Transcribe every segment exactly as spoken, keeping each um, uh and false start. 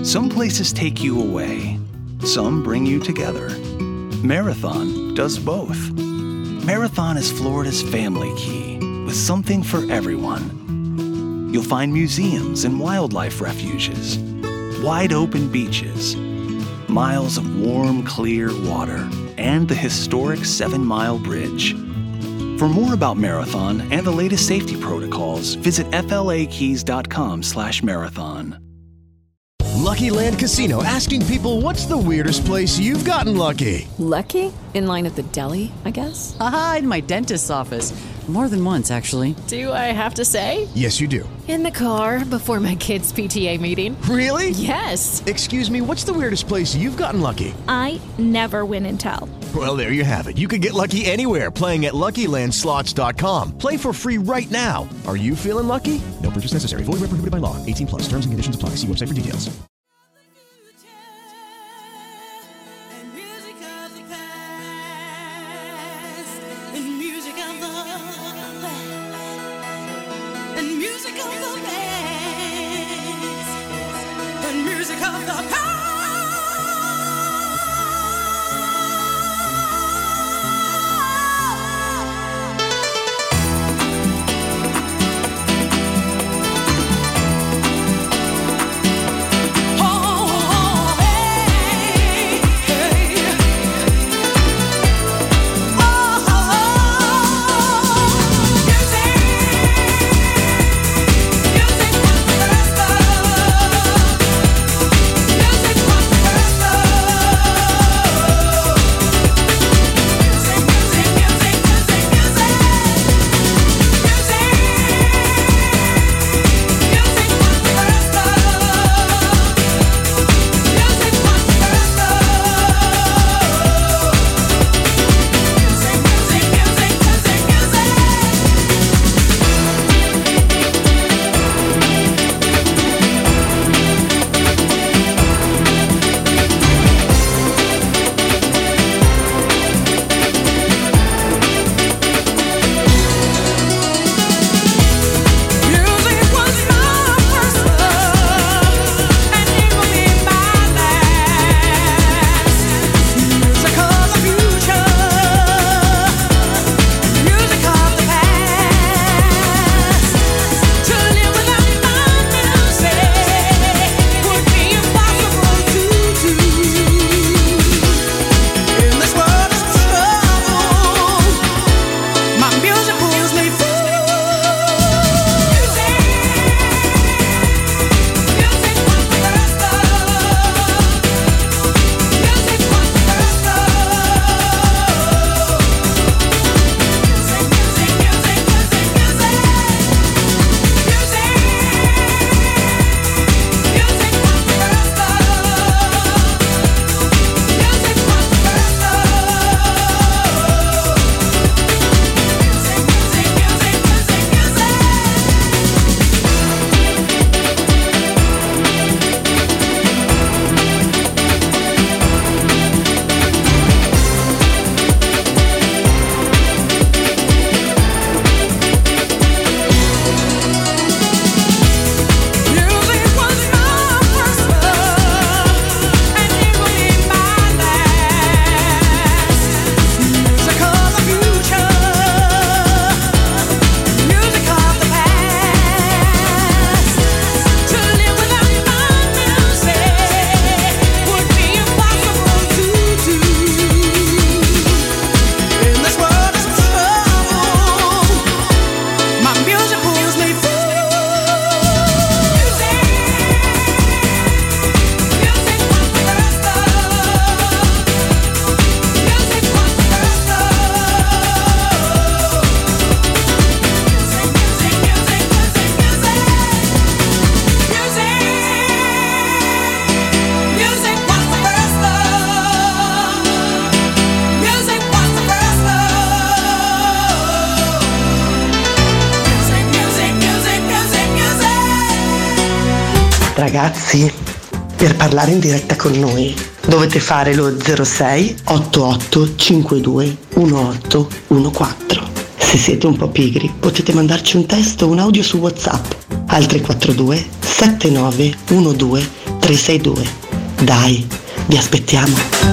Some places take you away. Some bring you together. Marathon does both. Marathon is Florida's family key, with something for everyone. You'll find museums and wildlife refuges, wide open beaches, miles of warm, clear water, and the historic Seven Mile Bridge. For more about Marathon and the latest safety protocols, visit flakeys.com slash marathon. Lucky Land Casino, asking people, what's the weirdest place you've gotten lucky? Lucky? In line at the deli, I guess? Aha, in my dentist's office. More than once, actually. Do I have to say? Yes, you do. In the car before my kids' P T A meeting. Really? Yes. Excuse me, what's the weirdest place you've gotten lucky? I never win and tell. Well, there you have it. You can get lucky anywhere, playing at Lucky Land Slots dot com. Play for free right now. Are you feeling lucky? No purchase necessary. Void where prohibited by law. eighteen plus. Terms and conditions apply. See website for details. Ragazzi, per parlare in diretta con noi dovete fare lo zero sei otto otto cinque due uno otto uno quattro. Se siete un po' pigri potete mandarci un testo o un audio su WhatsApp al tre quattro due sette nove uno due tre sei due. Dai, vi aspettiamo.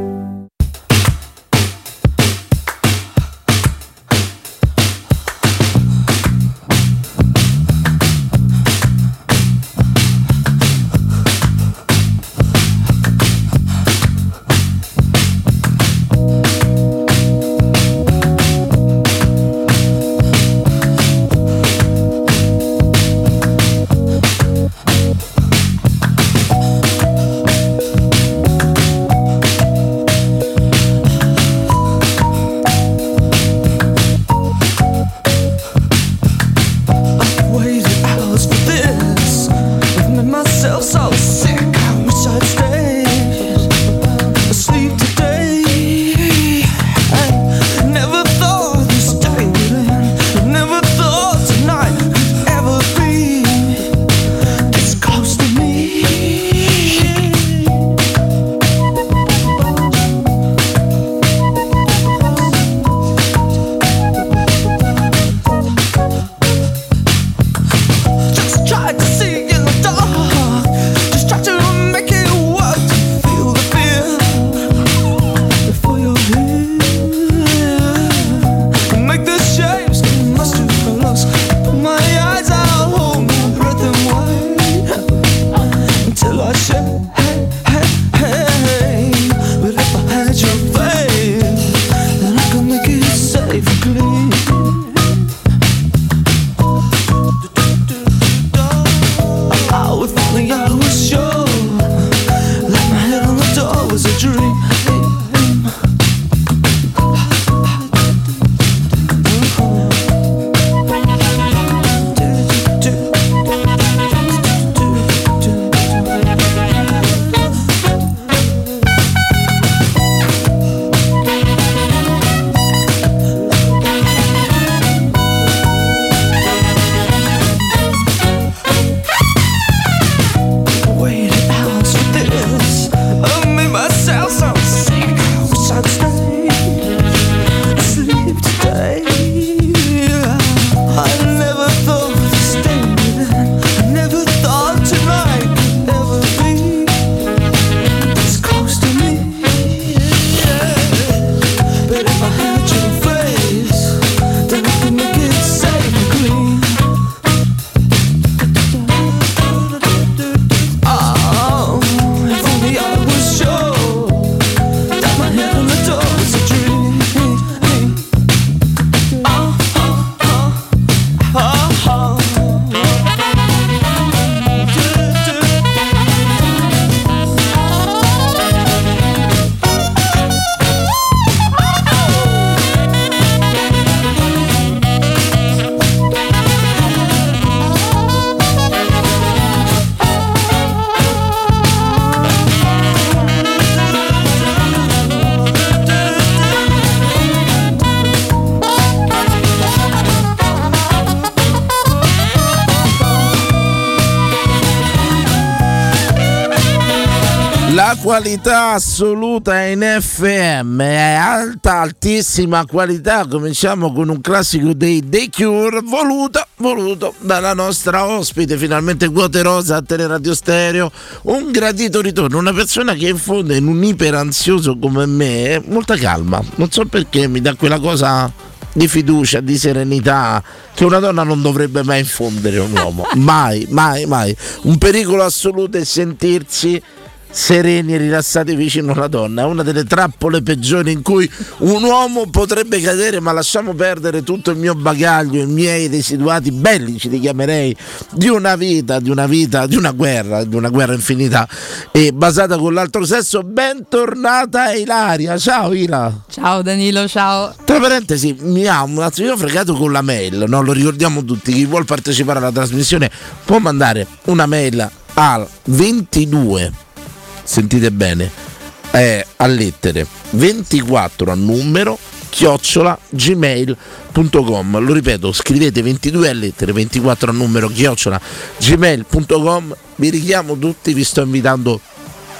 La qualità assoluta in F M è alta, altissima qualità. Cominciamo con un classico dei The Cure, voluto, voluto dalla nostra ospite, finalmente Quote Rosa a Teleradio Stereo. Un gradito ritorno, una persona che infonde in un iperansioso come me molta calma. Non so perché mi dà quella cosa di fiducia, di serenità che una donna non dovrebbe mai infondere a un uomo. Mai, mai, mai. Un pericolo assoluto è sentirsi sereni e rilassati vicino alla donna. È una delle trappole peggiori in cui un uomo potrebbe cadere, ma lasciamo perdere tutto il mio bagaglio, i miei residuati bellici, li chiamerei, di una vita, di una vita, di una guerra, di una guerra infinita e basata con l'altro sesso. Bentornata Ilaria, ciao Ila. Ciao Danilo, ciao. Tra parentesi, mi ha un attimo fregato con la mail, no? Lo ricordiamo tutti, chi vuol partecipare alla trasmissione può mandare una mail al ventidue, sentite bene, eh, a lettere ventiquattro a numero chiocciola gmail punto com. Lo ripeto, scrivete ventidue a lettere, ventiquattro a numero chiocciola gmail punto com. Vi richiamo tutti, vi sto invitando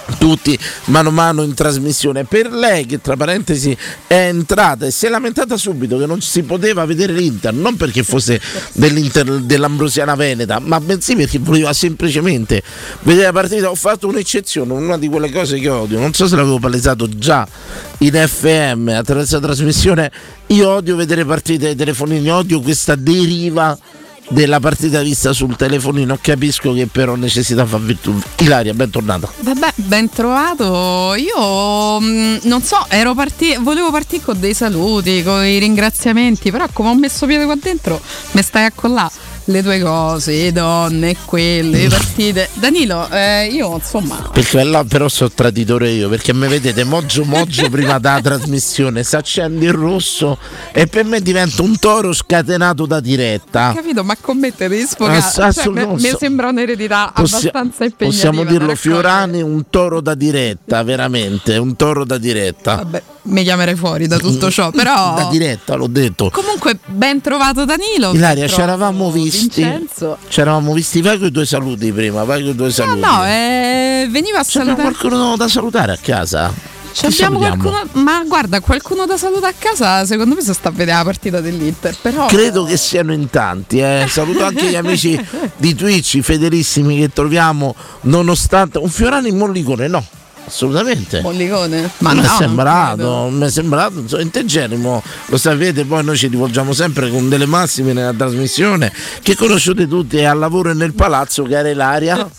tutti mano a mano in trasmissione. Per lei, che tra parentesi è entrata e si è lamentata subito che non si poteva vedere l'Inter, non perché fosse dell'Inter dell'Ambrosiana Veneta, ma bensì perché voleva semplicemente vedere la partita. Ho fatto un'eccezione, una di quelle cose che odio, non so se l'avevo palesato già in F M attraverso la trasmissione. Io odio vedere partite ai telefonini, odio questa deriva della partita vista sul telefonino. Capisco che però necessità fa virtù. Ilaria, bentornata. Vabbè, ben trovato. Io mh, non so, ero parti- volevo partire con dei saluti, con i ringraziamenti, però come ho messo piede qua dentro mi stai a collare le tue cose, le donne, quelle, le partite. Danilo, eh, io insomma. Perché là però sono traditore io, perché mi vedete moggio moggio prima della trasmissione, si accende il rosso e per me diventa un toro scatenato da diretta. Capito, ma con me te devi sfogare. Ass- cioè, mi, mi sembra un'eredità Possi- abbastanza impegnativa. Possiamo dirlo, Fiorani, un toro da diretta, veramente, un toro da diretta. Vabbè, mi chiamerei fuori da tutto ciò, però da diretta, l'ho detto. Comunque, ben trovato Danilo. Ilaria, ci eravamo visti. Vincenzo. Ci eravamo visti, vai con i tuoi saluti prima, vai con i tuoi saluti. No, no, eh, veniva a C'è salutare. qualcuno da salutare a casa? Ci abbiamo qualcuno, ma guarda, qualcuno da salutare a casa, secondo me si sta a vedere la partita dell'Inter, però credo che siano in tanti, eh. Saluto anche gli amici di Twitch, i fedelissimi che troviamo, nonostante un Fiorani in Mollicone, no. Assolutamente. Mollicone? Ma mi no, è sembrato, mi è sembrato insomma, integerrimo. Lo sapete, poi noi ci rivolgiamo sempre con delle massime nella trasmissione che conoscete tutti, è al lavoro e nel palazzo, cara Ilaria.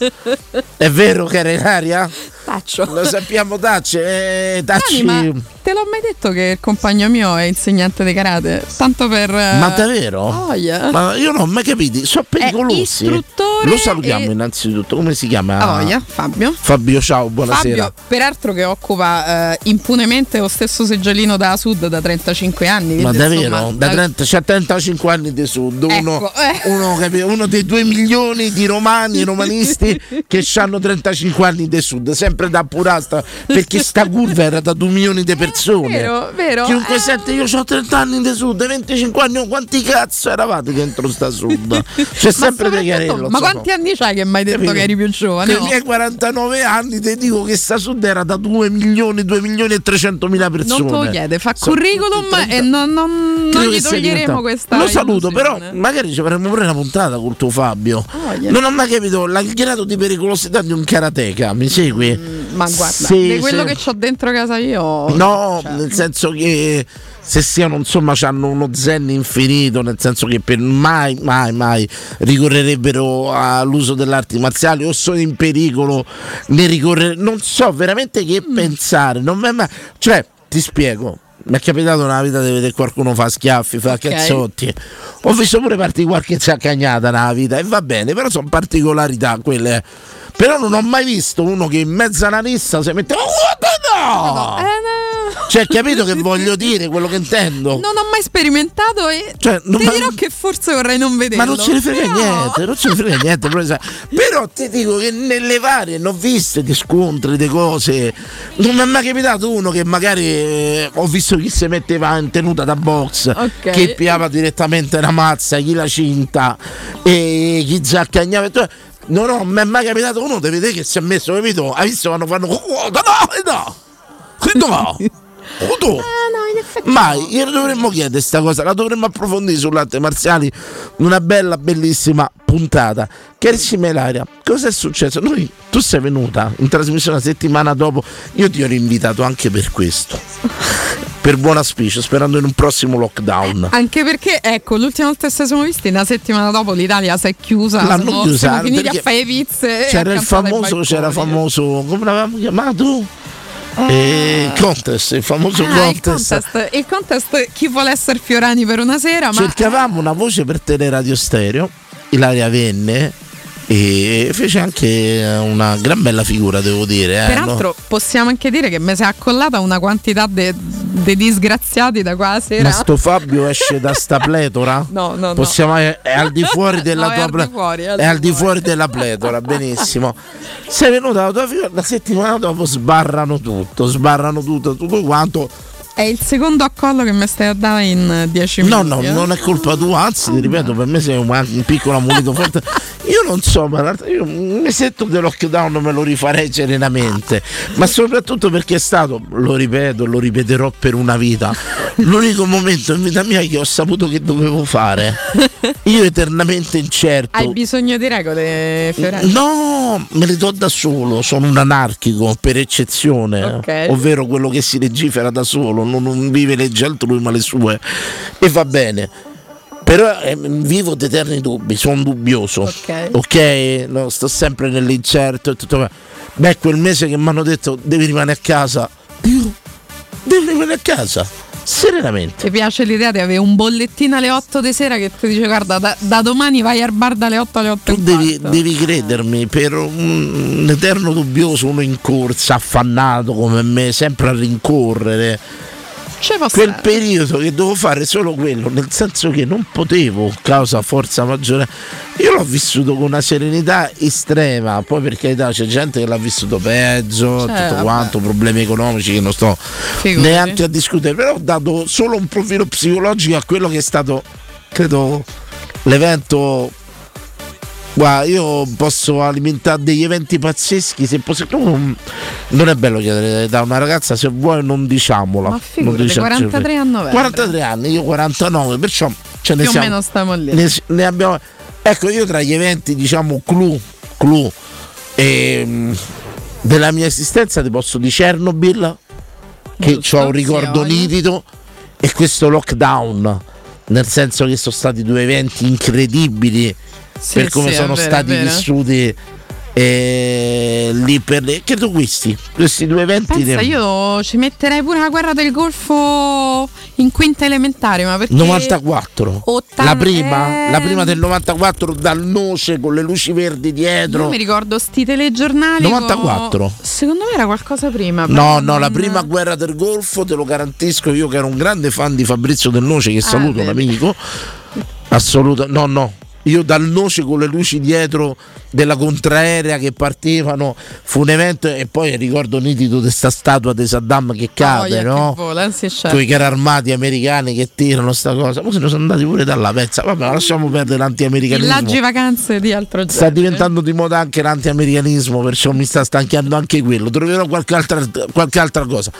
È vero, cara Ilaria? Taccio. Lo sappiamo, Tacce, eh, Tacci. Dani, ma te l'ho mai detto che il compagno mio è insegnante di karate? Tanto per Ma davvero? Oh, yeah. Ma io non ho mai capito, sono pericolosi. È istruttore. Lo salutiamo e... innanzitutto. Come si chiama? Ah, voglia, Fabio. Fabio, ciao, buonasera. Fabio, peraltro che occupa eh, impunemente lo stesso seggiolino da Sud da trentacinque anni. Ma davvero? Insomma, da trenta, c'ha trentacinque anni di Sud, uno, ecco, eh. uno, capi, uno dei due milioni di romani romanisti che hanno trentacinque anni di Sud, sempre da purasta, perché sta curva era da due milioni di persone. Vero, vero. Chiunque eh. sente, io ho trenta anni di Sud, venticinque anni, oh, quanti cazzo eravate dentro sta Sud? C'è sempre De Chiarello. Ma quanti anni c'hai che mi hai detto Capito? che eri più giovane? Nei miei quarantanove anni ti dico che sta Sud era da due milioni, due milioni e trecentomila persone. Non te lo chiede, fa Sono curriculum trenta e non, non, non gli toglieremo questa. Lo saluto, però illusione. magari ci faremo pure una puntata col tuo Fabio. Oh, yeah. Non ho mai capito la- il grado di pericolosità di un karateka, mi segui? Mm, ma guarda, Sì, di quello sì. che c'ho dentro casa io. No, cioè, nel senso che se siano, insomma, hanno uno zen infinito, nel senso che per mai, mai, mai ricorrerebbero all'uso delle arti marziali o sono in pericolo ne ricorrere. Non so veramente che Mm. pensare. Non mi è mai... Cioè, ti spiego. Mi è capitato nella vita di vedere qualcuno fa schiaffi, fa Ok. cazzotti. Ho visto pure partire qualche zaccagnata nella vita e va bene, però sono particolarità quelle. Però non ho mai visto uno che in mezzo a una rissa si mette. Oh, no! eh, no. Cioè, capito che voglio dire, quello che intendo? Non ho mai sperimentato e Cioè, non ti ma- dirò che forse vorrei non vederlo. Ma non ce ne frega però... niente, non ce ne frega niente. Però, però ti dico che nelle varie ne ho viste di scontri, di cose. Non mi è mai capitato uno che magari eh, ho visto chi si metteva in tenuta da box, Ok. chi piava direttamente una mazza, chi la cinta e chi zaccagnava. Non ho mi è mai capitato uno di vedere che si è messo, capito? Hai visto quando fanno. Oh, no, no, no, no. Oh, no. Mai, glielo dovremmo chiedere sta cosa, la dovremmo approfondire sulle arti marziali, una bella, bellissima puntata. Carissima Ilaria, cosa è successo? Noi, tu sei venuta in trasmissione una settimana dopo, io ti ho rinvitato anche per questo, per buon auspicio, sperando in un prossimo lockdown. Anche perché, ecco, l'ultima volta che ci siamo visti, una settimana dopo l'Italia si è chiusa. L'hanno siamo, chiusa, siamo finiti perché a fare pizze. e C'era a il cantare ai famoso, c'era il balconi. famoso, come l'avevamo chiamato? Eh, contest, il famoso Ah, il contest. contest, il contest chi vuole essere Fiorani per una sera, ma Cercavamo una voce per Teleradio Stereo, Ilaria venne e fece anche una gran bella figura, devo dire. Eh, peraltro no? possiamo anche dire che mi si è accollata una quantità di disgraziati da qua sera. Ma sto Fabio esce da sta pletora? No, no, no. Possiamo, è, è al di fuori della No, è tua al di ple- fuori, è al è di al di fuori. fuori della pletora, benissimo. Sei venuta la tua figura, la settimana dopo sbarrano tutto, sbarrano tutto, tutto quanto. è il secondo accollo che mi stai a dare in dieci No, minuti. no, eh? non è colpa tua, anzi, ti ripeto, per me sei un, un piccolo ammonito forte. Io non so, ma in realtà io un mesetto del lockdown me lo rifarei serenamente, ma soprattutto perché è stato, lo ripeto, lo ripeterò per una vita, l'unico momento in vita mia che ho saputo che dovevo fare. Io eternamente incerto. Hai bisogno di regole, Fiorello? No, me le do da solo, sono un anarchico per eccezione, Ok. ovvero quello che si legifera da solo, non, non vive leggi altrui ma le sue, e va bene. Però eh, vivo di eterni dubbi, sono dubbioso, Ok. ok? No, sto sempre nell'incerto e tutto. Beh, quel mese che mi hanno detto devi rimanere a casa, io devi rimanere a casa, serenamente. Ti piace l'idea di avere un bollettino alle otto di sera che ti dice guarda da, da domani vai al bar dalle otto alle otto Tu e devi, quarto. devi credermi, per un, un eterno dubbioso, uno in corsa, affannato come me, sempre a rincorrere. Ce posso Quel stare. periodo che dovevo fare solo quello, nel senso che non potevo, causa forza maggiore. Io l'ho vissuto con una serenità estrema, poi per carità c'è gente che l'ha vissuto peggio, Cioè, tutto vabbè. quanto, problemi economici che non sto Figurati. neanche a discutere, però ho dato solo un profilo psicologico a quello che è stato, credo, l'evento. Guarda, io posso alimentare degli eventi pazzeschi se posso. Non, non è bello chiedere da una ragazza, se vuoi non diciamola. Ma figurati, non diciamo- quarantatré a novembre. quarantatré anni, io quarantanove, perciò ce ne Più o siamo. meno stiamo lì. Ne, ne abbiamo. Ecco, io tra gli eventi, diciamo, clou, clou ehm, della mia esistenza ti posso di Chernobyl, che Giusto, ho un ricordo sì, voglio. nitido, e questo lockdown, nel senso che sono stati due eventi incredibili Sì, per come sì, è sono vero, stati è vero. vissuti eh, lì per le, credo questi questi due eventi. Pensa, ne- io ci metterei pure la guerra del Golfo in quinta elementare, ma perché novantaquattro ottanta la prima eh, la prima del novantaquattro, dal noce con le luci verdi Io dietro. mi ricordo sti telegiornali novantaquattro. con- Secondo me era qualcosa prima. No, però no, la non- prima guerra del Golfo, te lo garantisco io, che ero un grande fan di Fabrizio Del Noce, che saluto, un vedi. amico. Assoluta, no, no. Io dal noce con le luci dietro della contraerea che partivano, fu un evento, e poi ricordo nitido di sta statua di Saddam che cade, voglia che no? vola, sì, certo. Con i carri armati americani che tirano sta cosa. Poi se ne sono andati pure dalla pezza. Vabbè, lasciamo perdere l'antiamericanismo. Villaggi vacanze di altro genere. Sta diventando di moda anche l'antiamericanismo, perciò mi sta stanchiando anche quello. Troverò qualche altra, qualche altra cosa.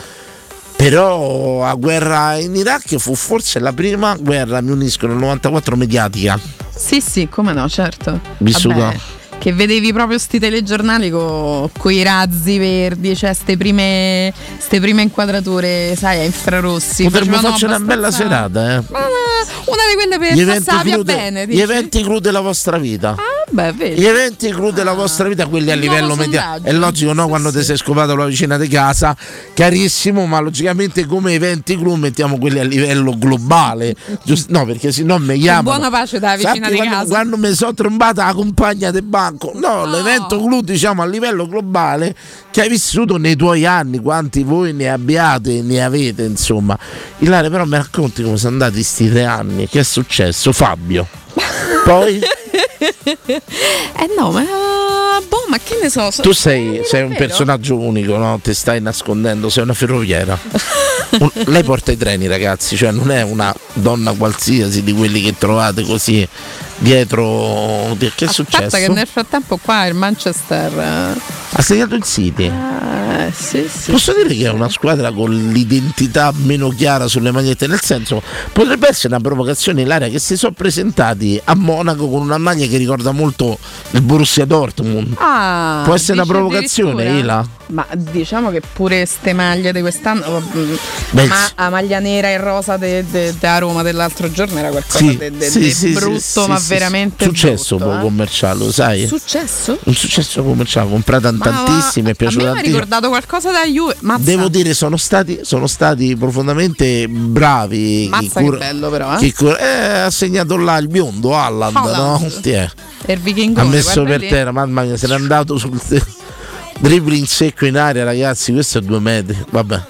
Però la guerra in Iraq fu forse la prima guerra, mi unisco, nel novantaquattro, mediatica. Sì, sì, come no, certo. Vissuta. Vabbè, che vedevi proprio sti telegiornali con i razzi verdi, cioè ste prime, ste prime inquadrature, sai, a infrarossi. Potremmo Facevano farci una bella abbastanza- serata, eh. Ma una di quelle per Gli eventi, passarvi clou a de- bene. gli dici? eventi clou della vostra vita. Ah, beh, vedi. Gli eventi clou della vostra vita, quelli a Il livello nuovo media. sondaggio. È logico, no? Sì, Quando sì. ti sei scopato la vicina di casa, carissimo, ma logicamente come eventi clou mettiamo quelli a livello globale. Giusto? No, perché se no mi chiamano. buona pace dalla vicina Sappi, di quando, casa. quando mi sono trombata la compagna del banco. No, l'evento clou, diciamo, a livello globale che hai vissuto nei tuoi anni, quanti voi ne abbiate, ne avete, insomma. Ilaria, però mi racconti come sono andati sti tre anni, che è successo, Fabio? Poi Eh no, ma boh, ma che ne so. so- tu sei, sei un davvero? personaggio unico, no? Ti stai nascondendo, sei una ferroviera. Un- lei porta i treni, ragazzi, cioè non è una donna qualsiasi di quelli che trovate così dietro. Che è Aspetta successo? che nel frattempo qua il Manchester eh, Ha segnato il City. eh, sì, sì. Posso dire che è una squadra con l'identità meno chiara sulle magliette, nel senso, potrebbe essere una provocazione, Ilaria, che si sono presentati a Monaco con una maglia che ricorda molto il Borussia Dortmund. Ah, Può essere una dici provocazione, addirittura? Ila? Ma diciamo che pure ste maglie di quest'anno, mm, Beh, ma sì. la maglia nera e rosa da Roma dell'altro giorno era qualcosa Sì, di sì, sì, brutto, sì, ma sì, sì. veramente successo brutto, poco eh. commerciale, lo sai? Successo? Un successo commerciale, comprata in Ma tantissime, è a piaciuta me mi ha tantissimo. ricordato qualcosa da Juve. Mazza. Devo dire, sono stati, sono stati profondamente bravi. Mazza chi che cura- bello però, eh. chi cura- eh, ha segnato là il biondo Haaland, Haaland. no? Ti è. E il vichingone, Ha messo guarda per lì. terra, mamma mia, se n'è andato sul dribbling secco in aria, ragazzi, questo è due metri, vabbè.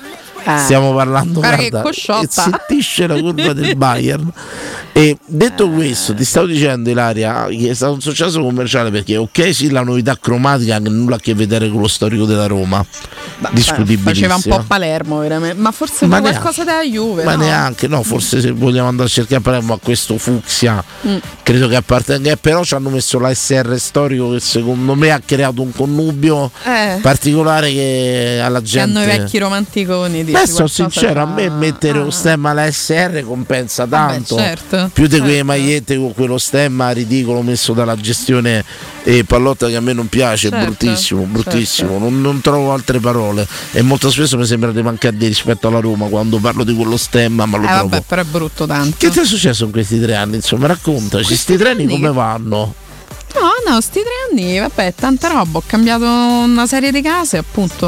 Eh. Stiamo parlando, guarda, guarda, che cosciotta. e zittisce la curva del Bayern. E detto questo, ti stavo dicendo, Ilaria, che è stato un successo commerciale perché ok sì la novità cromatica che nulla a che vedere con lo storico della Roma, discutibilissimo, faceva un po' Palermo veramente, ma forse ma qualcosa della Juve, ma no? neanche, no, forse se vogliamo andare a cercare Palermo a questo fucsia mm. credo che appartenga, però ci hanno messo la S R storico che secondo me ha creato un connubio eh. particolare che alla gente, che hanno i vecchi romanticoni. Beh, sono sincero, a me mettere ah. lo stemma alla S R compensa tanto. Vabbè, certo. Più di certo. quelle magliette con quello stemma ridicolo messo dalla gestione e Pallotta che a me non piace, certo. bruttissimo, bruttissimo, certo. non, non trovo altre parole e molto spesso mi sembra di mancare di rispetto alla Roma quando parlo di quello stemma, ma lo eh, trovo. Vabbè, però è brutto tanto. Che ti è successo in questi tre anni? Insomma, raccontaci, sti treni come che... vanno? No, no, sti tre anni, vabbè, tanta roba, ho cambiato una serie di case, appunto.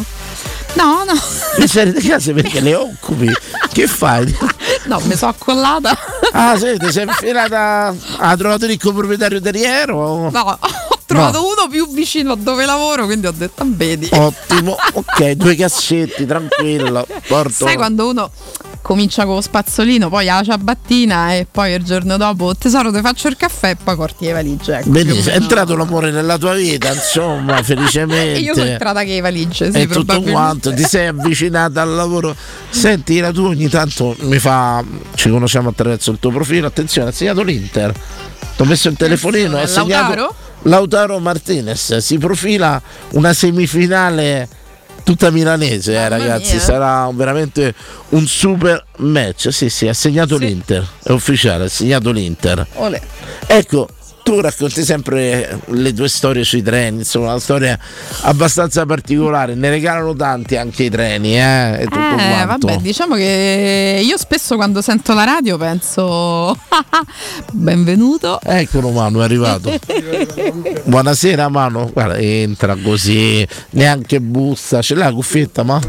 No, no. Una serie di case perché le occupi? Che fai? No, mi sono accollata. Ah, sì, ti sei infilata. Ha trovato il coproprietario terriero? No, ho trovato no. uno più vicino a dove lavoro, quindi ho detto, vedi. Ottimo, ok, due cassetti, tranquillo. Porto. Sai quando uno comincia con lo spazzolino, poi ha la ciabattina e poi il giorno dopo tesoro ti faccio il caffè e poi porti le valigie, ecco. Benissimo, è entrato l'amore nella tua vita, insomma, felicemente. Io sono entrata che le valigie, sì, e tutto quanto, ti sei avvicinata al lavoro. Senti, la tua ogni tanto mi fa, ci conosciamo attraverso il tuo profilo, attenzione, ha segnato l'Inter, ti ho messo il telefonino, ha segnato Lautaro Martinez, si profila una semifinale tutta milanese, eh, ragazzi, mia. Sarà veramente un super match. Sì, sì, ha segnato sì. l'Inter, è ufficiale, ha segnato l'Inter. Olè. Ecco, tu racconti sempre le tue storie sui treni, insomma, una storia abbastanza particolare, ne regalano tanti anche i treni, eh, e tutto eh, quanto. Vabbè, diciamo che io spesso quando sento la radio penso benvenuto. Eccolo Manu, è arrivato. Buonasera Manu, guarda, entra così, neanche bussa, ce l'ha la cuffietta, ma?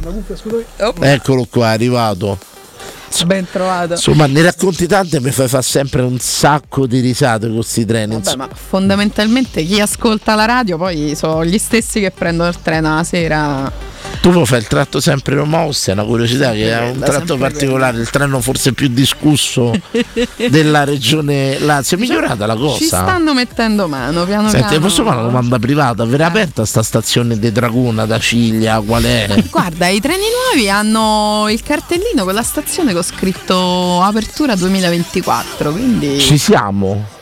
Eccolo qua, è arrivato. Ben trovato. Insomma, ne racconti tante e mi fai fare sempre un sacco di risate con questi treni. Vabbè, ma fondamentalmente chi ascolta la radio poi sono gli stessi che prendono il treno la sera. Tu fai il tratto sempre Roma-Ostia, è una curiosità che è un tratto particolare, il treno forse più discusso della regione Lazio. È migliorata la cosa. Ci stanno mettendo mano piano Senti, piano. posso fare una domanda privata? Verrà aperta sta stazione di Dragona da Ciglia? Qual è? Guarda, i treni nuovi hanno il cartellino con la stazione con scritto apertura duemilaventiquattro, quindi ci siamo.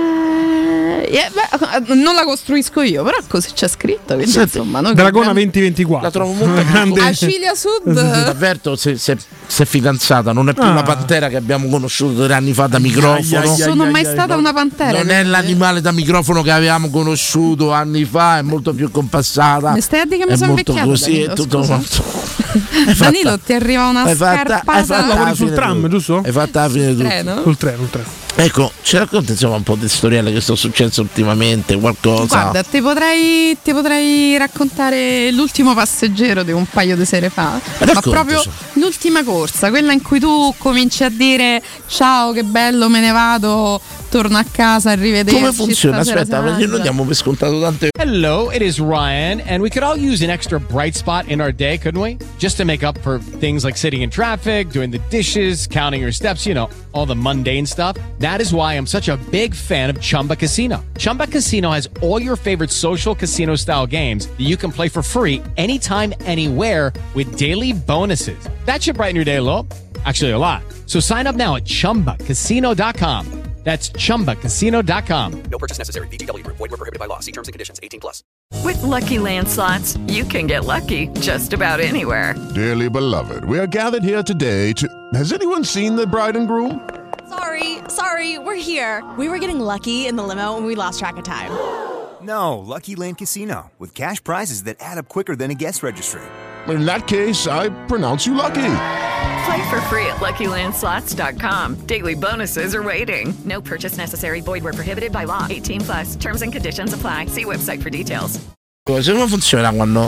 Eh, beh, non la costruisco io, però così c'è scritto. Quindi, Senti, insomma, noi Dragona duemilaventiquattro la trovo molto grande. A Ciglia Sud. Avverto, se, se, se è fidanzata, non è più ah. una pantera che abbiamo conosciuto tre anni fa da microfono. Non sono mai stata una pantera. Non quindi. È l'animale da microfono che avevamo conosciuto anni fa, è molto più compassata. Mi stai a dire che mi è sono molto invecchiata, così, Danilo, è tutto quanto. Danilo, ti arriva una hai fatta, scarpata. Hai fatta lavori sul tram, tu. giusto? Hai fatta la fine sul treno? Sul treno, sul treno. Ecco, ci racconti insomma un po' di storielle che sono successe ultimamente, qualcosa? Guarda, ti potrei, ti potrei raccontare l'ultimo passeggero di un paio di sere fa. Ma proprio l'ultima corsa, quella in cui tu cominci a dire ciao, che bello, me ne vado, torno a casa, arrivederci. Come funziona? Aspetta, perché noi diamo per scontato tante. Hello, it is Ryan, and we could all use an extra bright spot in our day, couldn't we? Just to make up for things like sitting in traffic, doing the dishes, counting your steps, you know, all the mundane stuff. That is why I'm such a big fan of Chumba Casino. Chumba Casino has all your favorite social casino style games that you can play for free anytime, anywhere with daily bonuses. That should brighten your day a little. Actually, a lot. So sign up now at chumba casino dot com. That's chumba casino dot com. No purchase necessary. V G W Group. Void where prohibited by law. See terms and conditions. eighteen plus. With Lucky Land Slots, you can get lucky just about anywhere. Dearly beloved, we are gathered here today to... Has anyone seen the bride and groom? Sorry, sorry, we're here. We were getting lucky in the limo and we lost track of time. No, Lucky Land Casino. With cash prizes that add up quicker than a guest registry. In that case, I pronounce you lucky. Play for free at lucky land slots dot com. Daily bonuses are waiting. No purchase necessary. Void where prohibited by law. eighteen plus. Terms and conditions apply. See website for details. Come funziona quando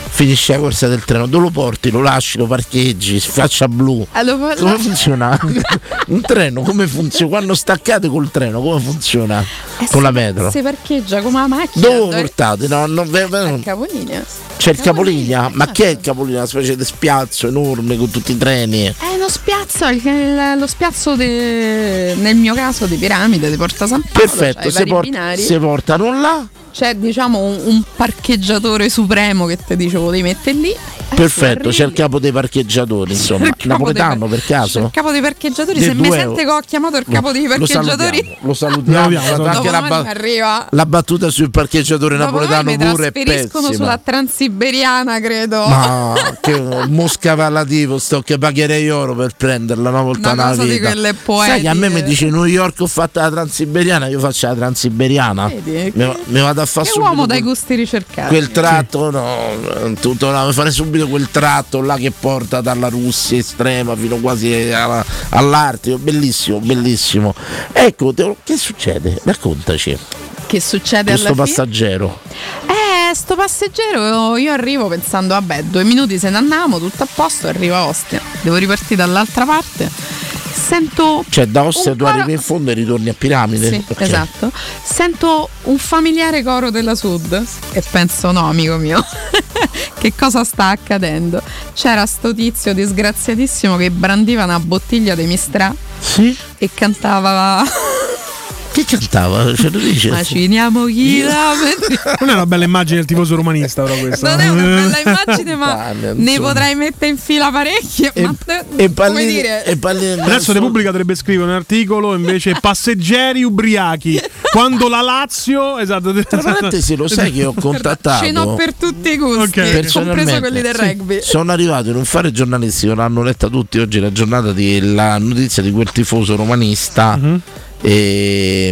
finisce la corsa del treno, dove lo porti, lo lasci, lo parcheggi, si faccia blu. Allora, come funziona? Un treno come funziona? Quando staccate col treno come funziona? Eh, con la metro? Si parcheggia come una macchina. Dove lo portate? No, no, no. Capolinea. C'è il capolinea? Ma che è il capolinea? Una specie di spiazzo enorme con tutti i treni. È uno spiazzo, il, il, lo spiazzo de, nel mio caso di Piramide di Porta San Paolo. Perfetto, si, port- si portano là. C'è diciamo un, un parcheggiatore supremo che ti dicevo di mettere lì. Perfetto, c'è il capo dei parcheggiatori, insomma, napoletano per caso? Il capo dei parcheggiatori, se mi sente che ho chiamato il capo dei parcheggiatori, lo salutiamo, lo salutiamo. Anche la, ba- arriva. la battuta sul parcheggiatore dopo napoletano pure è trasferiscono pessima. Sulla Transiberiana, credo. Ma che mosca parlativo, sto che pagherei oro per prenderla una volta una nella cosa vita. Di quelle poetiche. Sai che a me mi dice New York ho fatto la Transiberiana, io faccio la Transiberiana. Vedi, mi, mi vado a fare subito uomo dai gusti ricercati. Quel tratto, sì. no, tutto no, fare subito quel tratto là che porta dalla Russia estrema fino quasi alla, all'Artico, bellissimo, bellissimo. Ecco, te, che succede? Raccontaci. Che succede questo alla passeggero? Eh, sto passeggero io arrivo pensando, vabbè, due minuti se ne andiamo, tutto a posto, arrivo a Ostia. Devo ripartire dall'altra parte. Sento cioè da Ostia tu coro... arrivi in fondo e ritorni a Piramide. Sì, okay. Esatto. Sento un familiare coro della Sud e penso, no amico mio, che cosa sta accadendo? C'era sto tizio disgraziatissimo che brandiva una bottiglia di Mistrà, sì, e cantava. Che cantava? Ce lo dice? Maciniamo chilometri. Non è una bella immagine del tifoso romanista, però questa. Non è una bella immagine, ma ne potrai mettere in fila parecchie. E, ma te, e palline, come dire? E palline adesso Repubblica dovrebbe scrivere un articolo invece passeggeri ubriachi. Quando la Lazio, esatto. Tra parentesi, lo sai che ho contattato. Ce n'ho per tutti i gusti, okay. compreso quelli del rugby. Sì, sono arrivato in un fare giornalistico, l'hanno letta tutti oggi la giornata della notizia di quel tifoso romanista. Uh-huh. E,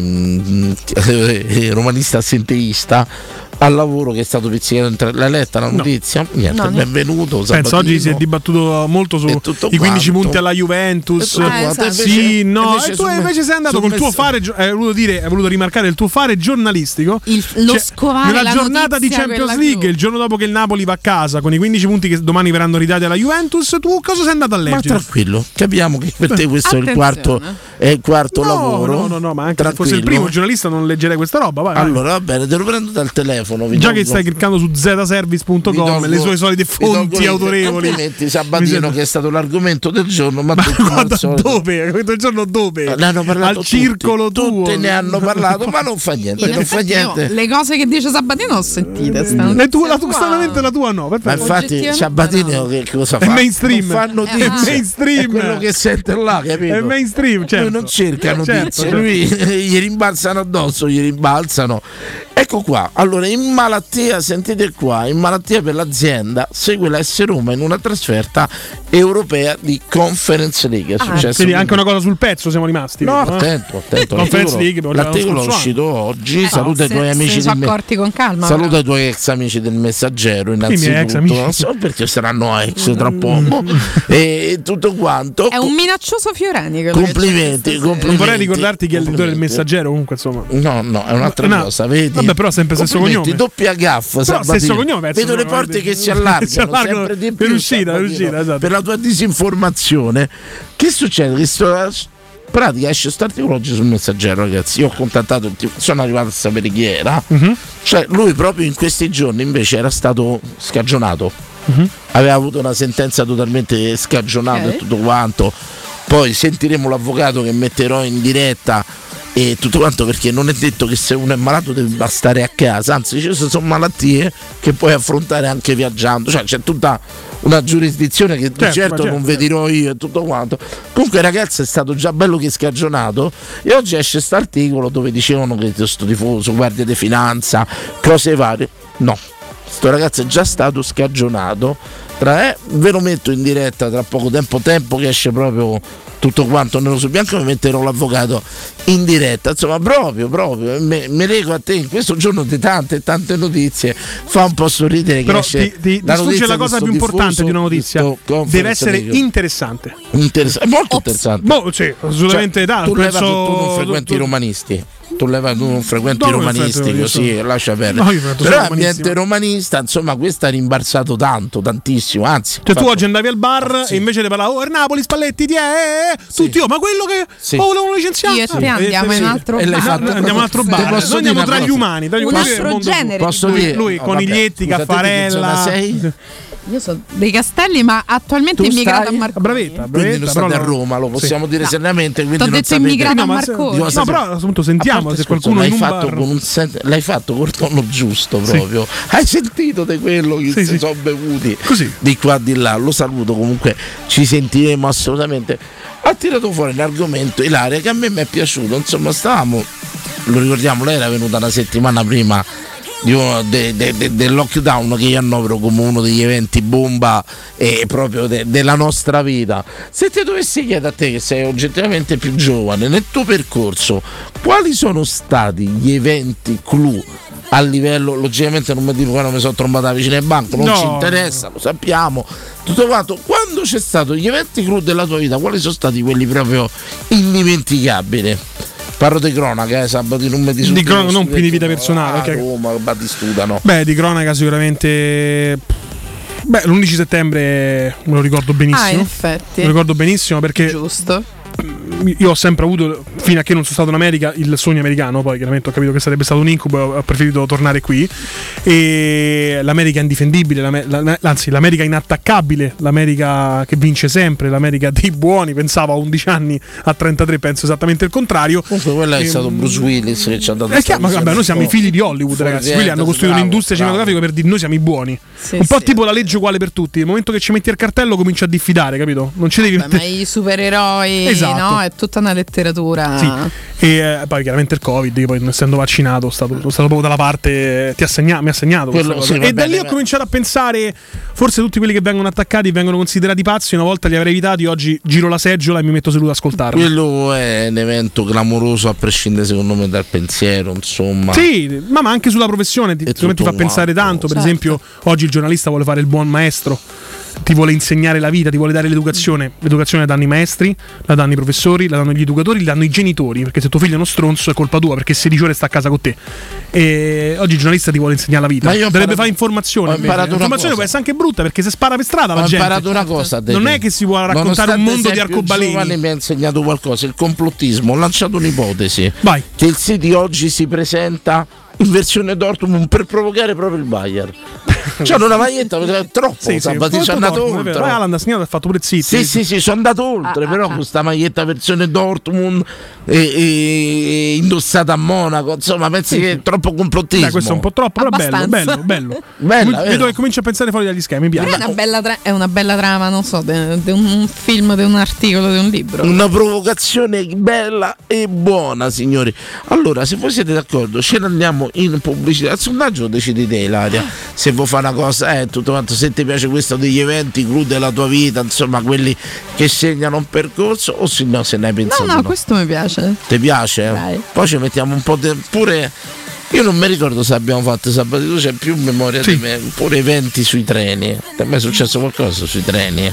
eh, romanista assenteista al lavoro che è stato pizzicato. L'hai letta la notizia? No. Niente, no, benvenuto. Penso oggi si è dibattuto molto su i quindici punti alla Juventus. Eh, esatto. Sì, invece, no, invece e tu invece sei andato col tuo fare, hai voluto dire, hai voluto rimarcare il tuo fare giornalistico. Il, lo cioè, scovare nella la giornata di Champions League, blu. Il giorno dopo che il Napoli va a casa con i quindici punti che domani verranno ritati alla Juventus, tu cosa sei andato a leggere? Ma tranquillo, capiamo che per te questo Attenzione. è il quarto, è il quarto no, lavoro. No, no, no, ma anche tranquillo. se fosse il primo giornalista non leggerei questa roba. Vai, allora vai. va bene, te lo prendo dal telefono. Già che stai cliccando su zetaservice punto com, le sue solite fonti autorevoli. Complimenti Sabatino, che è stato l'argomento del giorno. Ma, ma guarda, dove? Questo giorno dove? Ne hanno parlato al circolo tutti, tuo. Tutti ne hanno parlato, ma non fa niente. Non fa niente. Le cose che dice Sabatino ho sentite. Mm. Le tue, la tua, stranamente la tua no. Ma infatti Sabatino che cosa fa? È mainstream. Non fa notizie. È mainstream. È quello che sente là, capito? È mainstream. Certo. Lui non cerca notizie. Certo, certo. Lui gli rimbalzano addosso, gli rimbalzano. Ecco qua, allora in malattia, sentite qua, in malattia per l'azienda segue la S Roma in una trasferta europea di Conference League. È ah, successo quindi anche una cosa sul pezzo siamo rimasti. No, vedo, attento, attento. Conference League, l'articolo è uscito oggi. Eh, saluta no, i tuoi se, amici se del me- accorti con calma. Saluta però. i tuoi ex amici del Messaggero innanzitutto. Ex amici. Non so perché saranno ex tra poco. E tutto quanto. È un minaccioso Fiorani. Che complimenti, complimenti. Non vorrei ricordarti chi è l'editore del Messaggero, comunque insomma. No, no, è un'altra no. cosa, vedi? Vabbè, però sempre stesso cognome. Doppia gaffa, stesso cognome. Vedo le porte che si allargano, si allargano sempre di più per uscita, per uscita, esatto. Per la tua disinformazione. Che succede? Che sto pratica esce questo articolo oggi sul Messaggero, ragazzi. Io ho contattato il tipo, sono arrivato a sapere chi era. Uh-huh. Cioè, lui proprio in questi giorni invece era stato scagionato. Uh-huh. Aveva avuto una sentenza totalmente scagionata okay. E tutto quanto. Poi sentiremo l'avvocato che metterò in diretta e tutto quanto, perché non è detto che se uno è malato deve stare a casa, anzi ci sono malattie che puoi affrontare anche viaggiando, cioè c'è tutta una giurisdizione che certo, certo, certo non vedirò io e tutto quanto. Comunque ragazzi, è stato già bello che scagionato e oggi esce questo articolo dove dicevano che questo tifoso, guardia di finanza, cose varie. No, sto ragazzo è già stato scagionato. Tra, eh, ve lo metto in diretta tra poco tempo, tempo che esce proprio tutto quanto nero su bianco, mi metterò l'avvocato in diretta, insomma proprio proprio me, me lego a te in questo giorno di tante tante notizie, fa un po' sorridere. Però che ti, ti, la, notizia la cosa più importante di una notizia deve essere interessante, Interessa- molto oh, interessante boh, sì, assolutamente cioè, da, tu, penso, tu non frequenti tu, i romanisti. tu, le, tu non frequenti No, romanistico, io sì, sono- lascia perdere. No, io frequento Però solo l'ambiente romanista, insomma, questo ha rimbalzato tanto, tantissimo. Anzi, Cioè, tu fatto- oggi andavi al bar e invece di parlare, oh, Napoli, Spalletti, ti è, eh, eh", tutti, oh, ma quello che Sì. oh, volevano licenziare. Io e te andiamo in un altro E l'hai bar. fatto Andiamo in un altro Ti bar. posso Noi andiamo dire tra una gli cosa? umani, tra gli Un umani altro del mondo. genere. Posso Lui, dire, lui no, coniglietti, vabbè, scusa, te che zona Caffarella. sei? Io sono dei Castelli, ma attualmente Tu immigrata stai a Marconi. A Bravetta, a Quindi Bravetta, non state però a no. Roma, lo possiamo Sì. dire No. seriamente. Quindi T'ho non detto sapete- immigrata a No, ma se- Marconi. di cosa No, si- però appunto A sentiamo parte, se scusa, qualcuno l'hai in un fatto bar. con un sen- l'hai fatto col tono giusto Sì. proprio. Hai sentito di quello che Sì, si sì. sono bevuti Così. di qua di là. Lo saluto, comunque ci sentiremo assolutamente. Ha tirato fuori un argomento, Ilaria, che a me mi è piaciuto. Insomma, stavamo, lo ricordiamo, lei era venuta una settimana prima di uno de- de- de- del lockdown, che io annovero come uno degli eventi bomba eh, proprio de- della nostra vita. Se ti dovessi chiedere a te, che sei oggettivamente più giovane, nel tuo percorso, quali sono stati gli eventi clou a livello, logicamente non mi dico quando mi sono trombata vicino al banco, non No. ci interessa, lo sappiamo, tutto quanto. Quando c'è stato gli eventi clou della tua vita, quali sono stati quelli proprio indimenticabili? Parlo di cronaca, eh, sabato in un mese Di cronaca, non più di vita personale, Ah, ok. Roma, Battistuta, no. Beh, di cronaca sicuramente. Beh, l'undici settembre me lo ricordo benissimo. Ah, in Me effetti. lo ricordo benissimo perché Giusto. io ho sempre avuto, fino a che non sono stato in America, il sogno americano. Poi chiaramente ho capito che sarebbe stato un incubo, ho preferito tornare qui. E l'America indifendibile, l'Ame- la- anzi l'America inattaccabile, l'America che vince sempre, l'America dei buoni. Pensavo a undici anni, a trentatré penso esattamente il contrario. Comunque quello è Ehm, stato Bruce Willis che ci ha dato È chiaro, ma vabbè, noi siamo i figli di Hollywood, Fuori ragazzi. di Quelli testa, hanno costruito bravo, un'industria bravo. cinematografica per dire noi siamo i buoni. Sì, un po' sì. tipo la legge uguale per tutti. Nel momento che ci metti il cartello cominci a diffidare, capito? Non ci devi Beh, ma i supereroi, Esatto. no? È tutta una letteratura. Sì. E eh, poi chiaramente il Covid, io poi non essendo vaccinato, stato, sono stato proprio dalla parte. Ti ha segna- mi ha segnato questa Quello cosa. sì, va E da bene, lì ho ma- cominciato a pensare, forse tutti quelli che vengono attaccati vengono considerati pazzi. Una volta li avrei evitati, oggi giro la seggiola e mi metto seduto ad ascoltarli. Quello è un evento clamoroso, a prescindere secondo me dal pensiero, insomma. Sì, ma, ma anche sulla professione ti, È secondo me ti tutto fa pensare quanto, tanto. Per certo. esempio, oggi il giornalista vuole fare il buon maestro, ti vuole insegnare la vita, ti vuole dare l'educazione. L'educazione la danno i maestri, la danno i professori, la danno gli educatori, la danno i genitori. Perché se tuo figlio è uno stronzo è colpa tua, perché sedici ore sta a casa con te. E oggi il giornalista ti vuole insegnare la vita. Ma io ho Dovrebbe imparato- fare informazione. ho invece. imparato una L'informazione cosa. può essere anche brutta, perché se spara per strada la Ho gente. imparato una cosa. Non Devi. è che si può raccontare Nonostante un mondo sei di più arcobaleni. giovane, mi ha insegnato qualcosa. Il complottismo. Ho lanciato un'ipotesi. Vai. Che il City oggi si presenta in versione Dortmund per provocare proprio il Bayern. C'hanno una maglietta è troppo. Sì, sì, sabato, un po' ci è andato Dortmund, è vero. oltre. Poi Haaland ha segnato e ha fatto pure zitti. Sì, sì, sì, sono andato oltre, Ah, però ah, ah. questa maglietta versione Dortmund e, e- indossata a Monaco, insomma, pensi Sì, che sì. è troppo complottismo. Dai, questo è un po' troppo, però bello, Abbastanza. bello, bello. Bella, Vedo vero? che comincia a pensare fuori dagli schemi, mi È piace. una bella, tra- è una bella trama, non so, di un film, di un articolo, di un libro. Una provocazione bella e buona, signori. Allora, se voi siete d'accordo, ce ne andiamo in pubblicità. Il sondaggio lo decidi te, Ilaria. Se vuoi fare una cosa, eh, tutto quanto, se ti piace questo degli eventi clou della tua vita, insomma, quelli che segnano un percorso, o se no, se ne hai pensato. No, no, questo mi piace. Ti piace? Dai. Poi ci mettiamo un po' de- pure. Io non mi ricordo se abbiamo fatto sabato, tu c'è più memoria Sì. di me, pure eventi sui treni. A me è successo qualcosa sui treni.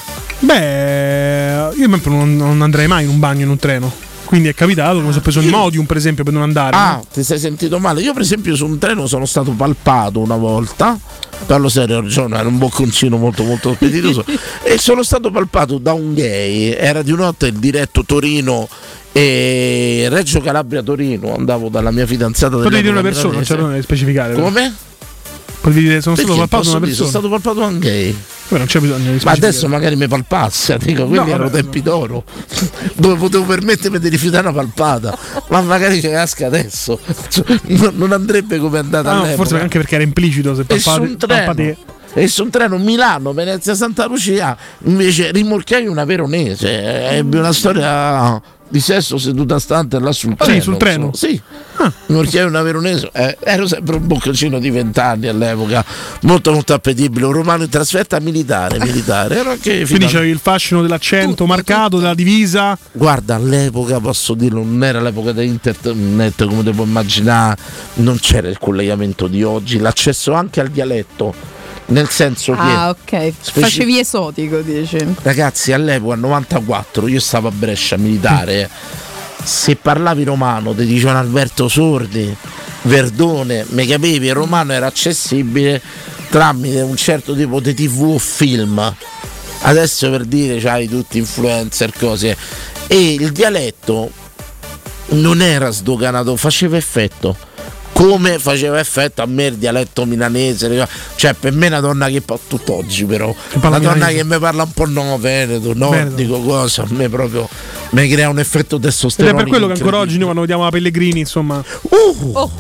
Beh, io non, non andrei mai in un bagno in un treno. Quindi è capitato che mi sono preso il Modium, per esempio, per non andare. Ah, no? ti sei sentito male? Io per esempio su un treno sono stato palpato una volta. Parlo serio, ragione, era un bocconcino molto molto appetitoso. E sono stato palpato da un gay. Era di notte il diretto Torino e Reggio Calabria Torino. Andavo dalla mia fidanzata. Potevi dire dell'epoca una persona, non c'è milanese. bisogno di specificare. però. Come? Potevi dire, sono Perché stato palpato da posso una dire, sono persona. stato palpato da un gay. Beh, non c'è bisogno di Ma specificare. adesso magari mi palpasse, dico, quelli No, erano vabbè, tempi d'oro dove potevo permettermi di rifiutare una palpata, ma magari ci casca adesso. Non non andrebbe come è andata Ah, no, all'epoca. forse anche perché era implicito se E su palpate, un treno, palpate- e su un treno Milano, Venezia, Santa Lucia, invece rimorchiai una veronese, ebbe una storia di sesso seduta stante là sul Sì, treno. sul treno? insomma. Sì, Ah. rimorchiai una veronese, eh, ero sempre un bocconcino di vent'anni all'epoca, molto molto appetibile, un romano in trasferta militare, militare. Ero anche Quindi fino a- c'avevi il fascino dell'accento Tutto, marcato, tutto. della divisa. Guarda, all'epoca posso dirlo, non era l'epoca di internet come ti puoi immaginare, non c'era il collegamento di oggi, l'accesso anche al dialetto, nel senso che Ah, ok. Speci- Facevi esotico, dici. ragazzi all'epoca novantaquattro io stavo a Brescia militare se parlavi romano ti dicevano Alberto Sordi, Verdone, mi capivi? Il romano era accessibile tramite un certo tipo di tivù o film. Adesso per dire c'hai tutti influencer, cose, e il dialetto non era sdoganato, faceva effetto, come faceva effetto a me il dialetto milanese. Cioè per me una donna che tutt'oggi però una donna milanese, che mi parla un po' no veneto, no, Veneto. Dico cosa, a me proprio mi crea un effetto testosterone. Ed è per quello che ancora oggi noi quando vediamo la Pellegrini, insomma, uh, oh.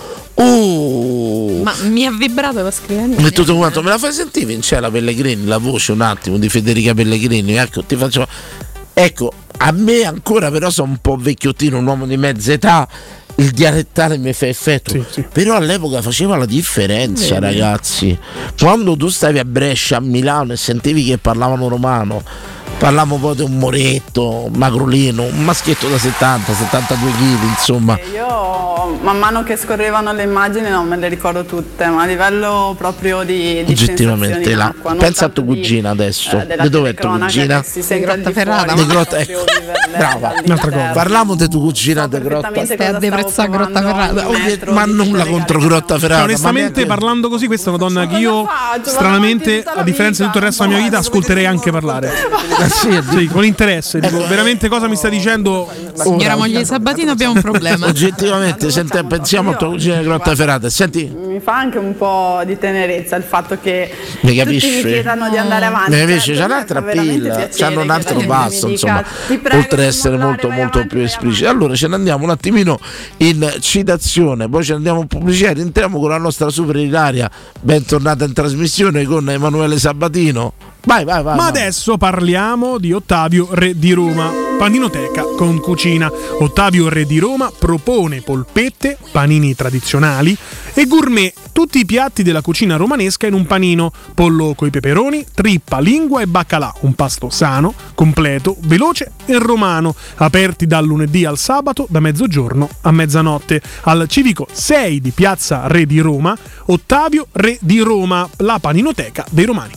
Uh. Ma mi ha vibrato la scrivania. E tutto quanto, me la fai sentire in c'è la Pellegrini, la voce un attimo di Federica Pellegrini, ecco, ti faccio. Ecco, a me ancora però sono un po' vecchiottino, un uomo di mezza età, il dialettale mi fa effetto, sì, sì. Però all'epoca faceva la differenza, Bene. ragazzi. Quando tu stavi a Brescia, a Milano e sentivi che parlavano romano, parlavamo poi di un Moretto, Magrolino, un maschietto da settanta settantadue chili, insomma. Eh, io man mano che scorrevano le immagini non me le ricordo tutte, ma a livello proprio di, di oggettivamente la, acqua, pensa a tua cugina adesso, eh, di dove è tua cugina? Si sente Grotta Ferrata, di Grotta, ecco. Brava, un'altra cosa. Parliamo di tua cugina di Grotta. Stai a deprezzare Grotta Ferrata, ma nulla contro Grotta Ferrata. Cioè, onestamente neanche... parlando così, questa è una donna che io stranamente, a differenza di tutto il resto della mia vita, ascolterei anche parlare. Sì, sì, con interesse, dico, veramente cosa mi sta dicendo? Signora moglie di Sabatino, abbiamo un problema. Oggettivamente, senti, pensiamo a tua cugina di Grotta Ferrata. Senti, mi fa anche un po' di tenerezza il fatto che mi capisci? Tutti mi chiedano di andare avanti. Mi capisci? C'è un'altra pilla, c'hanno un altro passo, insomma, oltre ad essere molto molto più espliciti. Allora ce ne andiamo un attimino in citazione, poi ce ne andiamo in pubblicità, rientriamo con la nostra super Ilaria. Bentornata in trasmissione con Emanuele Sabatino. Vai, vai, vai. Ma vai. adesso parliamo di Ottavio Re di Roma. Paninoteca con cucina. Ottavio Re di Roma propone polpette, panini tradizionali e gourmet, tutti i piatti della cucina romanesca in un panino. Pollo coi peperoni, trippa, lingua e baccalà. Un pasto sano, completo, veloce e romano. Aperti dal lunedì al sabato, da mezzogiorno a mezzanotte. Al civico sei di Piazza Re di Roma. Ottavio Re di Roma, la paninoteca dei romani.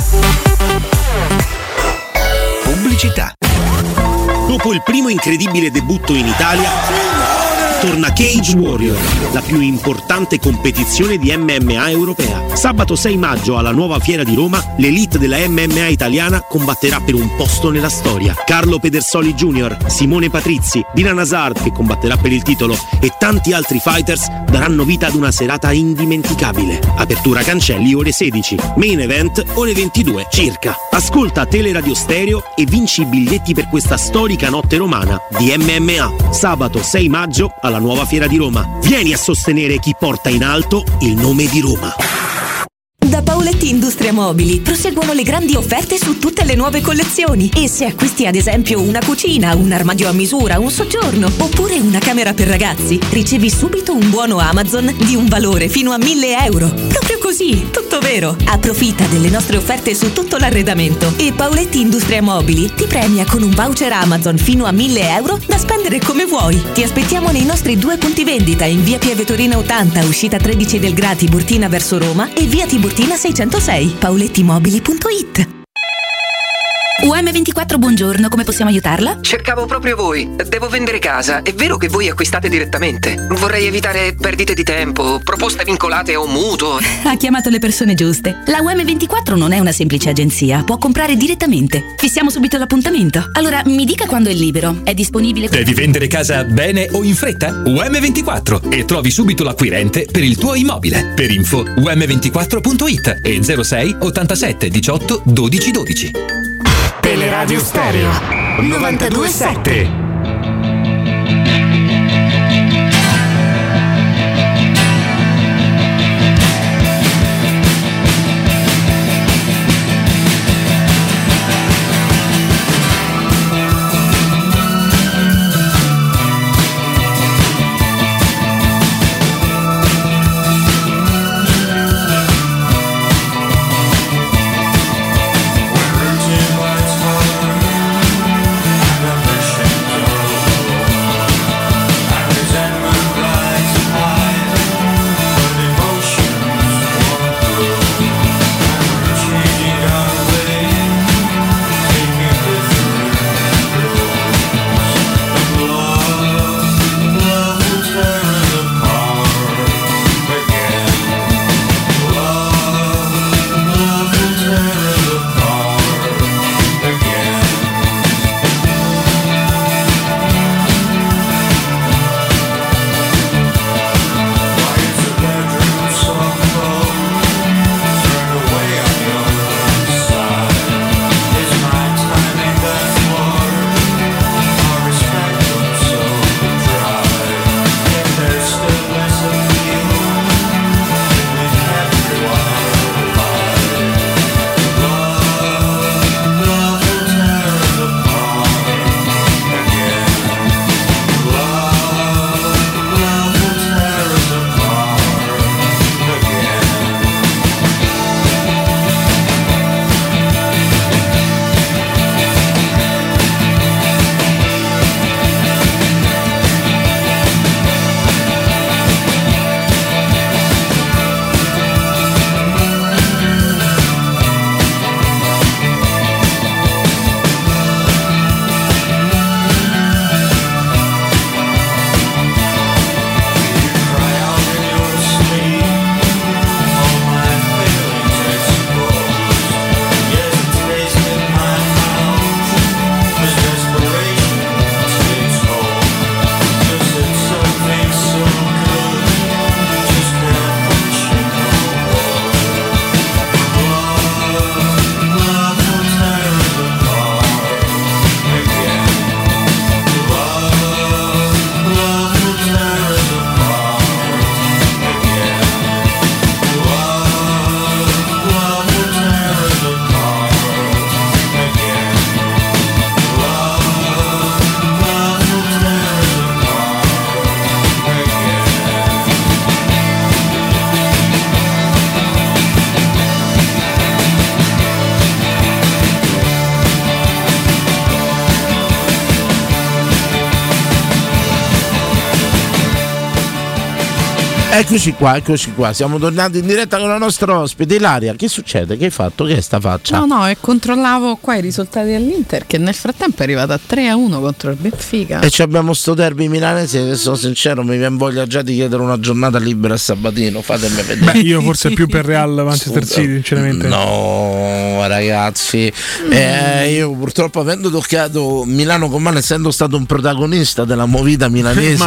Pubblicità. Dopo il primo incredibile debutto in Italia, torna Cage Warrior, la più importante competizione di M M A europea. Sabato sei maggio alla nuova fiera di Roma, l'elite della M M A italiana combatterà per un posto nella storia. Carlo Pedersoli Junior, Simone Patrizzi, Dina Hazard che combatterà per il titolo e tanti altri fighters daranno vita ad una serata indimenticabile. Apertura cancelli ore sedici, main event ore ventidue circa. Ascolta Teleradio Stereo e vinci i biglietti per questa storica notte romana di M M A. Sabato sei maggio alla nuova fiera di Roma. Vieni a sostenere chi porta in alto il nome di Roma. Da Paoletti Industria Mobili proseguono le grandi offerte su tutte le nuove collezioni e se acquisti ad esempio una cucina, un armadio a misura, un soggiorno oppure una camera per ragazzi, ricevi subito un buono Amazon di un valore fino a mille euro. Proprio così, tutto vero. Approfitta delle nostre offerte su tutto l'arredamento e Paoletti Industria Mobili ti premia con un voucher Amazon fino a mille euro da spendere come vuoi. Ti aspettiamo nei nostri due punti vendita in via Pieve Torina ottanta, uscita tredici del Gra Tiburtina verso Roma e via Tiburtina seicentosei. paolettimobili punto it. U M ventiquattro, buongiorno, come possiamo aiutarla? Cercavo proprio voi. Devo vendere casa. È vero che voi acquistate direttamente? Vorrei evitare perdite di tempo, proposte vincolate a un mutuo. Ha chiamato le persone giuste. La U M ventiquattro non è una semplice agenzia, può comprare direttamente. Fissiamo subito l'appuntamento. Allora, mi dica quando è libero. È disponibile? Devi vendere casa bene o in fretta? U M ventiquattro e trovi subito l'acquirente per il tuo immobile. Per info u m ventiquattro punto it e zero sei ottantasette diciotto dodici dodici. Teleradio Stereo novantadue sette. We're Eccoci qua, eccoci qua, siamo tornati in diretta con la nostra ospite Ilaria. Che succede? Che hai fatto? Che è sta faccia? No, no, e controllavo qua i risultati dell'Inter che nel frattempo è arrivata a tre a uno contro il Benfica. E ci abbiamo sto derby milanese che, sono sincero, mi viene voglia già di chiedere una giornata libera a sabatino. Fatemi vedere. Beh, io forse più per Real Manchester City, sinceramente. No, ragazzi, mm. eh, io purtroppo avendo toccato Milano con mano, essendo stato un protagonista della movida milanese,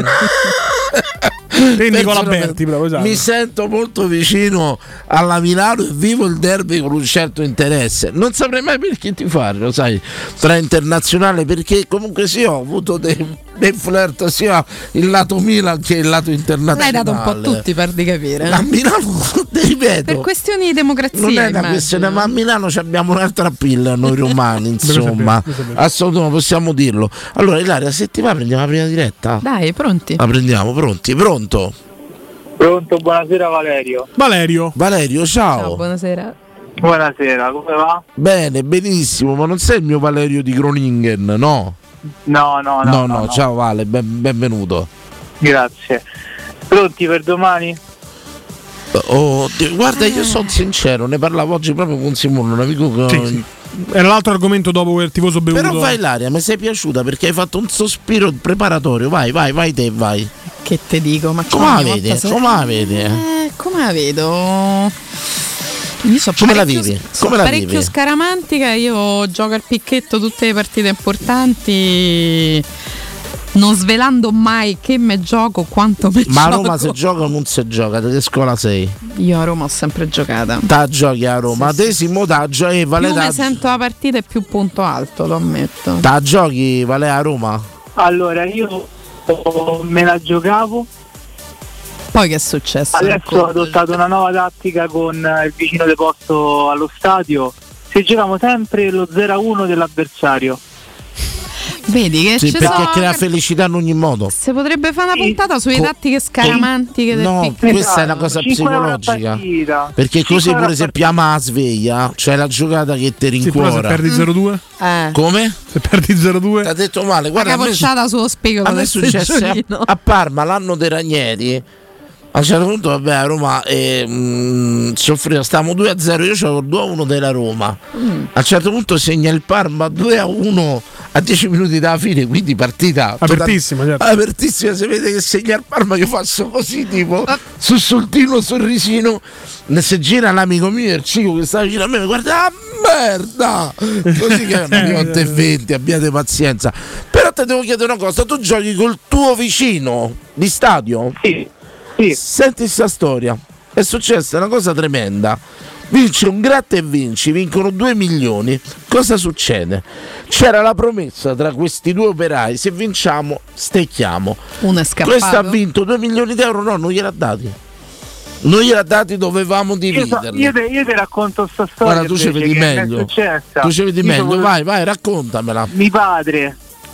Nicola Berti, bravo, esatto. Mi sento molto vicino alla Milano e vivo il derby con un certo interesse. Non saprei mai perché ti fare, lo sai, tra internazionale, perché comunque sì, ho avuto dei, dei flirt sia il lato Milan che il lato internazionale. L'hai dato un po' tutti per di capire. A Milano, ti ripeto, per questioni di democrazia. Non è una questione, ma a Milano abbiamo un'altra pilla noi romani, insomma, assolutamente possiamo dirlo. Allora Ilaria, se ti va prendiamo la prima diretta? Dai, pronti? La prendiamo, pronti, pronto? Pronto, buonasera Valerio. Valerio. Valerio, ciao. Ciao, buonasera. Buonasera, come va? Bene, benissimo, ma non sei il mio Valerio di Groningen, no? No, no, no. No, no, no, no. Ciao Vale, ben, benvenuto. Grazie. Pronti per domani? Oh, guarda, io sono sincero, ne parlavo oggi proprio con Simone, un amico che... Sì, sì. Era l'altro argomento dopo quel tifoso bevuto. Però vai Ilaria, mi sei piaciuta perché hai fatto un sospiro preparatorio. Vai, vai, vai te, vai. Che te dico, ma come la vedi? Se... Come la vedi? Eh, come la vedo? Io so come la vivi? So come la parecchio vivi? scaramantica, io gioco al picchetto tutte le partite importanti, non svelando mai che me gioco, quanto me ma gioco. Ma a Roma se gioca o non si gioca? Di che scuola sei? Io a Roma ho sempre giocata. Ta giochi a Roma, sì, te si mo ta giochi, vale più ta... ne sento la partita e più punto alto, lo ammetto. Ta giochi, vale a Roma? Allora io me la giocavo. Poi che è successo? Adesso ho adottato una nuova tattica con il vicino di posto allo stadio. Se giochiamo sempre lo zero a uno dell'avversario. Vedi che sì, ci perché sono... crea felicità in ogni modo. Si potrebbe fare una puntata sulle Co- tattiche scaramantiche del no, picchetto. questa è una cosa psicologica. Perché così pure se chiama la sveglia, c'è la giocata che ti rincuora. Sì, se perdi zero due? Eh. Come? Se perdi zero due? Ti ha detto male. Guarda, la capocciata sullo spigolo. A me è successo a, a Parma l'anno dei Ranieri. A un certo punto, vabbè, a Roma eh, mh, soffriva, stavamo due a zero, io c'avevo due a uno della Roma. Mm. A un certo punto segna il Parma due a uno a dieci minuti dalla fine, quindi partita apertissima, total- certo. apertissima. Si vede che segna il Parma, che faccio così tipo ah. sussultino, sorrisino. Se gira l'amico mio, il Cico che stava vicino a me, mi guarda, ah, merda! Così che è otto e venti, abbiate pazienza. Però te devo chiedere una cosa, tu giochi col tuo vicino di stadio? Sì. Sì. Senti sta storia, è successa una cosa tremenda. Vinci un gratta e vinci, vincono due milioni. Cosa succede? C'era la promessa tra questi due operai: se vinciamo stecchiamo. Uno è scappato. Questo ha vinto due milioni di euro, no, non gliel'ha dati. Non gliel'ha dati, dovevamo dividerli. Io, io, te, io ti racconto sta storia. Guarda, tu ci vedi meglio. Tu ci vedi meglio, sono... vai, vai, raccontamela. Mi padre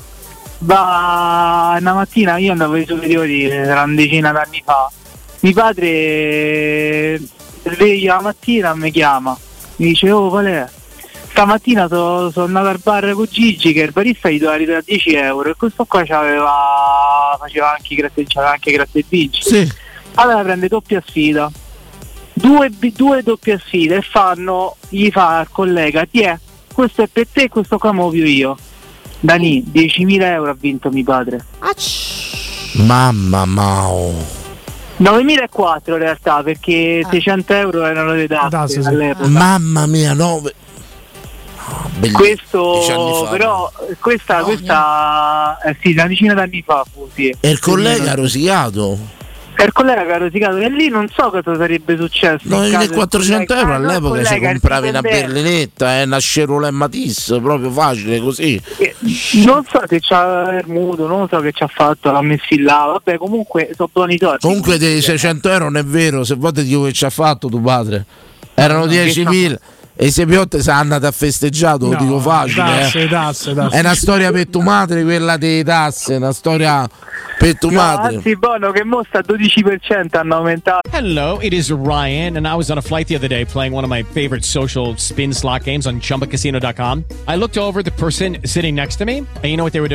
va una mattina, io andavo ai superiori una decina d'anni fa. Mi padre sveglia la mattina, mi chiama, mi dice: oh Valè, stamattina sono so andato al bar con Gigi che il barista gli doveva ridare dieci euro e questo qua c'aveva, faceva anche gratte, c'aveva anche gratte e vinci. Sì. Allora prende doppia sfida, due, due doppie sfide e fanno, gli fa al collega: ti è, questo è per te e questo qua muovo io. Dani, diecimila euro ha vinto mio padre. Mamma mao. novemilaquattrocento in realtà, perché ah. seicento euro erano le tasse all'epoca. Mamma mia, nove. Oh, questo però questa, no, questa eh, sì, una decina d'anni fa fu, sì. E il collega ha rosicato. E il collega che ha rosicato, e lì non so cosa sarebbe successo. novemilaquattrocento euro all'epoca ci compravi una berlinetta, eh, una Chevrolet Matisse, proprio facile così. Non so se c'ha Bermudo, non so che ci ha fatto, l'ha messi là, vabbè, comunque sono buoni soldi. Comunque dei seicento euro non è vero, se vuoi ti dico che ci ha fatto tuo padre. Erano no, diecimila. E se Piotte si è andata a festeggiato, no, lo dico facile. Tasse, eh. tasse, tasse. È una storia per tua madre quella delle tasse, una storia per tua no, madre. Anzi, buono che mo sta dodici per cento hanno aumentato. Hello, it is Ryan, and I was on a flight the other day playing one of my favorite social spin slot games on Chumba Casino dot com. I looked over at the person sitting next to me, and you know what they were doing?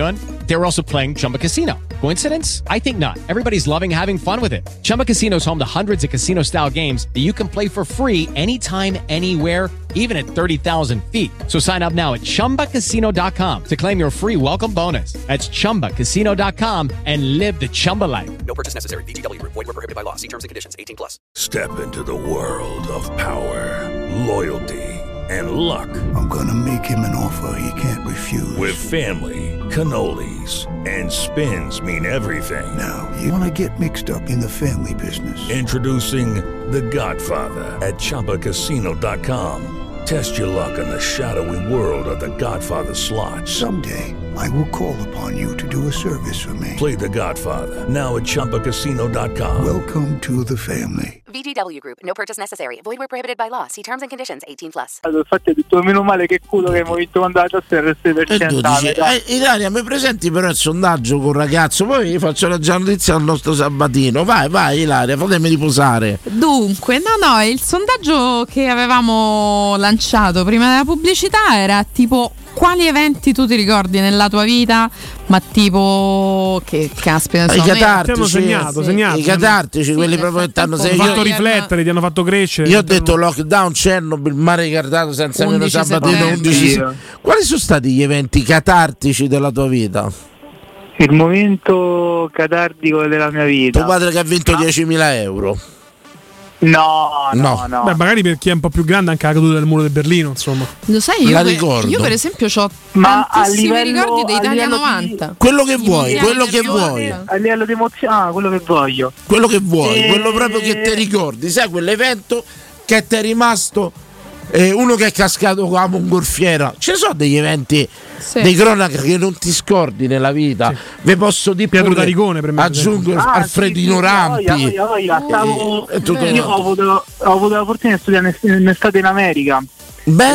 they were also playing Chumba Casino. Coincidence? I think not. Everybody's loving having fun with it. Chumba Casino is home to hundreds of casino-style games that you can play for free anytime, anywhere, even at thirty thousand feet. So sign up now at chumba casino dot com to claim your free welcome bonus. That's chumba casino dot com and live the Chumba life. No purchase necessary. V G W Group. Void where prohibited by law. See terms and conditions. eighteen plus. Step into the world of power, loyalty, and luck. I'm gonna make him an offer he can't refuse. With family, cannolis, and spins mean everything. Now, you wanna get mixed up in the family business. Introducing The Godfather at chumba casino dot com. Test your luck in the shadowy world of The Godfather slot. Someday, I will call upon you to do a service for me. Play The Godfather now at chumba casino dot com. Welcome to the family. V G W Group. No purchase necessary. Void where prohibited by law. See terms and conditions. eighteen plus. Allora, infatti ho detto meno male che culo che abbiamo vinto quando la tassa era il sei per cento. Eh, Ilaria, mi presenti però il sondaggio con ragazzo, poi vi faccio la già notizia al nostro Sabatino. Vai, vai Ilaria, fatemi riposare. Dunque, no, no, il sondaggio che avevamo lanciato prima della pubblicità era tipo: quali eventi tu ti ricordi nella tua vita? Ma tipo che caspita, i catartici, segnato, sì. segnato, i catartici, sì, quelli proprio che ti hanno fatto io, riflettere, ti hanno fatto crescere. Io ho detto lockdown, Chernobyl, mare ricordato senza meno Sabatino undici. Quali sono stati gli eventi catartici della tua vita? Il momento catartico della mia vita. Tuo padre che ha vinto diecimila euro. No, no, no, no. Beh, magari per chi è un po' più grande anche la caduta del muro di Berlino, insomma. Lo sai, io, per, io per esempio ho tantissimi ricordi dei Italia novanta. Di... Quello che vuoi, quello che vuoi. A livello di emozione, ah, quello che voglio. Quello che vuoi, e... quello proprio che ti ricordi, sai quell'evento che ti è rimasto eh, uno che è cascato con la mongolfiera. Ci sono degli eventi, sì, dei cronaca che non ti scordi nella vita. Sì. Vi posso dire Pietro Taricone per me. Aggiungo ah, sì, Alfredino sì, Rampi. Voglia, voglia. Stavo, eh, io ho avuto, ho avuto la fortuna di studiare in estate in America. Beh.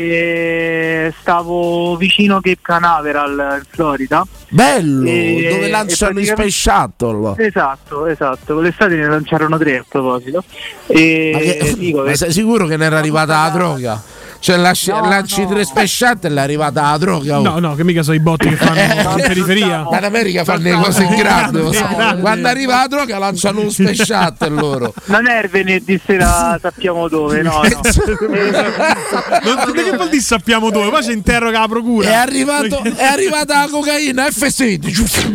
E stavo vicino Cape Canaveral in Florida. Bello, e, dove lanciano i Space Shuttle. Esatto, esatto. Quell'estate ne lanciarono tre a proposito. E ma, che, dico, ma sei sicuro che ne era arrivata la droga? Cioè lanci, no, lanci no. tre Space Shuttle e è arrivata la droga. Oh. No, no, che mica sono i botti che fanno in periferia. Ma in America fanno le cose in grande. No, no, quando arriva la droga lanciano un Space Shuttle loro. Non è il venerdì sera sappiamo dove, no, no. Non che vuol dire sappiamo dove? Poi ci interroga la procura. È arrivato, è arrivata la cocaina F sedici.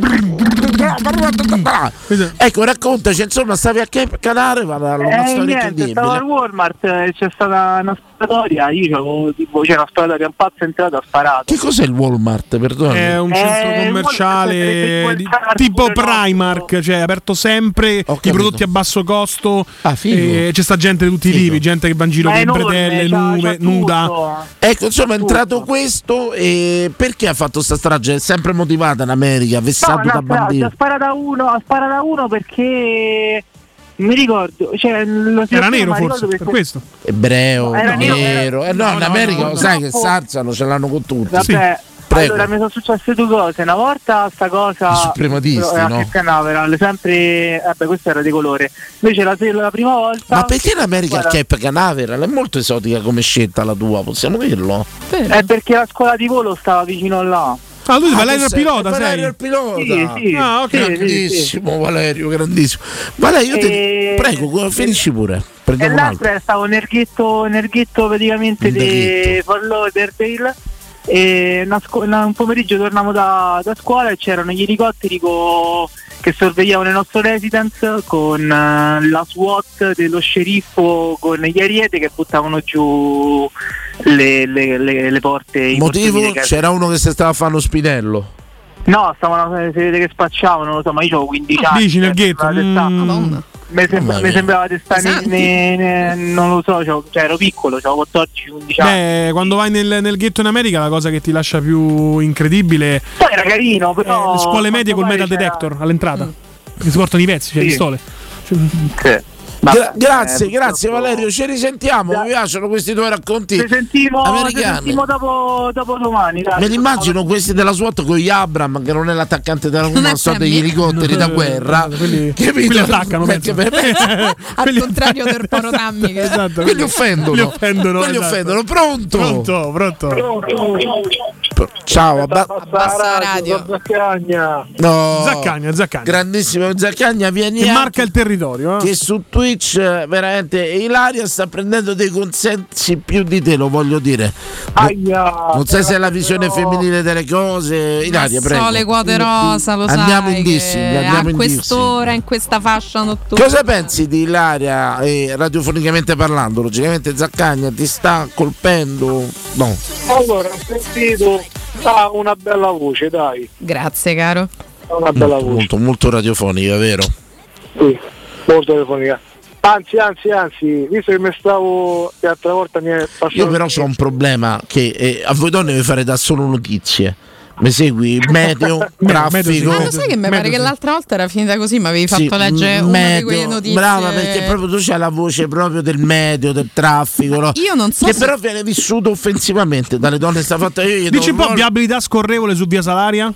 Ecco, raccontaci, insomma, stavi a Cape Canaveral, una eh, storia niente, incredibile. Stavo al Walmart, c'è stata una sparatoria, io avevo, tipo, c'era una sparatoria, un pazzo è entrato, ha sparato. Che cos'è il Walmart, perdone? È un centro eh, commerciale di, tipo Primark, cioè aperto sempre, i prodotti a basso costo, ah, e c'è sta gente di tutti i tipi, gente che va in giro con enorme, bretelle, nude, nuda. Ecco, insomma, è entrato questo e perché ha fatto sta strage? È sempre motivata in America, vessato no, da no, bambino. Ha sparato a uno, ha sparato a uno perché mi ricordo, cioè, lo era nero forse, per questo. Ebreo, era nero, nero. Eh, no, no, in no, America no, lo sai no, che no. sarzano, ce l'hanno con tutti. Vabbè, sì. Prego. Allora mi sono successe due cose. Una volta sta cosa suprematisti, a no? Canaveral, sempre, vabbè, questo era di colore. Invece la, la prima volta. Ma perché l'America il Cape Canaveral è molto esotica come scelta la tua, possiamo dirlo? È perché la scuola di volo stava vicino là. Ah, tu ah, Valerio il pilota, sei? Valerio il pilota. Sì, sì, ah, okay. Grandissimo, sì, sì. Valerio, grandissimo. Valerio, io e... te... prego, finisci pure. E l'altra stavo nel ghetto, nel ghetto praticamente di Fort Lauderdale. E una scu- una, un pomeriggio tornavamo da, da scuola e c'erano gli elicotteri co- che sorvegliavano il nostro residence con uh, la SWAT dello sceriffo con gli ariete che buttavano giù le, le, le, le porte. Motivo? C'era uno che si stava a fare uno spinello. No, stavano, si vede che spacciavano, non lo so, ma io avevo quindici anni. Dici nel ghetto? Mm. Mi, sembra, mi sembrava di stare ne, ne, non lo so, cioè ero piccolo, avevo quattordici undici anni. Beh, quando vai nel, nel ghetto in America la cosa che ti lascia più incredibile poi era carino, però eh, le scuole medie col metal c'era... detector all'entrata, mm. che si portano i pezzi, cioè sì. pistole. Cioè, sì. Gra- grazie, grazie Valerio, ci risentiamo, mi piacciono questi tuoi racconti Ci sentiamo, ci americani. sentiamo dopo, dopo domani. Dai. Me li immagino questi della SWAT con gli Abram, che non è l'attaccante della Non è non so, Sammy. degli elicotteri da guerra. Quelli, Capito? quelli attaccano, Perché penso. per me Al contrario del Porotammi che Esatto, quelli offendono. Li offendono, Quelli esatto. offendono. Pronto? Pronto, pronto. Ciao, abba- abbassa la radio. Zaccagna. no. Zaccagna, Zaccagna. Grandissimo Zaccagna, vieni Che anche- marca il territorio. Eh? che su Twitch eh, veramente Ilaria sta prendendo dei consensi più di te, lo voglio dire. Aia, Non sai se è la visione però- femminile delle cose. Ilaria, Ma prego. so le quote rosa, lo Andiamo sai in dissing, che andiamo a in quest'ora, in questa fascia notturna. Cosa pensi di Ilaria, eh, radiofonicamente parlando? Logicamente Zaccagna ti sta colpendo? No. Allora, ho sentito, ha una bella voce, dai. Grazie caro. Ha una bella voce. Molto, molto radiofonica, vero? Sì, molto telefonica. Anzi, anzi, anzi, visto che mi stavo l'altra volta mi è passato. Io però ho un problema che eh, a voi donne vi fare da solo notizie. Mi segui? Meteo, traffico. Ma lo sai che mi pare che l'altra volta era finita così, ma avevi Sì, fatto leggere m- una di meteo, quelle notizie. brava, perché proprio tu c'hai la voce proprio del meteo, del traffico, no? Io non so che se- però viene vissuto offensivamente dalle donne. Sta fatta io. gli do Dici un po' ruolo- viabilità scorrevole su via Salaria?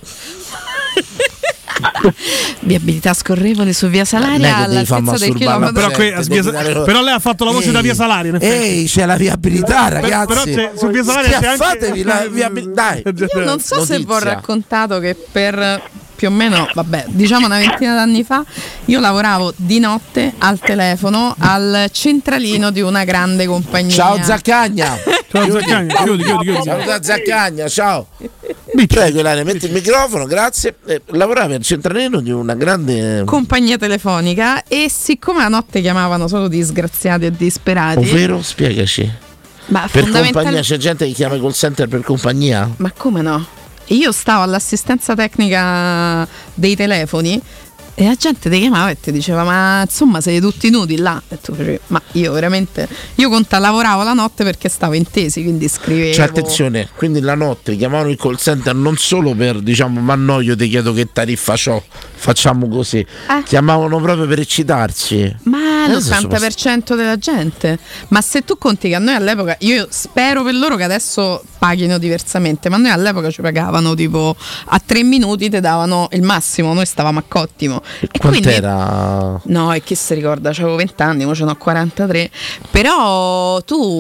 Viabilità scorrevole su via Salaria all'altezza del chilometro. Però, qui a via Sa- però lei ha fatto la voce Ehi, da via Salaria. in effetti. Ehi, c'è la viabilità, ragazzi. Però c'è- su via Salaria c'è anche- Schiaffatevi la viabilità. Dai. Io non so se vi ho Notizia. raccontato che per più o meno, vabbè, diciamo una ventina d'anni fa, io lavoravo di notte al telefono al centralino di una grande compagnia. Ciao Zaccagna. Ciao Zaccagna, chiudi, chiudi, chiudi. Saluta Zaccagna, ciao. Prego Ilaria, metti il microfono, grazie. Eh, lavoravi al centralino di una grande Compagnia telefonica, e siccome la notte chiamavano solo disgraziati e disperati, ovvero spiegaci. ma Per fondamental- compagnia c'è gente che chiama i call center per compagnia? ma come no? Io stavo all'assistenza tecnica dei telefoni e la gente ti chiamava e ti diceva ma insomma siete tutti nudi là, e tu facevi ma io veramente, io conta lavoravo la notte perché stavo in tesi, quindi scrivevo. Cioè attenzione, quindi la notte chiamavano il call center non solo per diciamo ma no io ti chiedo che tariffa c'ho, facciamo così, Eh. chiamavano proprio per eccitarci. Ma Adesso l'ottanta per cento della gente. Ma se tu conti che a noi all'epoca, io spero per loro che adesso paghino diversamente, ma noi all'epoca ci pagavano tipo a tre minuti ti davano il massimo, noi stavamo a cottimo. E Quant'era? No, e chi si ricorda? C'avevo venti anni, ora ce n'ho quarantatré. Però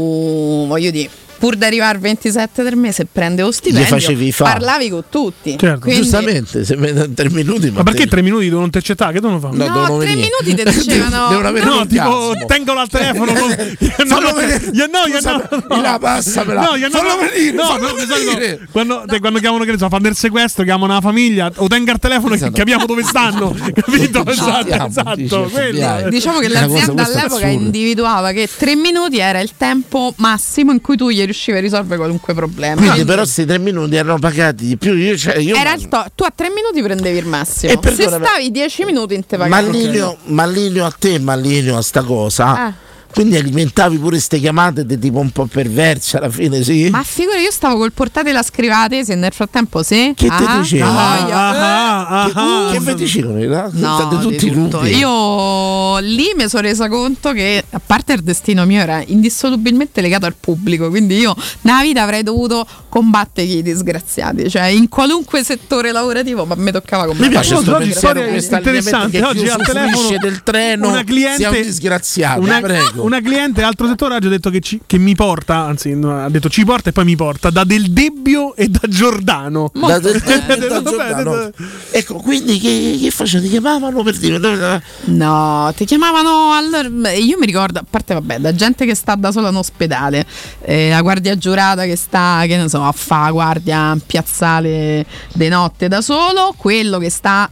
tu, voglio dire, pur di arrivare al ventisette del mese e prendevo stipendio, Gli facevi fa. parlavi con tutti. Certo. Quindi- Giustamente, se mi danno tre minuti. Ma perché tre minuti devono intercettare? Che devono fare? No, devono tre venire. minuti ti dicevano. Devono avere No, un tipo orgasmo. tengono al telefono. no, Fallo no, vedere. io no, io Scusa, no. la passamela. No, io no. Fallo venire, No, fallo no, di solito venire. Quando, te- quando chiamano, che ne so, fanno il sequestro, chiamano la famiglia, o tenga il telefono e Esatto. capiamo dove stanno. Capito? Esatto, Sentiamo, esatto. dice F B I. quello. Diciamo che Una cosa, l'azienda questa è all'epoca assurda. individuava che tre minuti era il tempo massimo in cui tu gli riuscivi a risolvere qualunque problema. Quindi Quindi però questi tre minuti erano pagati di più. Io, cioè, io era il to- tu a tre minuti prendevi il massimo. E Se perdonami, stavi dieci minuti non te ma pagavano. allineo, ma allineo a te, ma allineo a sta cosa. Eh. Quindi alimentavi pure ste chiamate di tipo un po' perverse alla fine, sì? Ma figura, io stavo col portatile a scrivere se nel frattempo sì. Che te Ah, diceva? ah, io- Ah, ah, ah. Che vi dicevano? No, No, state di tutti tutto. nudi. Io lì mi sono resa conto che a parte il destino mio era indissolubilmente legato al pubblico, quindi io nella vita avrei dovuto combattere i disgraziati, cioè in qualunque settore lavorativo, ma mi toccava Mi combattere. piace sto Oggi pensiero, storia questo interessante. allineamento che Oggi chi al usufruisce telefono del treno una cliente, sia un disgraziato, una, prego. una cliente altro settore oggi ha detto che, ci, che mi porta, anzi no, ha detto ci porta e poi mi porta da Del Debbio e da Giordano. Da, da, da, da, da Vabbè, Giordano. Ecco, quindi che, che facevano? Ti chiamavano per dire dove- No, ti chiamavano allora, io mi ricordo, a parte vabbè, da gente che sta da sola in ospedale, eh, la guardia giurata che sta, che ne so, a fa guardia in piazzale de notte da solo, quello che sta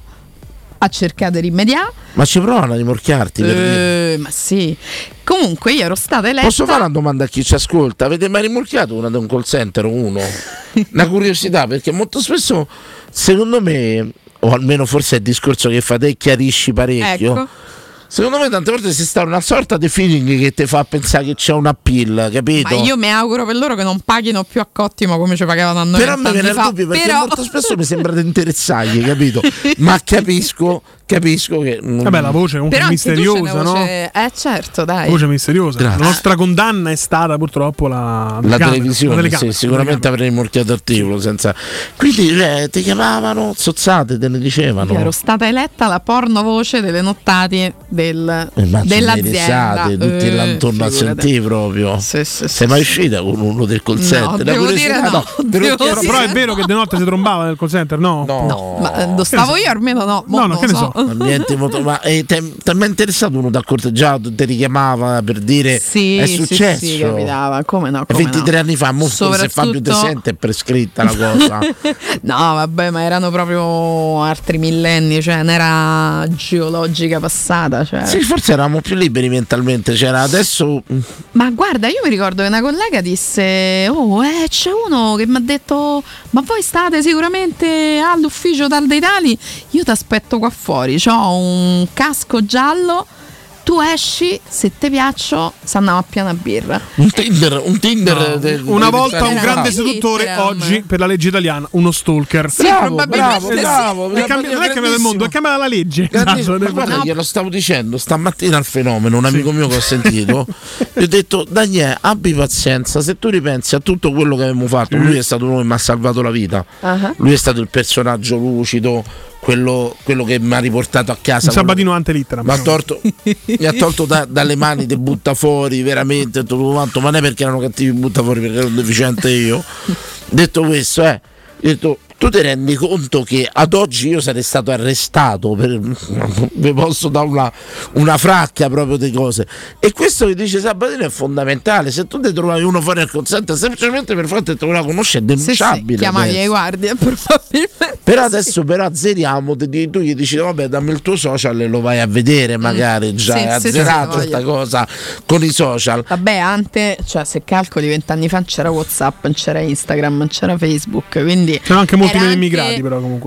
a cercare di rimediare. Ma ci provano a rimorchiarti per dire. Eh, ma sì. Comunque io ero stata eletta. Posso fare una domanda a chi ci ascolta? Avete mai rimorchiato una da un call center o uno? Una curiosità, perché molto spesso, secondo me, o almeno forse è il discorso che fate e chiarisci parecchio. Ecco. Secondo me tante volte si sta una sorta di feeling che ti fa pensare che c'è un appeal, capito? Ma io mi auguro per loro che non paghino più a cottimo come ci pagavano a noi. Però mi viene il fa. dubbio perché Però... molto spesso mi sembra di interessargli, capito? Ma capisco capisco che non... Vabbè, la voce comunque Però è anche tu misteriosa, c'è una no? voce... Eh certo, dai. Voce misteriosa. Grazie. La nostra condanna è stata purtroppo la, la camera, televisione, la sì, telecamera, sicuramente avremmo morchiato articolo senza. Quindi cioè, ti chiamavano zozzate, te ne dicevano. Io ero stata eletta la pornovoce delle nottati del, dell'azienda. Tutti là intorno a sentire proprio. Sì, sì, sei mai uscita con uno del call center? No, devo dire no. Devo però, però è vero che di notte si trombava nel call center, no? No, no ma lo stavo io almeno no. No, no, che ne so. Ma niente, molto, ma eh, ti è mai interessato uno da corteggiato? Ti richiamava per dire sì, è successo? Sì, sì, capitava. Come no? Come ventitré no. anni fa, mo se Fabio De Sente è prescritta la cosa. No, vabbè, ma erano proprio altri millenni, cioè non era geologica passata. Cioè. Sì, forse eravamo più liberi mentalmente. C'era adesso. Ma guarda, io mi ricordo che una collega disse: oh, eh, c'è uno che mi ha detto: ma voi state sicuramente all'ufficio tal dei tali? Io ti aspetto qua fuori, c'ho un casco giallo. Tu esci, se ti piaccio, se andiamo a piana birra. Un Tinder, un Tinder no. del, una del volta un grande Tinder, seduttore, Tinder. Oggi per la legge italiana uno stalker. Sì, bravo, probabilmente bravo, sì. bravo, È cambi- non è cambiato il mondo, è cambiata la legge. Esatto. Ma guarda, glielo stavo dicendo stamattina al fenomeno, un amico sì. mio che ho sentito, gli ho detto: Daniele, abbi pazienza, se tu ripensi a tutto quello che abbiamo fatto, lui è stato uno che mi ha salvato la vita, uh-huh. lui è stato il personaggio lucido, quello, quello che mi ha riportato a casa. Un sabatino antelittera. Mi ha tolto, mi ha tolto da, dalle mani dei buttafuori, veramente tutto quanto, ma non è perché erano cattivi buttafuori, perché ero deficiente io. Detto questo, eh, detto, tu ti rendi conto che ad oggi io sarei stato arrestato per, vi posso dare una, una fracca proprio di cose, e questo che dice Sabatino è fondamentale. Se tu ti trovavi uno fuori al consente semplicemente per farti trovare la conosce è denunciabile, sì, sì, chiamavi ai guardie probabilmente. Però adesso sì. però azzeriamo, tu gli dici vabbè dammi il tuo social e lo vai a vedere, magari mm. già sì, è azzerato sì, questa cosa con i social. Vabbè, ante, cioè se calcoli vent'anni fa c'era WhatsApp, non c'era Instagram, non c'era Facebook, quindi c'erano anche molti meno anche... immigrati, però comunque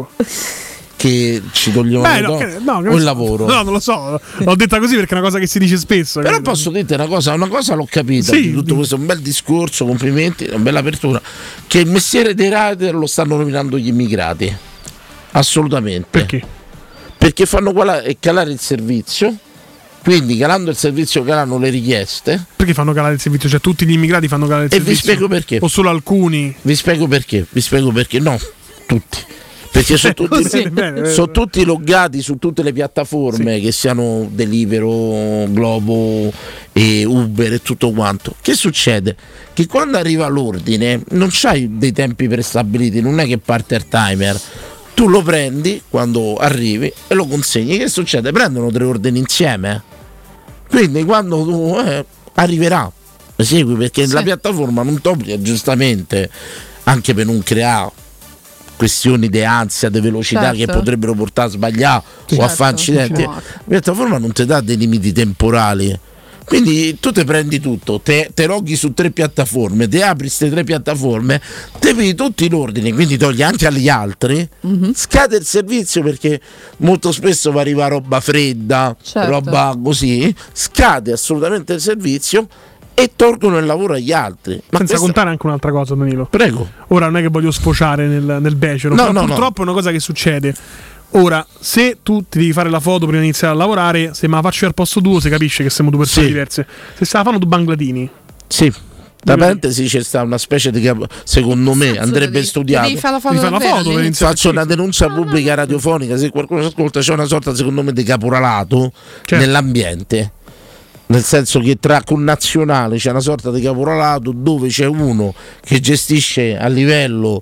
che ci togliono Beh, no, che, no, o il lavoro. No, non lo so, l'ho detta così perché è una cosa che si dice spesso. Però credo. Posso dirti una cosa, una cosa l'ho capita sì. di tutto questo, un bel discorso, complimenti, una bella apertura, che il mestiere dei rider lo stanno nominando gli immigrati. Assolutamente. Perché? Perché fanno calare il servizio. Quindi calando il servizio calano le richieste. Perché fanno calare il servizio? Cioè tutti gli immigrati fanno calare il e servizio? E vi spiego perché. O solo alcuni? Vi spiego perché. Vi spiego perché. No, tutti. Perché sono tutti, sì. sono tutti loggati su tutte le piattaforme, sì. che siano Deliveroo, Globo e Uber e tutto quanto. Che succede? Che quando arriva l'ordine non c'hai dei tempi prestabiliti, non è che parte il timer. Tu lo prendi quando arrivi e lo consegni. Che succede? Prendono tre ordini insieme. Quindi quando tu eh, arriverà, segui, perché sì. la piattaforma non ti obbliga, giustamente, anche per non creare questioni di ansia, di velocità, certo. che potrebbero portare a sbagliare certo. o a fare incidenti. La piattaforma non ti dà dei limiti temporali. Quindi tu ti prendi tutto, te, te loghi su tre piattaforme, ti apri queste tre piattaforme, ti vedi tutti in ordine, quindi togli anche agli altri, mm-hmm. scade il servizio perché molto spesso va arriva roba fredda, certo. roba così, scade assolutamente il servizio e tolgono il lavoro agli altri. Ma senza questa... contare anche un'altra cosa, Danilo. Prego. Ora non è che voglio sfociare nel, nel becero, no, no, purtroppo no. è una cosa che succede. Ora, se tu ti devi fare la foto prima di iniziare a lavorare, se me la faccio al posto tuo, si capisce che siamo due persone sì. diverse. Se se la fanno due bangladini. Sì. Tra parentesi c'è sta una specie di capo, secondo me sì, andrebbe studiato. Devi fare la foto, devi fare la foto per Faccio una denuncia pubblica radiofonica, se qualcuno si ascolta, c'è una sorta secondo me di caporalato certo. nell'ambiente. Nel senso che tra connazionali c'è una sorta di caporalato dove c'è uno che gestisce a livello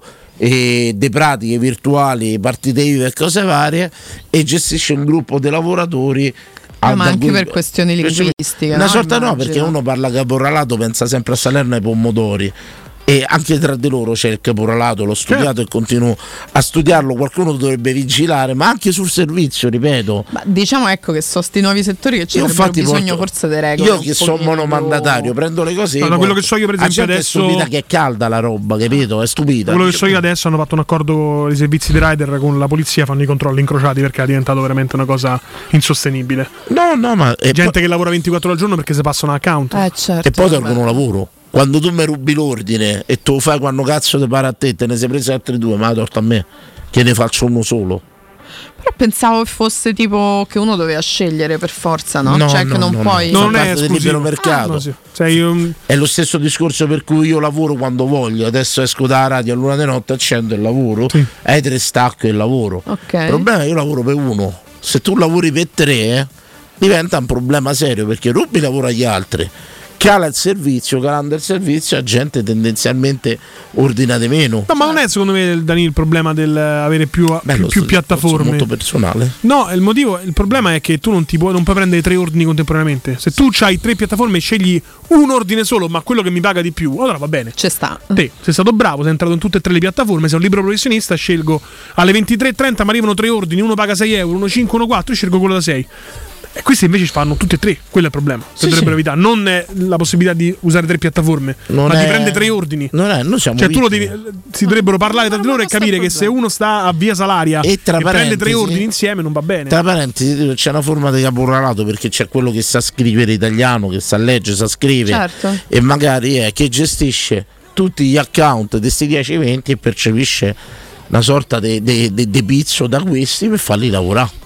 e delle pratiche virtuali, partite I V A e cose varie, e gestisce un gruppo di lavoratori. Eh, ma anche per questioni linguistiche. Una no? sorta Immagino. no, perché uno parla caporalato, pensa sempre a Salerno ai pomodori. E anche tra di loro c'è il caporalato, l'ho studiato certo. e continuo a studiarlo, qualcuno dovrebbe vigilare, ma anche sul servizio, ripeto. Ma diciamo ecco che sono sti nuovi settori che ci avrebbero bisogno porto, forse di regole. Io che sono monomandatario, prendo le cose. No, da quello che so io per esempio adesso. È stupida che è calda la roba, capito? È stupida. Quello che so io adesso hanno fatto un accordo con i servizi di rider con la polizia, fanno i controlli incrociati perché è diventato veramente una cosa insostenibile. No, no, ma. Gente po- che lavora ventiquattro ore al giorno perché si passano account. Eh, certo, e poi tolgono lavoro. Quando tu mi rubi l'ordine e tu lo fai quando cazzo ti pare a te, te ne sei preso altri due, ma la torta a me, che ne faccio uno solo. Però pensavo che fosse tipo che uno doveva scegliere per forza, no? No, cioè no, che non no, puoi. no. Non Fa è parte del esclusivo. libero mercato. Ah, no, sì. Sei un... È lo stesso discorso per cui io lavoro quando voglio. Adesso esco dalla radio a luna di notte, accendo il lavoro, sì. Hai tre stacco il lavoro. Okay. Il problema è che io lavoro per uno. Se tu lavori per tre, eh, diventa un problema serio, perché rubi lavoro agli altri. Cala il servizio, calando il servizio, la gente tendenzialmente ordina di meno. No, ma non è secondo me, Dani, il problema del avere più, Beh, più, più piattaforme. È molto personale. No, il motivo, il problema è che tu non ti puoi, non puoi prendere tre ordini contemporaneamente. Se tu hai tre piattaforme e scegli un ordine solo, ma quello che mi paga di più, allora va bene. Ci sta. Te, sei stato bravo, sei entrato in tutte e tre le piattaforme, sei un libero professionista, scelgo alle ventitré e trenta mi arrivano tre ordini, uno paga sei euro, uno cinque, uno quattro, io scelgo quello da sei. E questi invece fanno tutti e tre, quello è il problema. Sì, dovrebbero sì. evitare, non è la possibilità di usare tre piattaforme, non ma è... di prendere tre ordini. Non è, noi siamo cioè, tu lo devi, si dovrebbero parlare tra di loro e capire che se uno sta a via Salaria e, e prende tre ordini insieme non va bene. Tra parentesi, c'è una forma di caporalato, perché c'è quello che sa scrivere italiano, che sa leggere, sa scrivere, certo. E magari è che gestisce tutti gli account di questi dieci venti e percepisce una sorta di pizzo da questi per farli lavorare.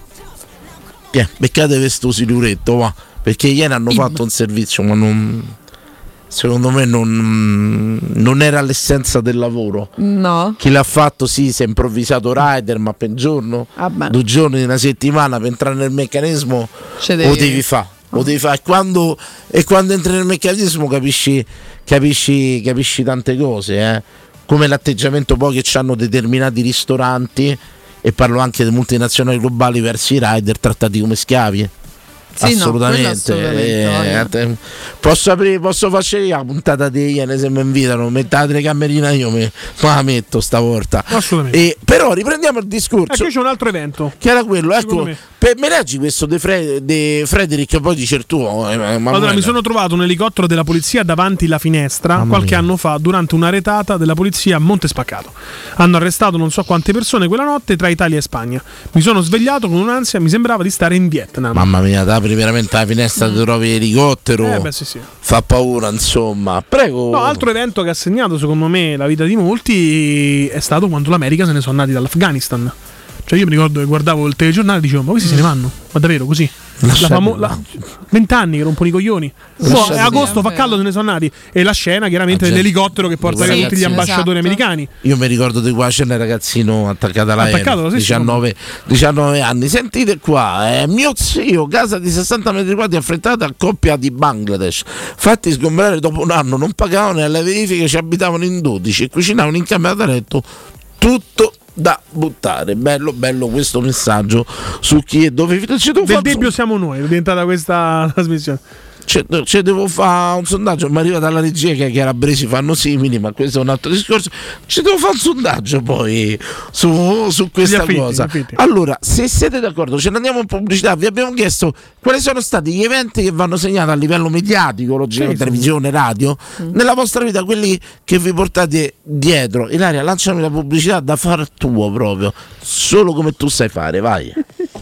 Yeah, beccate questo siluretto, va, perché ieri hanno fatto un servizio, ma non, secondo me non, non era l'essenza del lavoro. No. Chi l'ha fatto sì, si è improvvisato rider, ma per un giorno, ah, due giorni, una settimana per entrare nel meccanismo devi... lo devi fare. Lo devi fare. E quando, e quando entri nel meccanismo capisci, capisci, capisci tante cose, eh? Come l'atteggiamento poi che hanno determinati ristoranti, e parlo anche di multinazionali globali, verso i rider trattati come schiavi. Sì, assolutamente, no, assolutamente eh, posso aprire, posso fare la puntata di ieri se mi invitano, metà la telecammerina io me la metto stavolta. Assolutamente. E, però riprendiamo il discorso. E qui c'è un altro evento che era quello, ecco, per, me leggi questo De, Fre- de Frederick, poi dice il tuo. Eh, allora, mi sono trovato un elicottero della polizia davanti la finestra Mamma qualche mia. anno fa durante una retata della polizia a Monte Spaccato. Hanno arrestato non so quante persone quella notte tra Italia e Spagna. Mi sono svegliato con un'ansia, mi sembrava di stare in Vietnam. Mamma mia, da veramente alla finestra mm. ti trovi elicottero, eh beh, sì, sì. fa paura, insomma. Prego. No, altro evento che ha segnato secondo me la vita di molti è stato quando l'America se ne sono andati dall'Afghanistan. Cioè io mi ricordo che guardavo il telegiornale e dicevo ma questi mm. se ne vanno? Ma davvero così? La famo- la... vent'anni che rompono i coglioni. Poi è agosto, fa caldo, se ne sono andati. E la scena chiaramente ah, dell'elicottero che porta via tutti gli ambasciatori esatto. americani. Io mi ricordo di qua c'è un ragazzino attaccato all'aereo, diciannove, diciannove anni. Sentite qua, eh, mio zio, casa di sessanta metri quadri affrettata a coppia di Bangladesh, fatti sgombrare dopo un anno, non pagavano e alle verifiche ci abitavano in dodici e cucinavano in camera da letto, tutto da buttare. Bello, bello questo messaggio su chi e dove. Del Debbio siamo noi, è diventata questa trasmissione. C'è, c'è devo fare un sondaggio, mi arriva dalla regia che, che arabresi fanno simili, ma questo è un altro discorso. Ci devo fare un sondaggio poi su, su questa affitti, cosa. affitti. Allora, se siete d'accordo, ce ne andiamo in pubblicità. Vi abbiamo chiesto quali sono stati gli eventi che vanno segnati a livello mediatico, logicamente, sì, televisione, radio, mm. nella vostra vita, quelli che vi portate dietro. Ilaria, lanciami la pubblicità da far tuo proprio, solo come tu sai fare, vai.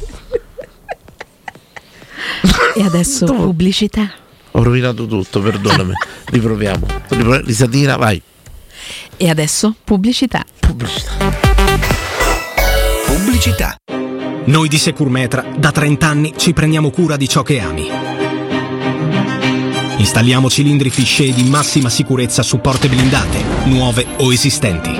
E adesso pubblicità. Ho rovinato tutto, perdonami. Riproviamo. Risatina, vai. E adesso pubblicità. Pubblicità. Pubblicità. Noi di Securmetra da trenta anni ci prendiamo cura di ciò che ami. Installiamo cilindri Fichet di massima sicurezza su porte blindate, nuove o esistenti.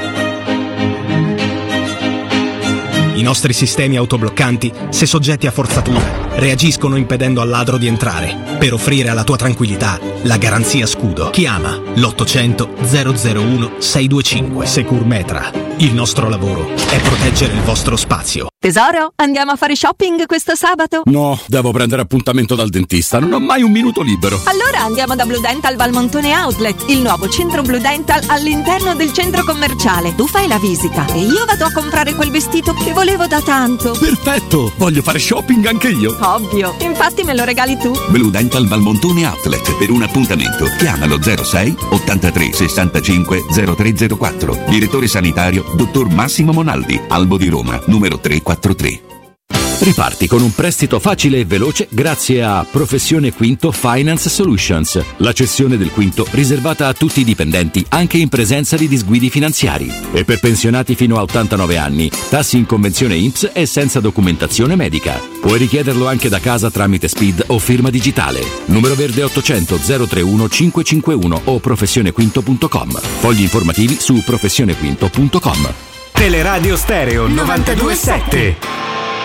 I nostri sistemi autobloccanti, se soggetti a forzatura, reagiscono impedendo al ladro di entrare, per offrire alla tua tranquillità la garanzia scudo. Chiama l'ottocento zero zero uno sei due cinque. Securmetra. Il nostro lavoro è proteggere il vostro spazio. Tesoro, andiamo a fare shopping questo sabato? No, devo prendere appuntamento dal dentista, non ho mai un minuto libero. Allora andiamo da Blue Dental Valmontone Outlet, il nuovo centro Blue Dental all'interno del centro commerciale. Tu fai la visita e io vado a comprare quel vestito che volevo da tanto. Perfetto, voglio fare shopping anche io. Ovvio, infatti me lo regali tu. Blue Dental Valmontone Outlet, per un appuntamento chiamalo zero sei ottantatré sessantacinque zero tre zero quattro. Direttore sanitario dottor Massimo Monaldi, Albo di Roma, numero tre quattro tre. Riparti con un prestito facile e veloce grazie a Professione Quinto Finance Solutions, la cessione del quinto riservata a tutti i dipendenti anche in presenza di disguidi finanziari. E per pensionati fino a ottantanove anni, tassi in convenzione I N P S e senza documentazione medica. Puoi richiederlo anche da casa tramite S P I D o firma digitale. Numero verde ottocento zero trentuno cinquecentocinquantuno o professionequinto punto com. Fogli informativi su professionequinto punto com. Teleradio Stereo novantadue sette.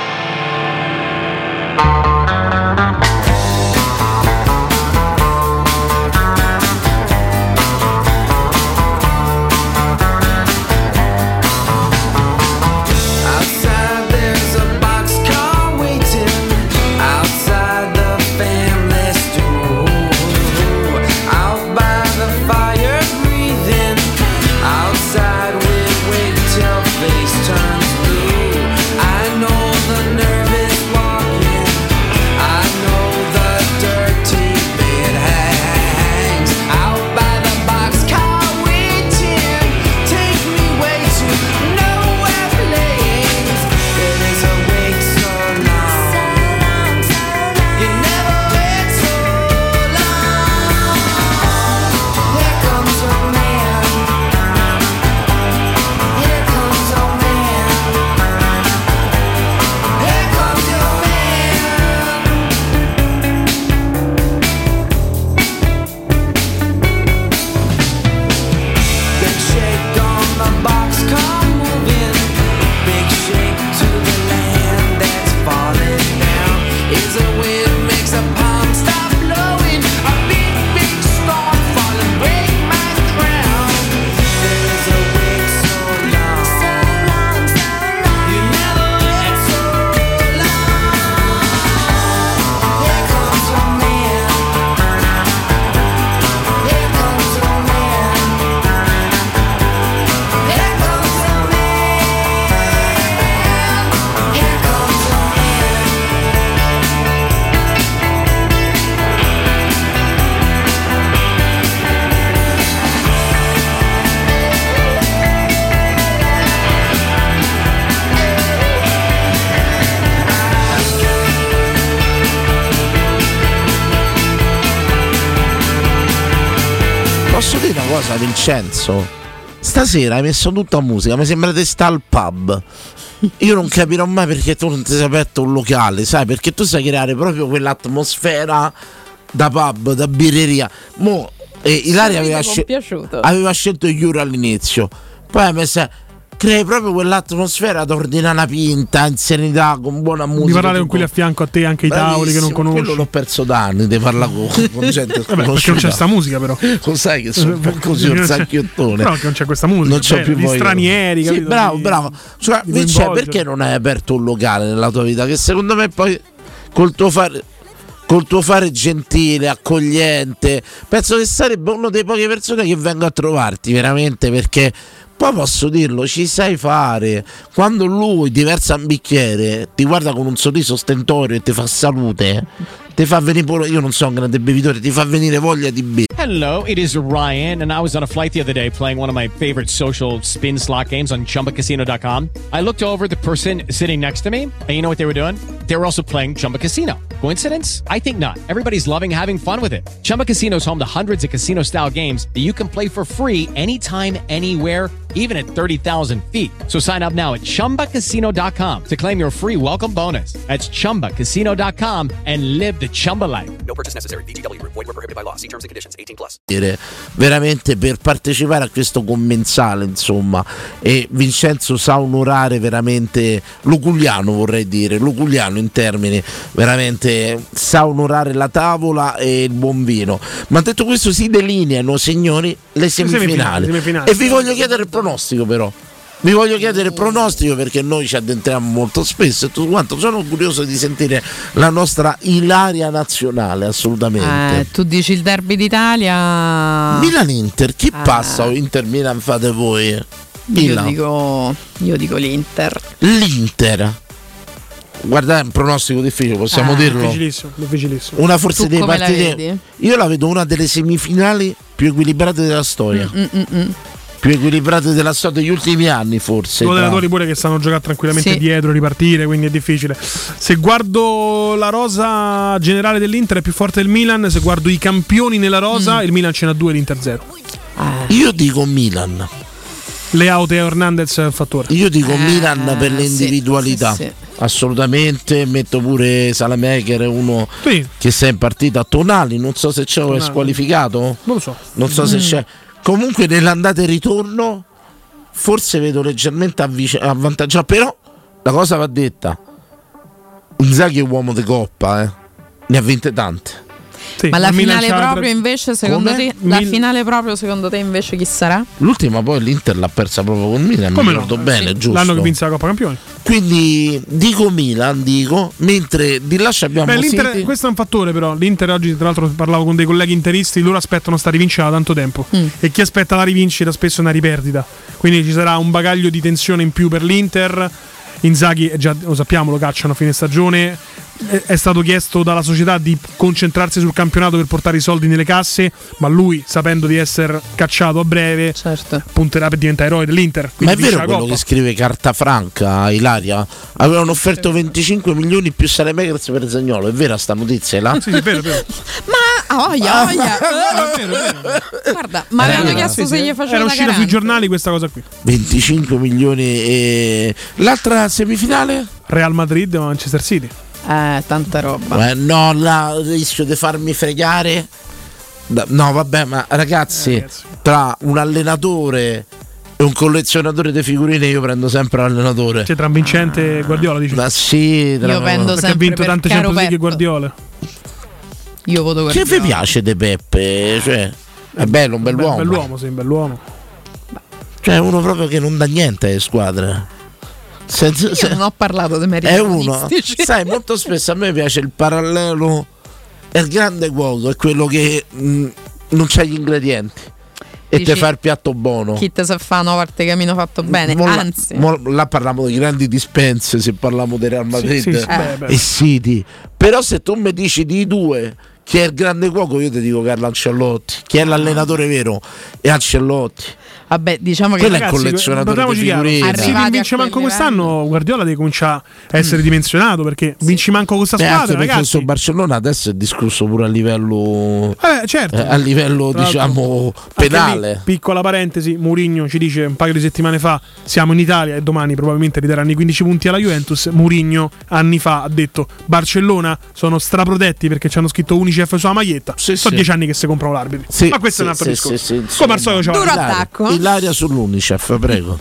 Posso dire una cosa, Vincenzo? Stasera hai messo tutta musica, mi sembra di sta al pub. Io non capirò mai perché tu non ti sei aperto un locale, sai? Perché tu sai creare proprio quell'atmosfera da pub, da birreria. Mo, eh, Ilaria aveva, scel- aveva scelto gli Euro all'inizio, poi ha messo. Crei proprio quell'atmosfera da ordinare una pinta in serenità, con buona musica. Di parlare con quelli a fianco a te, anche i tavoli che non conosci. Quello l'ho perso da anni, di parlare con, con gente Vabbè, perché non c'è sta musica però. Lo sai che sono un po' così un sacchiottone. No, che non c'è questa musica. Non c'ho più gli voglia. stranieri, sì, capito? bravo, Di, bravo. Cioè, invece, perché non hai aperto un locale nella tua vita? Che secondo me poi col tuo fare col tuo fare gentile, accogliente, penso che sarebbe uno dei poche persone che vengo a trovarti veramente, perché poi posso dirlo, ci sai fare. Quando lui ti versa un bicchiere, ti guarda con un sorriso stentorio e ti fa salute, ti fa venire pure, io non so un grande bevitore, ti fa venire voglia di bere. Hello, it is Ryan, and I was on a flight the other day playing one of my favorite social spin slot games on chumba casino dot com. I looked over at the person sitting next to me, and you know what they were doing? They were also playing Chumba Casino. Coincidence? I think not. Everybody's loving having fun with it. Chumba Casino is home to hundreds of casino-style games that you can play for free anytime, anywhere, even at thirty thousand feet. So sign up now at chumba casino dot com to claim your free welcome bonus. That's chumba casino dot com and live the Chumba life. No purchase necessary. V G W Group. Void where prohibited by law. See terms and conditions. eighteen plus. Veramente per partecipare a questo commensale, insomma, e Vincenzo sa onorare veramente Luculiano, vorrei dire Luculiano in termini, veramente sa onorare la tavola e il buon vino. Ma detto questo, si delineano, signori, le semifinali, semifinali, semifinali. E vi voglio chiedere il pronostico, però vi voglio chiedere il pronostico perché noi ci addentriamo molto spesso e tutto quanto. Sono curioso di sentire la nostra Ilaria nazionale, assolutamente. Eh, tu dici il derby d'Italia. Milan-Inter, chi eh. passa o Inter-Milan fate voi? Io dico, io dico l'Inter. L'Inter. Guarda, è un pronostico difficile, possiamo eh, dirlo. Difficilissimo, difficilissimo. Una forse tu dei come partite. Io la vedo una delle semifinali più equilibrate della storia. Mm-mm-mm. più equilibrate della storia degli ultimi anni, forse. Due tra... allenatori pure che sanno giocare tranquillamente Sì. dietro, ripartire, quindi è difficile. Se guardo la rosa generale dell'Inter è più forte del Milan, se guardo i campioni nella rosa, Mm. il Milan ce n'ha due, l'Inter zero. Io dico Milan. Leao, Teo Hernandez è un fattore. Io dico Eh, Milan per le sì, individualità. sì, sì. Assolutamente, metto pure Salamaker, uno Sì. che sta in partita. Tonali, non so se c'è o è Tonali. squalificato. Non lo so. Non so se Mm. c'è. Comunque nell'andata e ritorno forse vedo leggermente avvic- avvantaggiato, però la cosa va detta. Inzaghi è uomo di coppa, eh. Ne ha vinte tante. Sì, Ma la il Milan finale c'ha proprio tre- invece secondo Come? te? La Mil- finale proprio secondo te invece chi sarà? L'ultima poi l'Inter l'ha persa proprio con Milan, mi Come no? ricordo bene, Sì. giusto? L'anno che vinse la Coppa Campioni. Quindi dico Milan, dico, mentre di là ci abbiamo Beh, l'Inter, City. questo è un fattore però. L'Inter oggi, tra l'altro, parlavo con dei colleghi interisti, loro aspettano sta rivincita da tanto tempo. Mm. E chi aspetta la rivincita spesso è una riperdita. Quindi ci sarà un bagaglio di tensione in più per l'Inter. Inzaghi, eh, già lo sappiamo, lo cacciano a fine stagione. È, è stato chiesto dalla società di concentrarsi sul campionato per portare i soldi nelle casse, ma lui, sapendo di essere cacciato a breve, certo. punterà per diventare eroe dell'Inter. Ma è Quindi vince vero la quello Coppa. che scrive Carta Franca, Ilaria? Avevano offerto venticinque milioni più Saelemaekers per Zaniolo, è vera sta notizia là? Sì, sì, è vero, è vero. Ma ah, voglia, voglia. Guarda, ma Era avevano vero. chiesto Sì, se sì. gli faceva Era la uscita sui garanzia. giornali questa cosa qui. venticinque milioni e... L'altra semifinale? Real Madrid o Manchester City. Eh, tanta roba. Eh, no, là rischio di farmi fregare. Da- No, vabbè, ma ragazzi, Eh, ragazzi. tra un allenatore e un collezionatore di figurine io prendo sempre l'allenatore. Cioè, tra Vincente e Guardiola, dici? Ma sì, tra- Io prendo Perché ha sempre vinto per tante caro Champions League Pep. Guardiola. Io voto Che Guardiola. vi piace De Peppe? Cioè, è bello, un bell'uomo. Bell'uomo, sì, un bell'uomo. Cioè, uno proprio che non dà niente alle squadre. Senza- Io se- non ho parlato dei meriti è uno, agonistici. sai, molto spesso a me piace il parallelo. È il grande cuoco, è quello che mh, non c'ha gli ingredienti e Dici, te fa il piatto buono. Chi te sa fa una parte camino fatto bene, Mo là- anzi. mo là parliamo di grandi dispense, se parliamo di Real Madrid sì, sì, beh, beh. e City. Però se tu mi dici di due chi è il grande cuoco, io ti dico Carlo Ancelotti. Chi è l'allenatore vero è Ancelotti. Vabbè, diciamo che Quello è Ragazzi, collezionatore parliamoci di chiaro. figurine. Se Arrivati non a vince quel manco livello. quest'anno, Guardiola deve cominciare a essere dimensionato, perché vinci manco questa Beh, anche squadra, perché ragazzi. questo Barcellona adesso è discusso pure a livello Eh, certo. eh, a livello Tra l'altro, diciamo anche penale. lì, piccola parentesi, Mourinho ci dice un paio di settimane fa siamo in Italia e domani probabilmente ridaranno i quindici punti alla Juventus. Mourinho anni fa ha detto Barcellona sono straprotetti perché ci hanno scritto Unicef sulla maglietta. Sì, sono sì. dieci anni che si comprano l'arbitro. Sì, Ma questo sì, è un altro sì, discorso. sì, sì, Come al sì. solito c'è Duro la- attacco. Ilaria sull'Unicef, prego.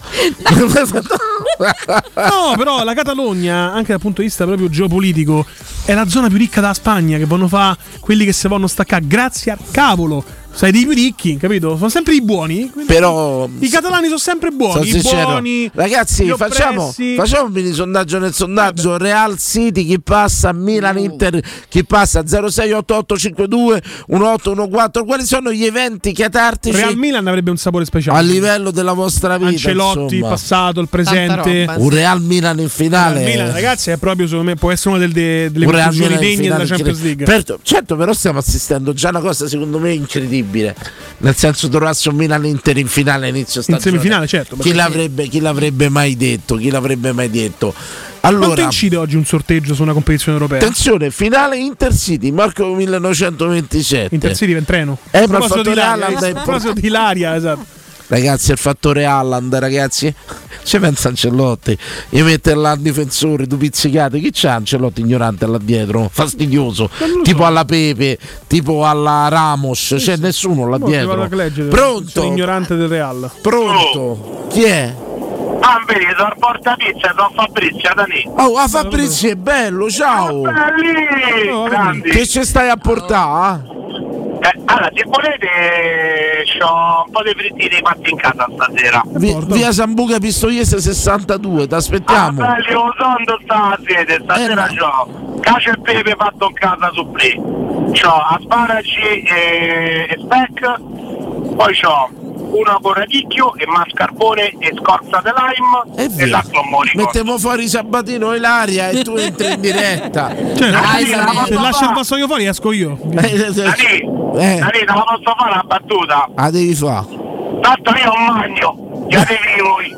No, però la Catalogna, anche dal punto di vista proprio geopolitico, è la zona più ricca della Spagna, che vanno fa quelli che si vanno staccare grazie al cavolo. Sai dei più ricchi, capito? Sono sempre i buoni. Però I catalani sono sempre sono buoni, i sincero. buoni. Ragazzi, gli facciamo, oppressi. facciamo un mini sondaggio nel sondaggio. Real City chi passa, Milan Inter chi passa, zero sei otto otto cinque due uno otto uno quattro. Quali sono gli eventi catartici Real Milan avrebbe un sapore speciale. a livello della vostra vita? Ancelotti, il insomma? passato, il Tanta presente. roba. Un Real Milan in finale. Real Milan, ragazzi, è proprio secondo me può essere una delle, delle Un Real conclusioni Milan in degne della finale Champions incredibile. League. Certo, certo, però stiamo assistendo già a una cosa secondo me incredibile. Nel senso trovarsi un Milan Inter in finale a inizio stagione. semifinale, certo, Chi perché- l'avrebbe, chi l'avrebbe mai detto? Chi l'avrebbe mai detto? Quanto Allora, incide oggi un sorteggio su una competizione europea? attenzione, finale Intercity, Marco millenocentoventisette. Intercity va in treno. Eh, A ma il proposito di fattore Ilaria, Haaland è a proposito di Ilaria, esatto. Ragazzi, il fattore Haaland, ragazzi, ci pensa Ancelotti, gli mette là il difensore, tu pizzicate, chi c'ha Ancelotti ignorante là dietro, fastidioso, tipo alla Pepe, tipo alla Ramos, c'è nessuno là Mo ti vado dietro. a leggere, Pronto? sono ignorante del Real. Pronto? Chi è? Ah, vedi, sono porta pizza, sono Fabrizio da lì. Oh, a Fabrizio è bello, ciao! Belli, Oh, grandi. Che ci stai a portare? Eh, allora, se volete, c'ho un po' di frittini fatti in casa stasera. Vi- via Sambuca Pistoiese sessantadue, ti aspettiamo. Ah, belli, lo so dove sta la sede, stasera Eh, c'ho cacio e pepe fatto in casa su Play. C'ho asparagi e, e speck, poi c'ho una con radicchio e mascarpone e scorza di lime È e vero. l'acqua morico. Mettiamo fuori Sabatino e l'aria e tu entri in diretta. Cioè, Dai, se, la se posso lascia fare? il vassoio fuori esco io. Eh, Dani, eh, Dani, te la posso fare una battuta? la devi fare. Tanto io un magno, chiatevi voi.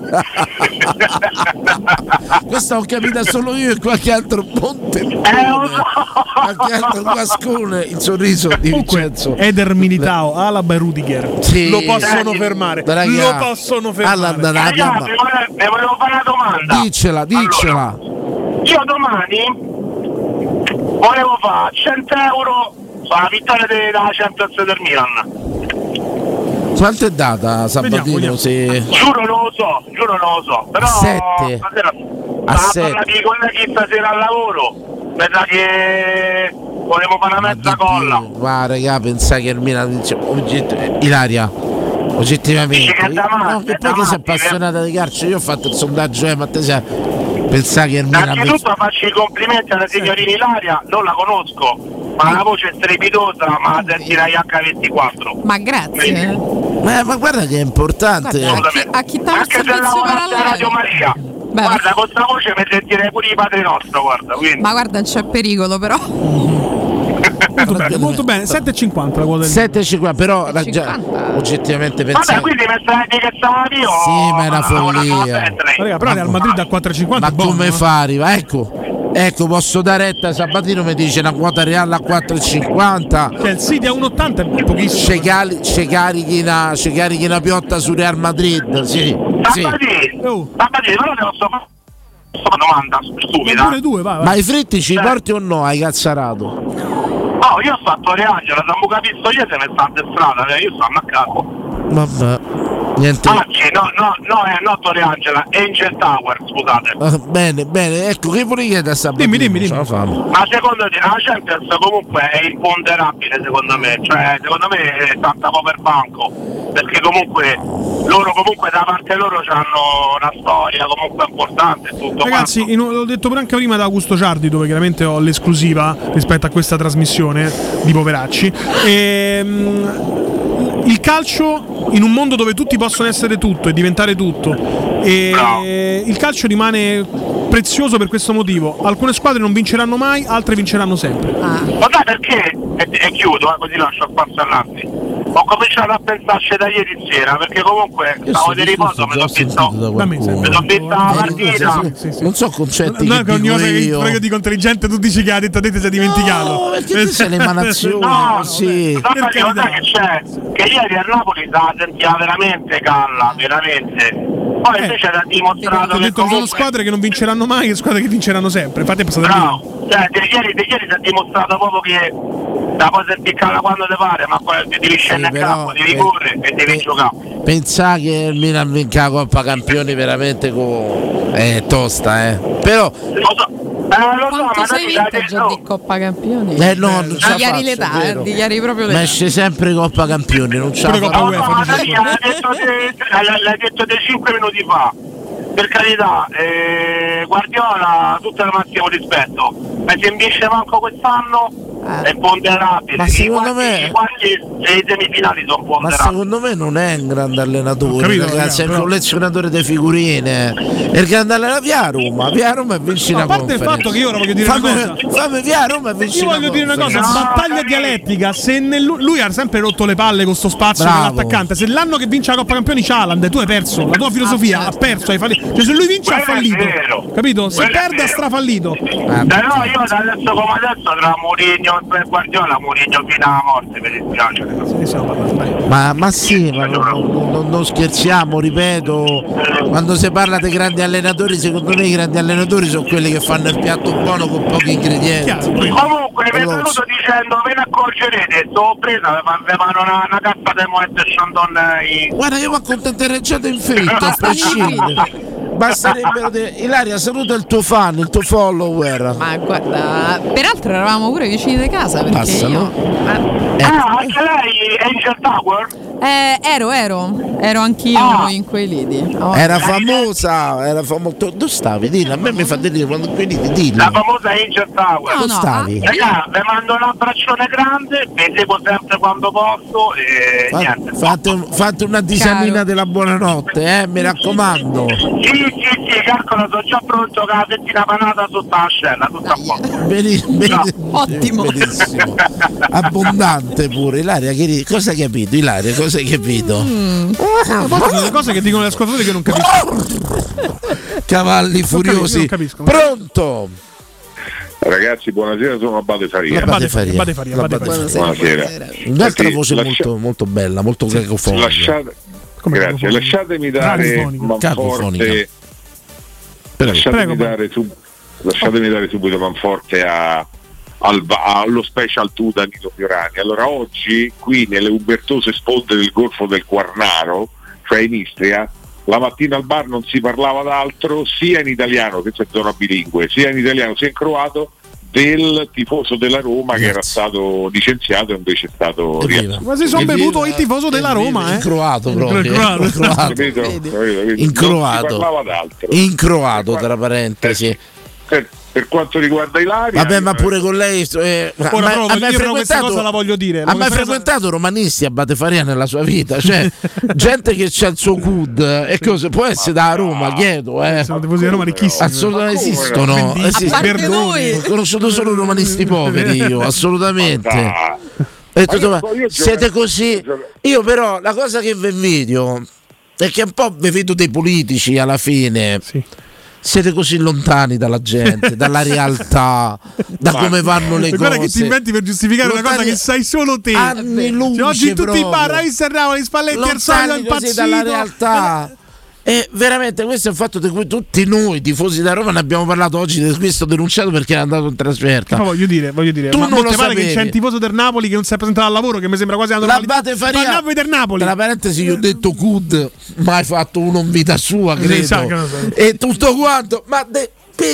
Questa ho capita solo io e qualche altro ponte. Eh, lo so. Qualche altro guascone, il sorriso di Vincenzo. Eder Militao, Alaba e Rudiger. Sì. Lo possono fermare. Raga, lo possono fermare. alla- alla- Ragazzi, volevo- ne volevo fare una domanda. Diccela, diccela. Allora, io domani volevo fare cento euro sulla vittoria della Champions del Milan. Quanto è data Sabatino? Vediamo, Se... Giuro non lo so, giuro non lo so. Però A sette. stasera A stavo sette. parlando di colleghi stasera al lavoro. Pensa che volevo fare una mezza colla. Ma raga, pensai che il Milan dice, ogget- Ilaria, oggettivamente Dici che è da matti, no, è che da poi che sei matti, appassionata di calcio, io ho fatto il sondaggio, eh, ma te sai, pensai che il Milan Innanzitutto faccio i complimenti alla signorina Ilaria, non la conosco, ma la voce è strepitosa, ma la sentirai acca ventiquattro. Ma grazie. ma, ma guarda che è importante. Guarda, a chi, a chi t'ha un Anche se servizio lavorasse a Radio parallelo. Maria. Guarda, con sta voce mi sentirei pure i Padre Nostro, guarda, quindi. Ma guarda, non c'è pericolo però. Molto bene, molto bene. sette e cinquanta la quota del sette e cinquanta, però ra- già, oggettivamente Vabbè, pensai. quindi mi stai a dire che stava io. Sì, ma è una follia. Raga, però Real Madrid a quattro e cinquanta Ma è buono, come eh. fa? Arriva? Ecco, ecco, posso dare retta. Sabatino mi dice una quota reale a quattro e cinquanta. Cioè il City a uno e ottanta è pochissimo. Ci cali- ci carichi una, ci carichi una piotta su Real Madrid. Sì, sì. Sabatino, Sabatino, però te posso fare una domanda stupida. Pure due, vai, vai. Ma i fritti ci Eh. porti o no? Hai cazzarato? Oh, io ho fatto Le Angela, da Buca Pistoiese mi sta a strada, cioè io sto a casa. Vabbè, niente. Anzi, no, no, no, è not Torre Angela, Angel Tower, scusate. Ah, bene, bene, ecco, che vuoi chiedere a Sabatino? Dimmi, dimmi, dimmi. Ce la famo. Ma secondo te la Champions comunque è imponderabile secondo me, cioè secondo me è tanta po' per banco, perché comunque loro comunque da parte loro hanno una storia comunque importante e tutto. Ragazzi, in, l'ho detto pure anche prima da Augusto Ciardi, dove chiaramente ho l'esclusiva rispetto a questa trasmissione di poveracci. Ehm, il calcio in un mondo dove tutti possono essere tutto e diventare tutto, e il calcio rimane prezioso per questo motivo. Alcune squadre non vinceranno mai, altre vinceranno sempre. Ma sai perché? E, e chiudo, eh, così lascio spazio all'altro. Ho cominciato a pensarci da ieri sera, perché comunque stavo di riposo, mi sono visto mi sono visto la partita. Non so concetti No, che che ogni dico volta che io. io dico intelligente tu dici che ha detto a te ti sei dimenticato. No, perché tu sei l'emanazione, No, sì. Sapete cosa che c'è? Che ieri a Napoli si la sentiva veramente calla, veramente. Poi invece ha dimostrato Ho che detto che sono comunque squadre che non vinceranno mai e squadre che vinceranno sempre. Infatti è passato il bravo, cioè di ieri, di ieri si è dimostrato proprio che la cosa è piccarla quando ti pare, ma poi devi scendere a campo, devi correre e devi giocare. Pensà che il Milan vinca la Coppa Campioni veramente co- è tosta, eh. Però Lo so, eh, lo so, Quanto ma sei noi la vinta già di Coppa Campioni? Eh no, non ce la dichiari faccio, l'età, è eh, vero. dichiari proprio ma l'età. esce sempre Coppa Campioni, non ce la Pure Coppa fa. UEFA, No, dice. Maria, l'hai detto te- l'hai- l'hai detto te cinque minuti fa. Per carità, eh, Guardiola, tutto il massimo rispetto, ma se vince manco quest'anno è ponderabile. Ma I secondo quarti- me- i quarti e i semifinali sono Ma ponderabili. secondo me non è un grande allenatore, Capito, ragazzi, è un però- collezionatore di figurine. E il grande allenatore via a Roma, via a Roma e vinci A una parte il conference. fatto che io ora voglio dire fammi, una cosa. fammi via a Roma e vinci Io una voglio dire una cosa, conference. battaglia dialettica. Se nel- lui ha sempre rotto le palle con sto spazio Bravo. nell'attaccante. Se l'anno che vince la Coppa Campioni c'ha Haaland, tu hai perso. La tua filosofia ha perso, hai fallito. Cioè se lui vince ha Quello è fallito. vero. Capito? Se Quello è perde ha vero. strafallito. Però io da adesso come adesso tra Mourinho e Guardiola, Mourinho fino alla morte, mi dispiace. Ma, ma sì, ma non, non- non scherziamo, ripeto, quando si parla dei grandi allenatori, secondo me i grandi allenatori sono quelli che fanno il piatto buono con pochi ingredienti. Comunque mi è Allora, venuto dicendo ve ne accorgerete, sto presa, mi fanno una, una cazzo di Moet Chandon in... Guarda, io mi accontenterei già del fritto, a prescindere. Basterebbero de- Ilaria, saluta il tuo fan, il tuo follower. Ma guarda, peraltro eravamo pure vicini di casa perché Passano. io Ah, anche lei è Angel Tower? eh, ero, ero, ero anch'io Ah. in quei lidi. Oh. Era famosa, era famosa. Dove stavi? Dillo, a me mi fa dire quando quelli di dillo. La famosa Angel Tower. Dove stavi? Raga, vi mando un abbraccione grande, vi seguo sempre quando posso e Fa- niente. Fate, fate una disamina della buonanotte, eh, mi raccomando. Sì, sì, sì, calcolo, sono già pronto con la settina panata sotto la scella, tutta a posto. Beni- beni- Ottimo. benissimo. Abbondante pure. Ilaria, che ri- cosa hai capito? Ilaria, cosa cosa hai capito? Mm. A volte sono le cose che dicono gli ascoltatori che non capisco. Cavalli furiosi. Non capisco, non Pronto? Ragazzi, buonasera, sono Abate Faria. Abate Faria. Abate Faria, Abate Faria. Buonasera. buonasera. Un'altra Perché voce lascia- molto, molto bella, molto cacofonica. Lasciate... Grazie, lasciatemi dare manforte. Lasciatemi, Prego, dare, sub... lasciatemi dare subito manforte a... Al... allo special two da Nino Fiorani. Allora, oggi qui nelle ubertose sponde del Golfo del Quarnaro, cioè in Istria, la mattina al bar non si parlava d'altro, sia in italiano, che c'è zona bilingue, sia in italiano sia in croato, del tifoso della Roma che era stato licenziato e invece è stato riassunto. Ma si sono bevuto il tifoso della Roma, eh? In croato proprio. In croato. In croato. Capito? Capito? In Non si croato. parlava d'altro. In croato, tra parentesi. Per, per quanto riguarda Ilaria, Vabbè, ma pure con lei. Eh, Ora, ma- però, ha voglio mai dire, però, questa frequentato- cosa la voglio dire. Ha L'ho mai presa- frequentato romanisti Abate Faria nella sua vita? Cioè, gente che c'ha il suo C U D e cose può essere da Roma, chiedo, eh. Sono tifosi di Roma ricchissimi. Assolutamente Ma come esistono. no? esistono. A parte noi. Ho conosciuto solo romanisti poveri io, assolutamente. E tutto, ma siete così. Io però la cosa che vi invidio è che un po' vi vedo dei politici alla fine. Siete così lontani dalla gente, dalla realtà, da come vanno le E cose. guarda che ti inventi per giustificare una cosa Lontani che sai solo te. anni luce Cioè, oggi tutti i proprio. bar, Racer Napoli, Spalletti, Ersaglio, Lontani così impazzito. dalla realtà. E veramente questo è un fatto di cui tutti noi tifosi da Roma ne abbiamo parlato oggi, di questo denunciato perché è andato in trasferta. Ma voglio dire, voglio dire, Tu ma non non lo te pare che sapevi. c'è un tifoso del Napoli che non si è presentato al lavoro, che mi sembra quasi una L'Abate Faria, Ma il Napoli del Napoli. tra parentesi, gli ho detto C U D, mai fatto uno in vita sua, credo. Sa che non so. E tutto quanto, ma de-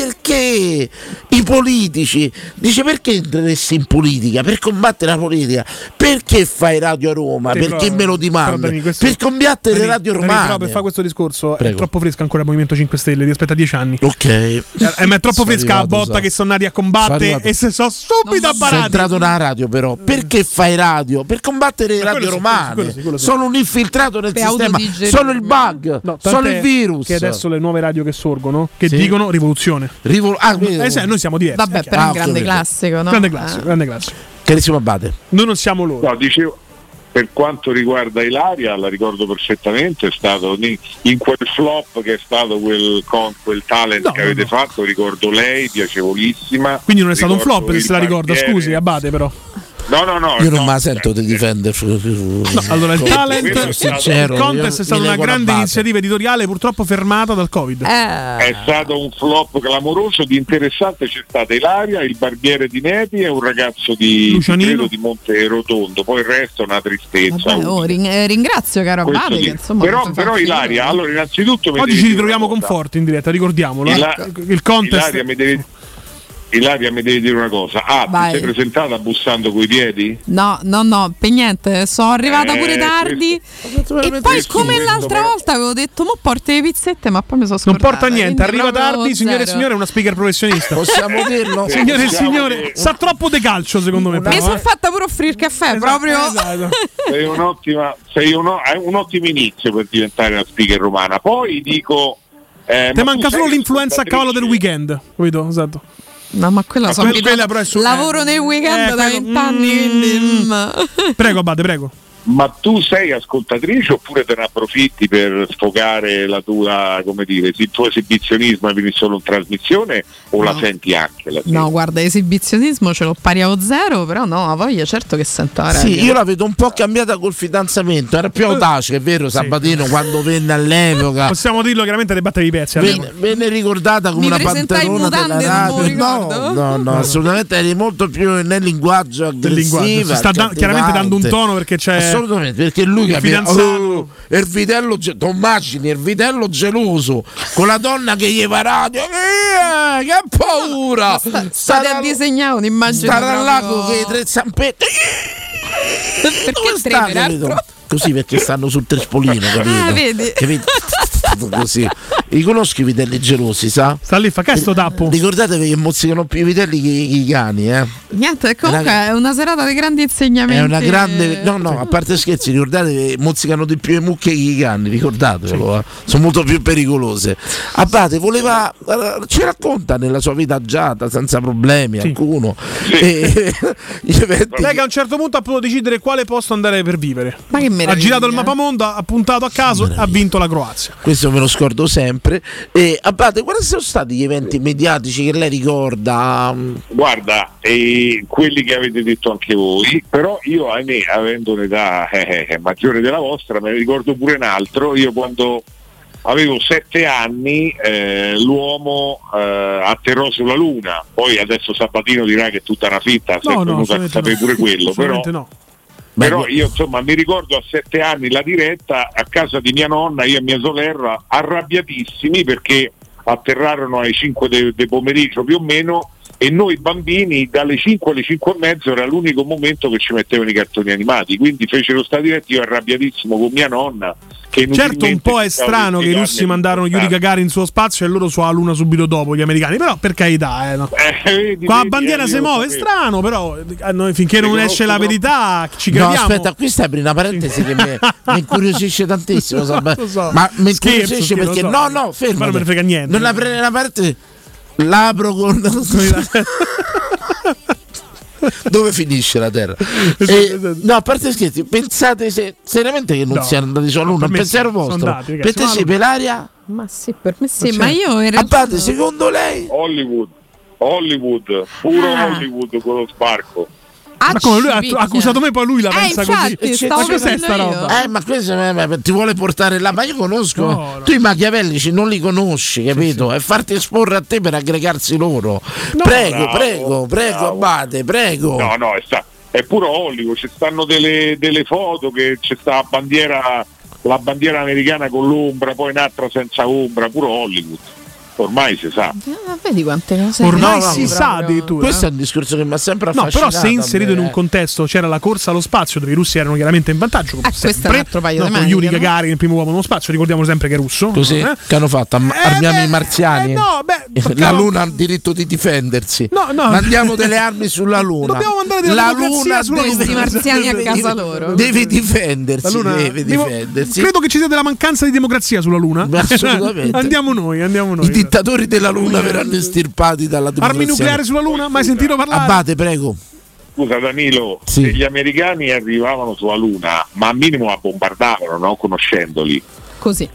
perché i politici? Dice, perché interessi in politica? Per combattere la politica. Perché fai radio a Roma? Sì, Perché però- me lo però, dimanda? Dani, questo- Per combattere Dani, radio Dani, romane. Però per fare questo discorso Prego. è troppo fresco ancora il Movimento cinque Stelle rispetto a dieci anni. Ok. Eh, ma è troppo Sono fresca la arrivato, botta so. che sono andati a Sono combattere arrivato. e se sono subito Sei abbarati. entrato nella radio, però perché fai radio? Per combattere le Ma radio quello sì, romane. quello sì, quello sì. Sono un infiltrato nel Per sistema. autodigerire. Sono il bug. No, sono tant'è il virus. Che adesso le nuove radio che sorgono, che Sì. dicono rivoluzione. Rivol- ah, quindi- Eh, sai, noi siamo diversi. Vabbè, però è Ah, un grande ok, classico, no? Grande classico, Eh. grande classico. Carissimo Abate. Noi non siamo loro. no, dicevo, per quanto riguarda Ilaria, la ricordo perfettamente, è stato in, in quel flop che è stato quel, con, quel talent No, che avete no. fatto, ricordo lei, piacevolissima. Quindi non è stato un Ricordo flop se il se la ricorda, banchiere. scusi, Abate però. No, no, no. Io non no, me la sento di difendere. No, allora il talent, sincero, il contest io è stata mi una nego grande Abate. iniziativa editoriale purtroppo fermata dal Covid. È stato un flop clamoroso. Di interessante c'è stata Ilaria, il barbiere di Nepi e un ragazzo di, Lucianino. credo, di Monte Rotondo. Poi il resto è una tristezza. Vabbè, oh, ring- eh, ringrazio caro Questo Abate sì. che insomma però mi fa però fare Ilaria, figure. allora innanzitutto mi Oggi devi ci dire ritroviamo una con cosa. Forti in diretta, ricordiamolo. eh. Ila- Il contest. Ilaria mi devi Ilaria mi devi dire una cosa. Ah, Vai. ti sei presentata bussando coi piedi? No, no, no, per niente, sono arrivata Eh, pure tardi. E poi questo- come questo l'altra però- volta avevo detto, mo porti le pizzette, ma poi mi sono Non scordata. porta niente, quindi arriva proprio tardi, signore e zero. signore, è una speaker professionista. Possiamo dirlo? Signore e Possiamo signore, dire- sa troppo de calcio secondo me. Mi però, sono eh. fatta pure offrire il caffè, proprio. Esatto. Sei un'ottima, sei uno, hai un ottimo inizio per diventare una speaker romana. Poi dico eh, Te ma manca tu solo sei l'influenza a cavallo del weekend, capito? Esatto. No, ma quella Ma sono quella- quella però è su- lavoro nel weekend Eh, da quello- vent'anni, quindi mm. Prego, Abate, prego. Ma tu sei ascoltatrice oppure te ne approfitti per sfogare la tua, come dire, il tuo esibizionismo e vieni solo in trasmissione o la No. senti anche la sera? No, guarda, esibizionismo ce l'ho pari a zero, però no, a voglia certo che sento la radio. Sì, io la vedo un po' cambiata col fidanzamento. Era più audace, è vero, Sabatino quando venne all'epoca. Possiamo dirlo chiaramente, ne battevi i pezzi. Venne, all'epoca. venne ricordata come Mi una presentai in panterona della mutande, non me lo radio. No, ricordo. no, no, assolutamente eri molto più nel linguaggio Del linguaggio. aggressiva. Si sta da- chiaramente dando un tono perché c'è. Assolutamente, perché lui il capiva, fidanzato. oh, il vitello, ge- tu immagini il vitello geloso con la donna che gli va radio, eh, che paura! Sta- State Starà- a disegnare un'immagine starà al lago proprio- con i tre zampetti. Perché Dove tre, sta, peraltro? capito? Così perché stanno sul trespolino, capito? Ah, vedi? Capito? Così. Li conosco i vitelli gelosi, sa? Sta lì, fa che sto tappo. Ricordatevi che mozzicano più i vitelli che i, che i cani, eh. Niente, comunque È una- è una serata di grandi insegnamenti. È una grande. No, no, a parte scherzi, ricordate che mozzicano di più le mucche che i cani, ricordatevelo, eh. Sono molto più pericolose. Abate voleva. eh, Ci racconta nella sua vita agiata, senza problemi, alcuno. E, gli eventi. Lei che a un certo punto ha potuto decidere quale posto andare per vivere. Ma che meraviglia. Ha girato il mappamondo, ha puntato a caso, ha vinto la Croazia. Questo me lo scordo sempre. E Abate, quali sono stati gli eventi mediatici che lei ricorda? Guarda, eh, quelli che avete detto anche voi, però io, ahimè, avendo un'età eh, eh, maggiore della vostra, me ne ricordo pure un altro. Io quando avevo sette anni eh, l'uomo eh, atterrò sulla Luna, poi adesso Sabatino dirà che è tutta una fitta, No, no, sempre sapere no. pure quello, però, Assolutamente no. però io insomma mi ricordo a sette anni la diretta a casa di mia nonna, io e mia sorella arrabbiatissimi perché atterrarono alle cinque del de pomeriggio più o meno, e noi bambini dalle cinque alle cinque e mezzo era l'unico momento che ci mettevano i cartoni animati, quindi fecero sta diretta, io arrabbiatissimo con mia nonna che Certo, un po' è cercavo di strano che i spiegarle russi mandarono Yuri Gagarin sullo spazio e loro sulla Luna subito dopo, gli americani. Però per carità, eh, no. Eh, vedi, Qua la vedi, bandiera eh, si io muove, è sapevo. strano, però eh, noi, finché non Riconosco esce la però- verità ci No, crediamo. aspetta, qui stai aprendo una parentesi che mi, mi incuriosisce tantissimo. sa- Lo so. Ma mi Scherzo, incuriosisce scherzo, perché lo so. no, no, fermo. Ma non me ne frega niente. Non aprire una parentesi. L'apro con. Dove finisce la Terra? E, no, a parte scherzi, pensate se, seriamente che non No. siano andati sulla No, Luna? per me Pensiero sì, sono vostro? andati, ragazzi, Per te ma sì, no. per l'aria? Ma sì, per me sì, Cioè, ma io in realtà Abate, secondo lei? Hollywood, Hollywood, puro Ah. Hollywood con lo sbarco. Ma come lui ha, picchia. ha accusato me, poi lui la Eh, pensa infatti, così. stavo Ma cos'è pensando sta io. roba? Eh, ma questo eh, eh, ti vuole portare là, ma io conosco. No, no. Tu i machiavellici non li conosci, capito? E farti esporre a te per aggregarsi loro. prego, bravo, prego, prego, bravo. Abate, prego. No, no, è, sta- è puro Hollywood, ci stanno delle, delle foto che c'è sta la bandiera, la bandiera americana con l'ombra, poi un'altra senza ombra, puro Hollywood. Ormai si sa. Ah, vedi quante cose. Ormai No, no, si no, sa addirittura. Questo è un discorso che mi ha sempre No, affascinato. però se inserito in un eh. contesto c'era la corsa allo spazio dove i russi erano chiaramente in vantaggio, come Ah, questo è sempre. un altro paio No, di con maniche, Yuri no? Gagarin, il primo uomo nello spazio, ricordiamo sempre che è russo. Così eh? che hanno fatto? Am- Eh, armiamo beh, i marziani? eh, no, beh, La toccava- Luna ha il diritto di difendersi. No, no. Mandiamo delle armi sulla Luna. Dobbiamo mandare della la democrazia Luna sulla deve, Luna. Questi marziani a deve- casa loro. Deve difendersi, La Luna- deve devo- difendersi. Credo che ci sia della mancanza di democrazia sulla Luna. Assolutamente. Andiamo noi, andiamo noi. I dittatori della Luna verranno estirpati dalla democrazia. Armi nucleari sulla Luna? Mai sentito parlare? Abate, prego. Scusa Danilo, Sì. se gli americani arrivavano sulla Luna, ma al minimo la bombardavano, no? Conoscendoli. Così.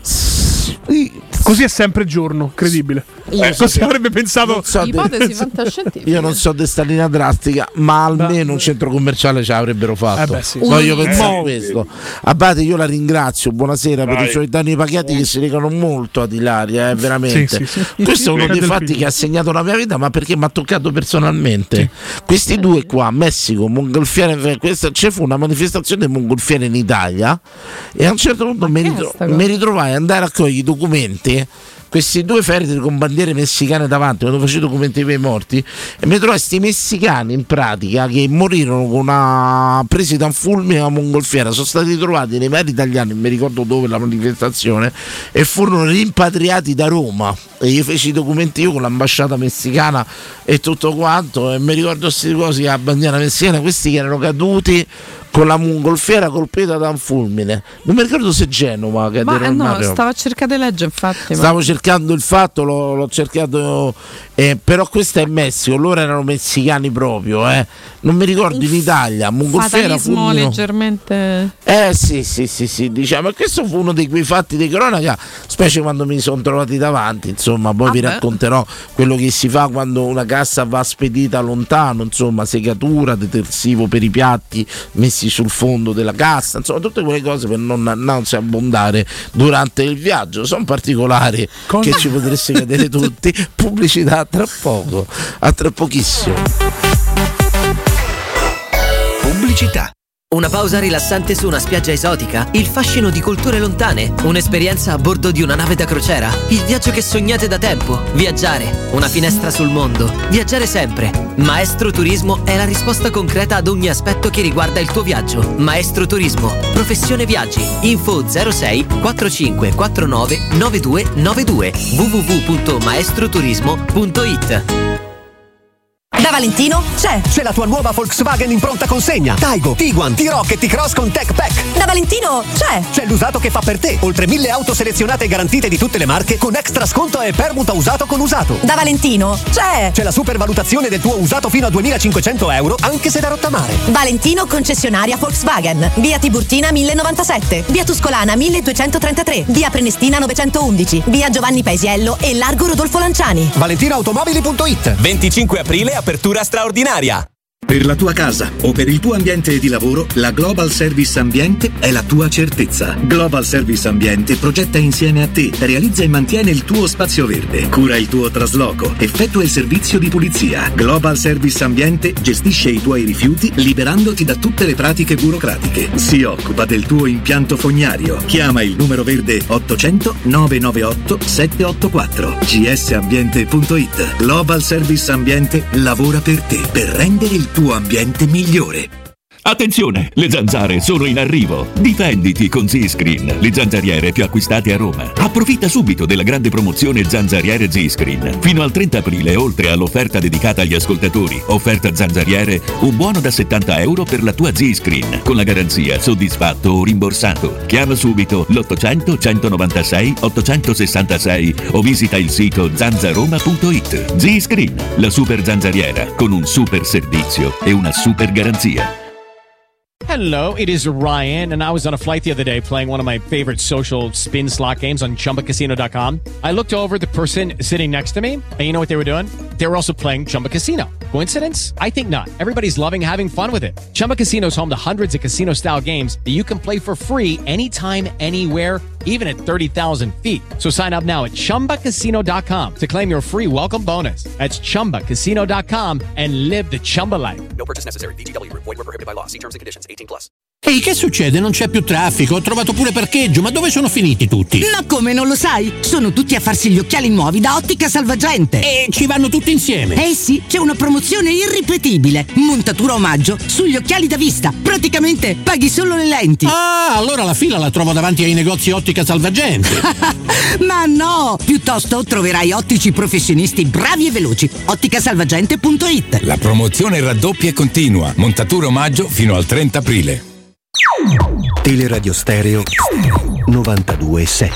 Così è sempre giorno, credibile. Io Eh, Cosa avrebbe pensato? Non so de- Ipotesi fantascientifiche. Io non so desta linea drastica, ma almeno un centro commerciale ce l'avrebbero fatto. Eh beh, sì. Voglio Un- pensare eh, a questo. Abate, io la ringrazio. Buonasera per Dai. i suoi danni pagati che si legano molto ad Ilaria, eh, veramente. Sì, sì, sì. Questo è uno Sì, dei del fatti film. che ha segnato la mia vita, ma perché mi ha toccato personalmente. Questi due qua, Messico, mongolfiere, questa, c'è fu una manifestazione mongolfiere in Italia e a un certo punto mi, che è ritro- sta cosa? mi ritrovai ad andare a cogliere i documenti. Questi due ferri con bandiere messicane davanti, quando facevo i documenti per i morti, e mi trovai questi messicani in pratica che morirono con una presi da un fulmine a mongolfiera, sono stati trovati nei vari italiani, non mi ricordo dove la manifestazione, e furono rimpatriati da Roma. E io feci i documenti io con l'ambasciata messicana e tutto quanto, e mi ricordo queste cose, la bandiera messicana, questi che erano caduti con la mongolfiera colpita da un fulmine. Non mi ricordo se Genova che Ma era eh, il no, mare. stavo a cercare legge, infatti. ma- Stavo cercando il fatto, l'ho, l'ho cercato, eh, però questo è Messico, loro erano messicani proprio, eh. Non mi ricordo in Italia, mongolfiera Fatalismo fulmine. leggermente. Eh sì, sì, sì, sì, diciamo, e questo fu uno di quei fatti di cronaca, specie quando mi sono trovati davanti, insomma, poi vi Vabbè. racconterò quello che si fa quando una cassa va spedita lontano, insomma, segatura, detersivo per i piatti messi sul fondo della cassa, insomma, tutte quelle cose per non, non si abbondare durante il viaggio, sono particolari Cosa? che ci potreste vedere tutti, pubblicità tra poco, a tra pochissimo. Pubblicità. Una pausa rilassante su una spiaggia esotica? Il fascino di culture lontane? Un'esperienza a bordo di una nave da crociera? Il viaggio che sognate da tempo? Viaggiare, una finestra sul mondo. Viaggiare sempre. Maestro Turismo è la risposta concreta ad ogni aspetto che riguarda il tuo viaggio. Maestro Turismo, professione viaggi. Info zero sei quarantacinque quarantanove novantadue novantadue w w w punto maestroturismo punto it. Da Valentino c'è! C'è la tua nuova Volkswagen in pronta consegna. Taigo, Tiguan, T-Roc e T-Cross con Tech Pack. Da Valentino c'è! C'è l'usato che fa per te. Oltre mille auto selezionate e garantite di tutte le marche con extra sconto e permuta usato con usato. Da Valentino c'è! C'è la supervalutazione del tuo usato fino a duemilacinquecento euro anche se da rottamare. Valentino concessionaria Volkswagen. Via Tiburtina mille novantasette, via Tuscolana milleduecentotrentatré, via Prenestina novecentoundici, via Giovanni Paesiello e largo Rodolfo Lanciani. valentinoautomobili punto it. venticinque aprile apertura straordinaria. Per la tua casa o per il tuo ambiente di lavoro, la Global Service Ambiente è la tua certezza. Global Service Ambiente progetta insieme a te, realizza e mantiene il tuo spazio verde, cura il tuo trasloco, effettua il servizio di pulizia. Global Service Ambiente gestisce i tuoi rifiuti liberandoti da tutte le pratiche burocratiche. Si occupa del tuo impianto fognario. Chiama il numero verde ottocento nove nove otto sette otto quattro. g s ambiente punto it. Global Service Ambiente lavora per te, per rendere il tuo ambiente migliore. Attenzione, le zanzare sono in arrivo. Difenditi con Z-Screen, le zanzariere più acquistate a Roma. Approfitta subito della grande promozione zanzariere Z-Screen. Fino al trenta aprile, oltre all'offerta dedicata agli ascoltatori, offerta zanzariere, un buono da settanta euro per la tua Z-Screen, con la garanzia soddisfatto o rimborsato. Chiama subito l'ottocento centonovantasei ottocentosessantasei o visita il sito zanzaroma punto it. Z-Screen, la super zanzariera, con un super servizio e una super garanzia. Hello, it is Ryan, and I was on a flight the other day playing one of my favorite social spin slot games on Chumba Casino dot com. I looked over at the person sitting next to me, and you know what they were doing? They were also playing Chumba Casino. Coincidence? I think not. Everybody's loving having fun with it. Chumba Casino is home to hundreds of casino-style games that you can play for free anytime, anywhere, even at thirty thousand feet. So sign up now at Chumba Casino dot com to claim your free welcome bonus. That's Chumba Casino dot com and live the Chumba life. No purchase necessary. V G W. Void where prohibited by law. See terms and conditions. eighteen plus. Ehi, che succede? Non c'è più traffico, ho trovato pure parcheggio, ma dove sono finiti tutti? Ma come, non lo sai? Sono tutti a farsi gli occhiali nuovi da Ottica Salvagente. E ci vanno tutti insieme? Eh sì, c'è una promozione irripetibile. Montatura omaggio sugli occhiali da vista. Praticamente paghi solo le lenti. Ah, allora la fila la trovo davanti ai negozi Ottica Salvagente. Ma no, piuttosto troverai ottici professionisti bravi e veloci. ottica salvagente punto it. La promozione raddoppia e continua. Montatura omaggio fino al trenta aprile. Teleradio Stereo novantadue sette.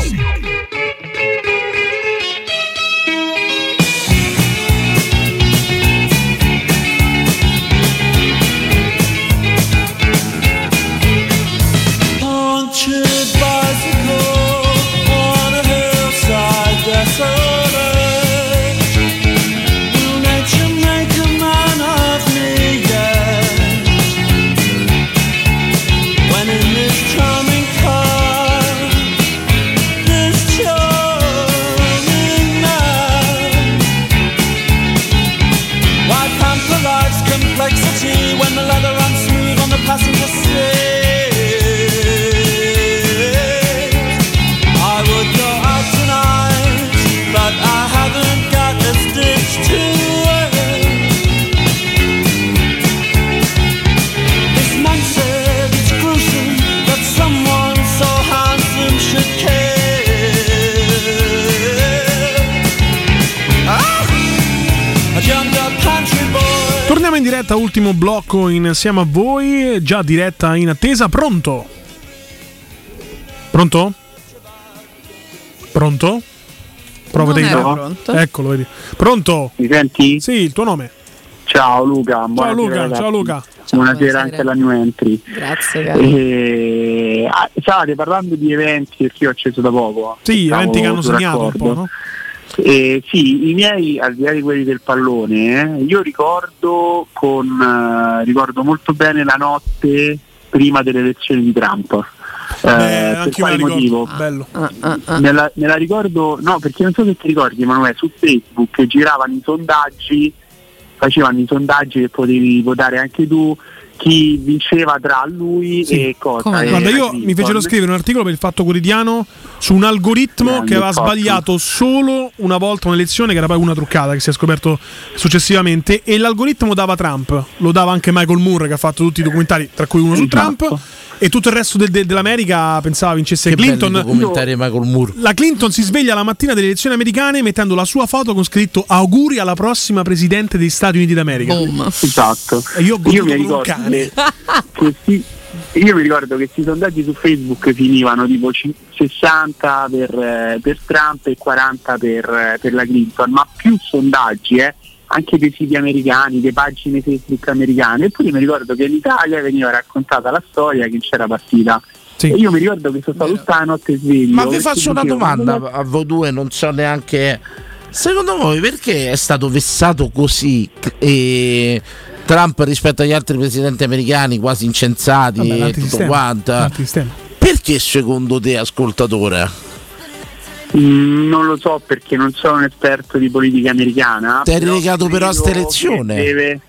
When the leather runs smooth on the passenger seat, I would go out tonight, but I haven't got a stitch to wear. This man said it's gruesome that someone so handsome should care. Ah! I jumped up pantry boy. Torniamo in diretta, ultimo blocco insieme a voi, già diretta in attesa, pronto? Pronto? Pronto? Prova te. Pronto? Eccolo, vedi. Pronto? Mi senti? Sì, il tuo nome? Ciao Luca. Ciao Luca, ragazzi. ciao Luca. Buonasera anche alla new entry. Grazie, caro. E... ah, stavate parlando di eventi perché io ho acceso da poco. Sì, Stavo eventi che hanno sul segnato raccordo. un po', no? Eh, sì, i miei, al di là di quelli del pallone, eh, io ricordo con eh, ricordo molto bene la notte prima delle elezioni di Trump. Eh, per quale motivo? Bello. Ah, ah, ah. Me, la, me la ricordo, no, perché non so se ti ricordi, Emanuele, su Facebook giravano i sondaggi, facevano i sondaggi che potevi votare anche tu, chi vinceva tra lui Sì. e cosa. Come? e Guarda, io Clinton. mi fecero scrivere un articolo per il Fatto Quotidiano su un algoritmo Grande che aveva fatto. sbagliato solo una volta un'elezione, che era poi una truccata che si è scoperto successivamente, e l'algoritmo dava Trump, lo dava anche Michael Moore che ha fatto tutti i documentari, tra cui uno su Esatto. Trump, e tutto il resto de- de- dell'America pensava vincesse Che Clinton. belli documentari di Michael Moore. La Clinton si sveglia la mattina delle elezioni americane mettendo la sua foto con scritto auguri alla prossima presidente degli Stati Uniti d'America. Esatto. E io ho Io goduto mi come un ricordo cane. che questi, io mi ricordo che questi sondaggi su Facebook finivano tipo c- sessanta per, eh, per Trump e quaranta per, eh, per la Clinton, ma più sondaggi, eh, anche dei siti americani, delle pagine Facebook americane. E poi mi ricordo che in Italia veniva raccontata la storia che c'era partita. E io mi ricordo che sono stato tutta la notte sveglio. Ma vi perché faccio una dicevo, domanda ma- a voi due, non so neanche. Secondo voi perché è stato vessato così eh, Trump rispetto agli altri presidenti americani, quasi incensati Vabbè, e tutto l'antisistema, quanto? l'antisistema. Perché secondo te, ascoltatore? Mm, non lo so perché non sono un esperto di politica americana. Ti hai però legato però a sta credo elezione? che deve-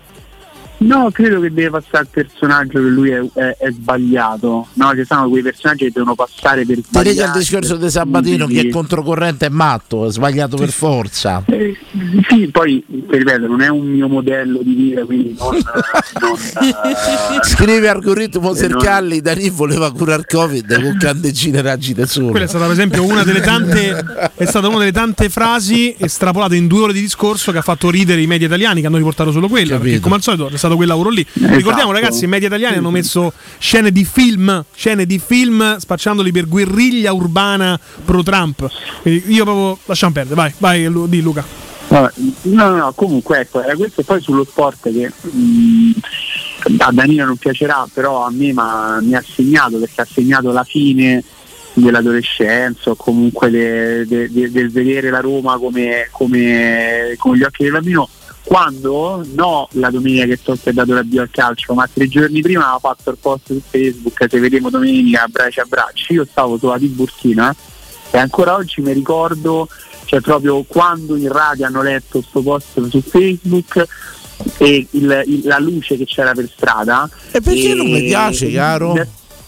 No, credo che deve passare il personaggio che lui è, è- è sbagliato. No, ci sono quei personaggi che devono passare per Ti sbagliati. lega al discorso di Sabatino che è controcorrente, è matto, è sbagliato per forza. Eh, sì, poi ti ripeto, non è un mio modello di vita, quindi non, non eh, Scrive algoritmo eh, Sercalli, Dani voleva curare Covid con candeggine raggi da sole. Quella è stata per esempio una delle tante è stata una delle tante frasi estrapolate in due ore di discorso che ha fatto ridere i media italiani, che hanno riportato solo quella, perché Capito. come al solito è stato quel lavoro lì. Ricordiamo ragazzi, i media italiani hanno messo scene di film, scene di film spacciandoli per guerriglia urbana pro Trump. Quindi io proprio lasciamo perdere, vai, vai Lu- di Luca. vabbè, no, no, no, comunque ecco, era questo. E poi sullo sport che mh, a Danilo non piacerà, però a me ma, mi ha segnato, perché ha segnato la fine dell'adolescenza, o comunque del de, de, del vedere la Roma come, come, come gli occhi del bambino, quando no la domenica che Totti ha dato l'addio al calcio, ma tre giorni prima aveva fatto il post su Facebook, se vediamo domenica abbracci abbracci. Io stavo sulla Tiburtina e ancora oggi mi ricordo, cioè proprio quando in radio hanno letto sto post su Facebook e il, il- la luce che c'era per strada. E perché non mi piace, caro?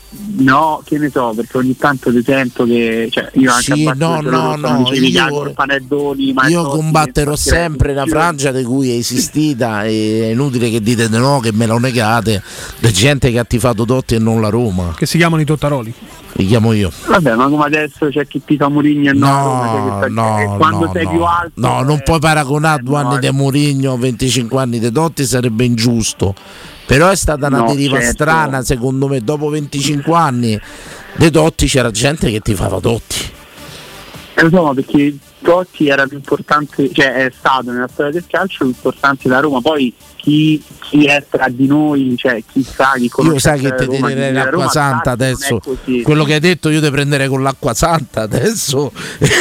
No, che ne so, perché ogni tanto ti sento che, cioè, io anche Sì, a no, no, no, io, panettoni, ma io no, combatterò sì, sempre una frangia di cui è esistita e è inutile che dite di no, che me lo negate, la gente che ha tifato Totti e non la Roma. Che si chiamano i Tottaroli. Li chiamo io. Vabbè, ma come adesso c'è chi tifa Mourinho e no, Roma, cioè che sta- No, e quando no, sei no. più alto No, non eh, puoi paragonare due no, anni eh. di Mourinho, venticinque anni di Totti, sarebbe ingiusto. Però è stata una No, deriva certo. strana, secondo me. Dopo venticinque anni di Totti c'era gente che tifava Totti. Eh, lo so, ma perché Totti era più importante, cioè è stato nella storia del calcio più importante da Roma. Poi chi, chi è tra di noi, cioè chi sa, chi conosce Io sai che la ti Roma, tirerei chi vive a l'acqua Roma, santa sa che non è adesso. così. Quello che hai detto io ti prenderei con l'acqua santa adesso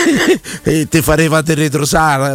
e ti farei fate retrosare.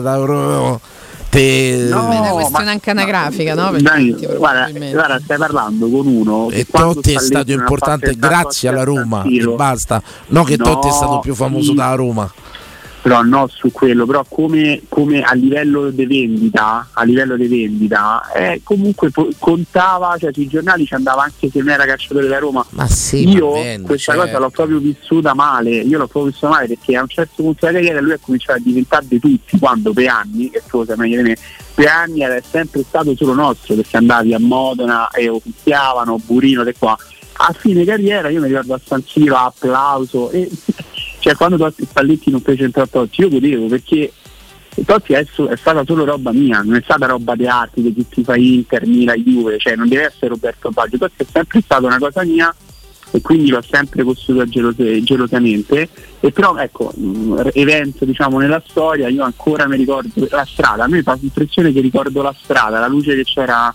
Te... No, È una ma- questione anche anagrafica, no? Per Dai, tanti, guarda, probabilmente. guarda, stai parlando con uno E che quando Totti è Spalletti stato non ha importante fatto il grazie alla tacco a Roma San Siro, e basta. No che No, Totti è stato più famoso sì. dalla Roma. però no su quello, però come, come a livello di vendita, a livello di vendita, eh, comunque po- contava, cioè sui giornali ci andava anche se non era calciatore da Roma. Ma sì, io va bene, questa certo. cosa l'ho proprio vissuta male, io l'ho proprio vissuta male perché a un certo punto della carriera lui ha cominciato a diventare di tutti, quando per anni, che tu lo sai meglio di me, per anni era sempre stato solo nostro, perché andavi a Modena e lo picchiavano, Burino di qua. A fine carriera io mi ricordo a San Siro, applauso, e cioè quando Totti e Spalletti non fece entrare Totti io godevo, perché Totti è, è stata solo roba mia, non è stata roba di altri, di chi ti fa Inter, Milan, Juve, cioè non deve essere Roberto Baggio. Totti è sempre stata una cosa mia e quindi l'ho sempre costruita gelos- gelosamente. E però ecco, mh, evento diciamo nella storia, io ancora mi ricordo la strada, a me fa l'impressione che ricordo la strada, la luce che c'era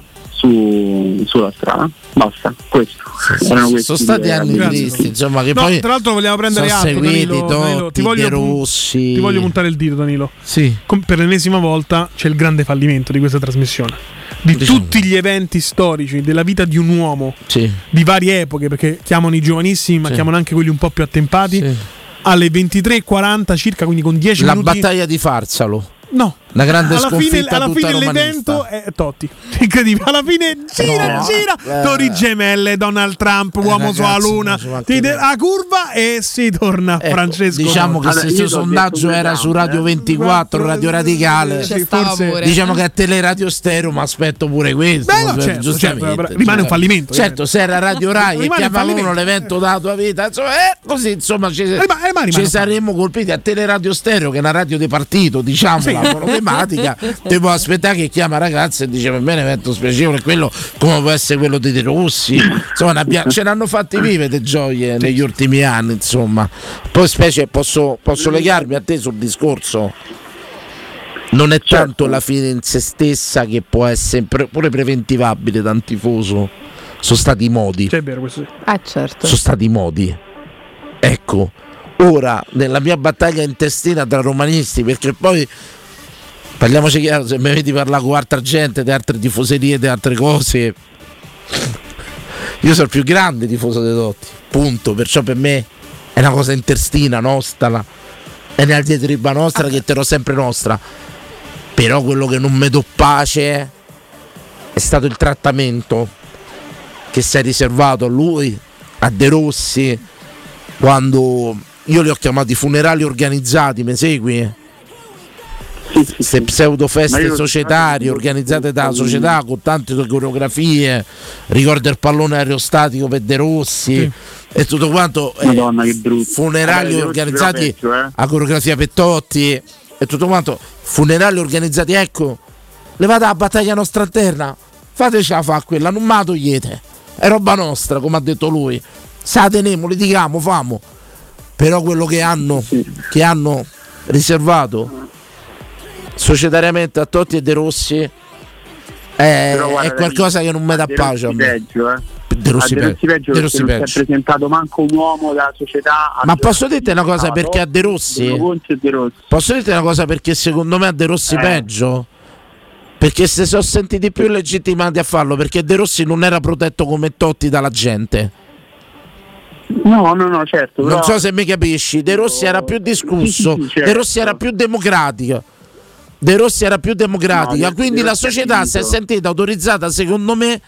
su, sulla strada, basta, questo. Erano questi sono stati due anni argomenti. tristi, insomma, che No, poi tra l'altro vogliamo prendere sono atto, seguiti Danilo, Totti, Danilo, ti voglio De pu- Rossi. Ti voglio puntare il dito, Danilo. Sì. Com- per l'ennesima volta c'è il grande fallimento di questa trasmissione. Di Diciamo. tutti gli eventi storici della vita di un uomo Sì. di varie epoche, perché chiamano i giovanissimi, ma Sì. chiamano anche quelli un po' più attempati. Sì. Alle ventitré e quaranta circa, quindi con dieci La minuti. battaglia di Farsalo. No, Una grande alla fine, sconfitta alla tutta fine romanista. l'evento è Totti, incredibile. Alla fine gira, No, gira, eh. Torri Gemelle, Donald Trump, uomo sulla ragazzi, luna, ma ci mancherebbe. ti- a curva e si torna Ecco, Francesco. diciamo che Totti. se questo sondaggio era su Radio ventiquattro, Radio Radicale, Ci stava forse pure. diciamo che a Teleradio Stereo mi aspetto pure questo. Beh, no, cioè, certo, giustamente, certo, rimane un fallimento, Certo, se era Radio Rai e Rimane un chiamavano fallimento. l'evento della tua vita, insomma, eh, così insomma ci, Rimane- rimane ci un saremmo colpiti. A Teleradio Stereo, che è una radio di partito, diciamo, Sì. la monotematica, devo aspettare che chiama ragazzi e dice per me è un evento spiacevole, quello come può essere quello di De Rossi, insomma ne abbia- ce l'hanno fatti vive le gioie negli ultimi anni, insomma. Poi specie posso, posso legarmi a te sul discorso, non è tanto la fine in se stessa che può essere pre- pure preventivabile da un tifoso, sono stati i modi, È vero questo. Eh certo. sono stati i modi. Ecco, ora nella mia battaglia intestina tra romanisti, perché poi parliamoci chiaro, se mi vedi parlare con altra gente di altre tifoserie, di altre cose, io sono il più grande tifoso dei Totti, punto. Perciò per me è una cosa intestina nostra, è nella diatriba nostra che terrò sempre nostra. Però quello che non mi do pace è stato il trattamento che si è riservato a lui, a De Rossi, quando io li ho chiamati funerali organizzati, mi segui? Queste pseudo Ma feste io- societarie organizzate dalla società con tante coreografie, ricordo il pallone aerostatico per De Rossi, Sì. e tutto quanto, eh, Madonna, che brutto. funerali Vabbè, De Rossi organizzati però peggio, eh. a coreografia per Totti e tutto quanto, funerali organizzati, ecco, levate la battaglia nostra interna, fatecela fa quella, non me la togliete, è roba nostra, come ha detto lui, se la teniamo, litighiamo, famo. Però quello che hanno, che hanno riservato societariamente a Totti e De Rossi è, Però guarda, è qualcosa che non mi dà De pace a Rossi me. peggio, eh. De Rossi A De Rossi peggio, peggio De perché Rossi non si è peggio. presentato manco un uomo della società. Ma posso dirti una cosa, perché a De Rossi Conti e De Rossi. posso dirti una cosa, perché secondo me a De Rossi Eh. peggio, perché se sono sentiti più legittimati a farlo, perché De Rossi non era protetto come Totti dalla gente. No, no, no, certo. Non però- so se mi capisci, De Rossi era più discusso, Sì, sì, certo. De Rossi era più democratico. De Rossi era più democratica, No, quindi De la Rossi ha società si è vinto. sentita autorizzata, secondo me,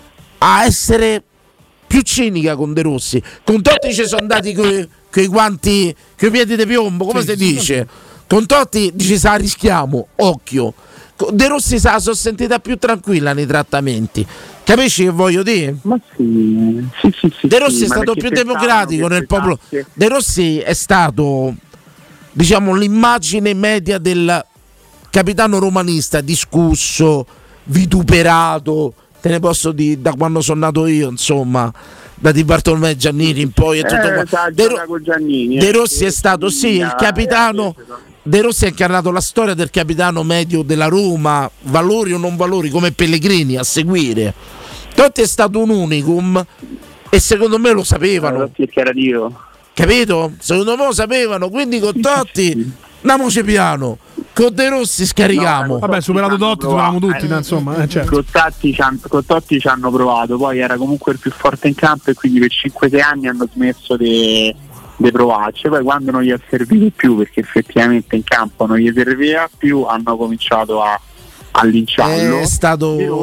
a essere più cinica con De Rossi. Con Totti ci sono andati coi, coi guanti, coi piedi di piombo, come Sì, si sì, dice? Con Totti dici sa rischiamo, occhio. Con De Rossi sa, sono sentita più tranquilla nei trattamenti. Capisci che voglio dire? Ma sì, sì, sì, sì, De Rossi sì, è ma stato perché più pensavano democratico che nel popolo. pesasse. De Rossi è stato, diciamo, l'immagine media del capitano romanista, discusso, vituperato. Te ne posso dire da quando sono nato io, insomma, da Di Bartolomeo Giannini in poi. E tutto Eh, qua. sa, De, gioca Ro- con Giannini, De eh. Rossi è stato, sì, il capitano. De Rossi ha incarnato la storia del capitano medio della Roma, valori o non valori, come Pellegrini a seguire. Totti è stato un unicum e secondo me lo sapevano. Perché era Dio. Capito? Secondo me lo sapevano, quindi con Totti andiamoci piano, con De Rossi scarichiamo. Vabbè, superato Totti, superiamo tutti, no, insomma, eh, certo. Con Totti ci han- con Totti ci hanno provato, poi era comunque il più forte in campo e quindi per cinque sei anni hanno smesso di provarci. Poi quando non gli è servito più, perché effettivamente in campo non gli serviva più, hanno cominciato a, a linciarlo. È stato De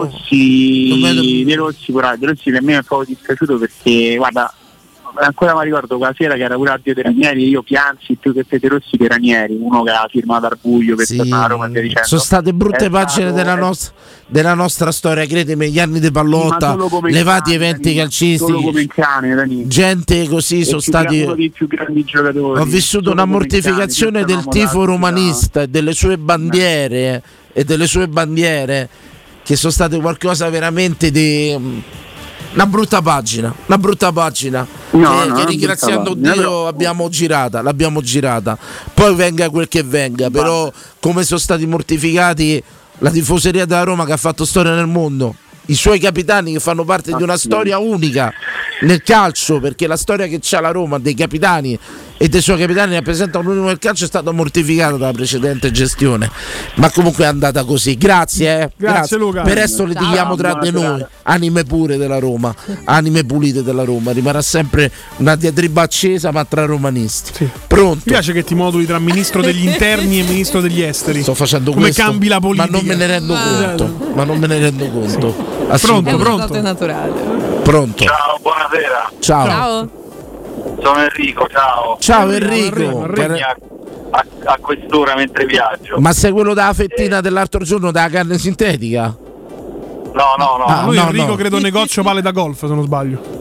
Rossi, De Rossi, però, De Rossi per me è un po' dispiaciuto perché guarda, ancora mi ricordo quella sera che era pure Addio De Ranieri, io piansi più che De Rossi De Ranieri, uno che ha firmato al buio per Sì, tornare a Roma e via dicendo. sono state brutte È pagine stato- della, è- nostra, della nostra storia, credimi, gli anni di Ma pallotta, solo come levati cane, eventi Dani, calcistici, solo come il cane, Dani. gente così È sono più gra- stati. uno dei più grandi giocatori. Ho vissuto Solo una come il mortificazione cane, del senza tifo uomo da- romanista e delle sue bandiere e delle sue bandiere che sono state qualcosa veramente di una brutta pagina, una brutta pagina No, che, no, che una ringraziando brutta Dio pagina. abbiamo girata, l'abbiamo girata. Poi venga quel che venga, però come sono stati mortificati la tifoseria della Roma che ha fatto storia nel mondo, i suoi capitani che fanno parte di una storia unica nel calcio, perché la storia che c'ha la Roma dei capitani e dei suoi capitani rappresentano l'unico del calcio è stato mortificato dalla precedente gestione, ma comunque è andata così. Grazie, eh. Grazie, Luca. Per resto litighiamo tra di noi, anime pure della Roma, anime pulite della Roma, rimarrà sempre una diatriba accesa ma tra romanisti. Pronto? Mi piace che ti moduli tra ministro degli interni e ministro degli esteri. Sto facendo come questo, cambi la politica, ma non me ne rendo conto, ma non me ne rendo conto. Pronto, pronto. È naturale. Pronto. Ciao, buonasera. Ciao. Ciao. Sono Enrico, ciao. Ciao Enrico. Per- A, a quest'ora mentre viaggio. Ma sei quello della fettina dell'altro giorno della carne sintetica? No, no, no. Ah, lui no, Enrico no. credo negozio pale da golf, se non sbaglio.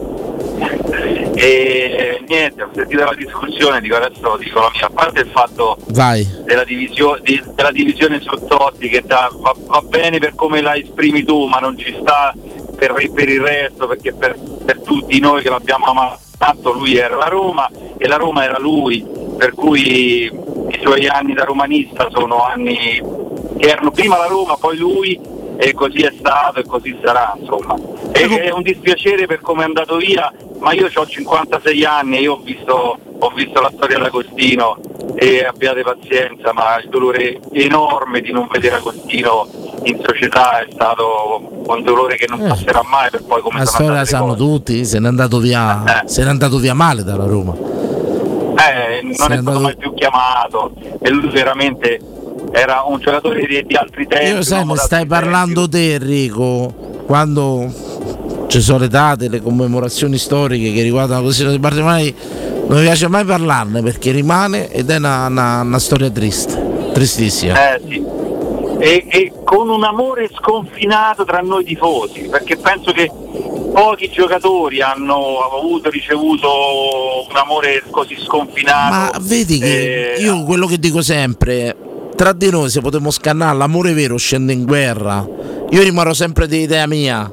E niente, ho sentito la discussione, dico adesso dico la mia. A parte il fatto Vai. della divisione, di, della divisione su Totti, che da, va, va bene per come la esprimi tu, ma non ci sta per, per il resto, perché per, per tutti noi che l'abbiamo amato, tanto lui era la Roma e la Roma era lui, per cui i suoi anni da romanista sono anni che erano prima la Roma, poi lui, e così è stato e così sarà, insomma. E, è un dispiacere per come è andato via, ma io ho cinquantasei anni e io ho visto, ho visto la storia dell'Agostino, e abbiate pazienza, ma il dolore enorme di non vedere Agostino in società è stato un dolore che non Eh. passerà mai, per poi come La sono storia la andate le sanno cose. tutti, se n'è andato via, se n'è andato via male dalla Roma. Eh, non Se è n'è stato andato- mai più chiamato e lui veramente era un giocatore di, di altri tempi. Io sai, un uomo ne stai d'altri parlando te Enrico, quando ci sono le date, le commemorazioni storiche che riguardano così, non mi piace mai, non mi piace mai parlarne perché rimane ed è una, una- una storia triste, tristissima. tempi. Eh, sì. E, e con un amore sconfinato tra noi tifosi, perché penso che pochi giocatori hanno avuto, ricevuto un amore così sconfinato. Ma vedi che Eh, io quello che dico sempre, tra di noi se potremmo scannare, l'amore vero scende in guerra. Io rimarrò sempre di idea mia.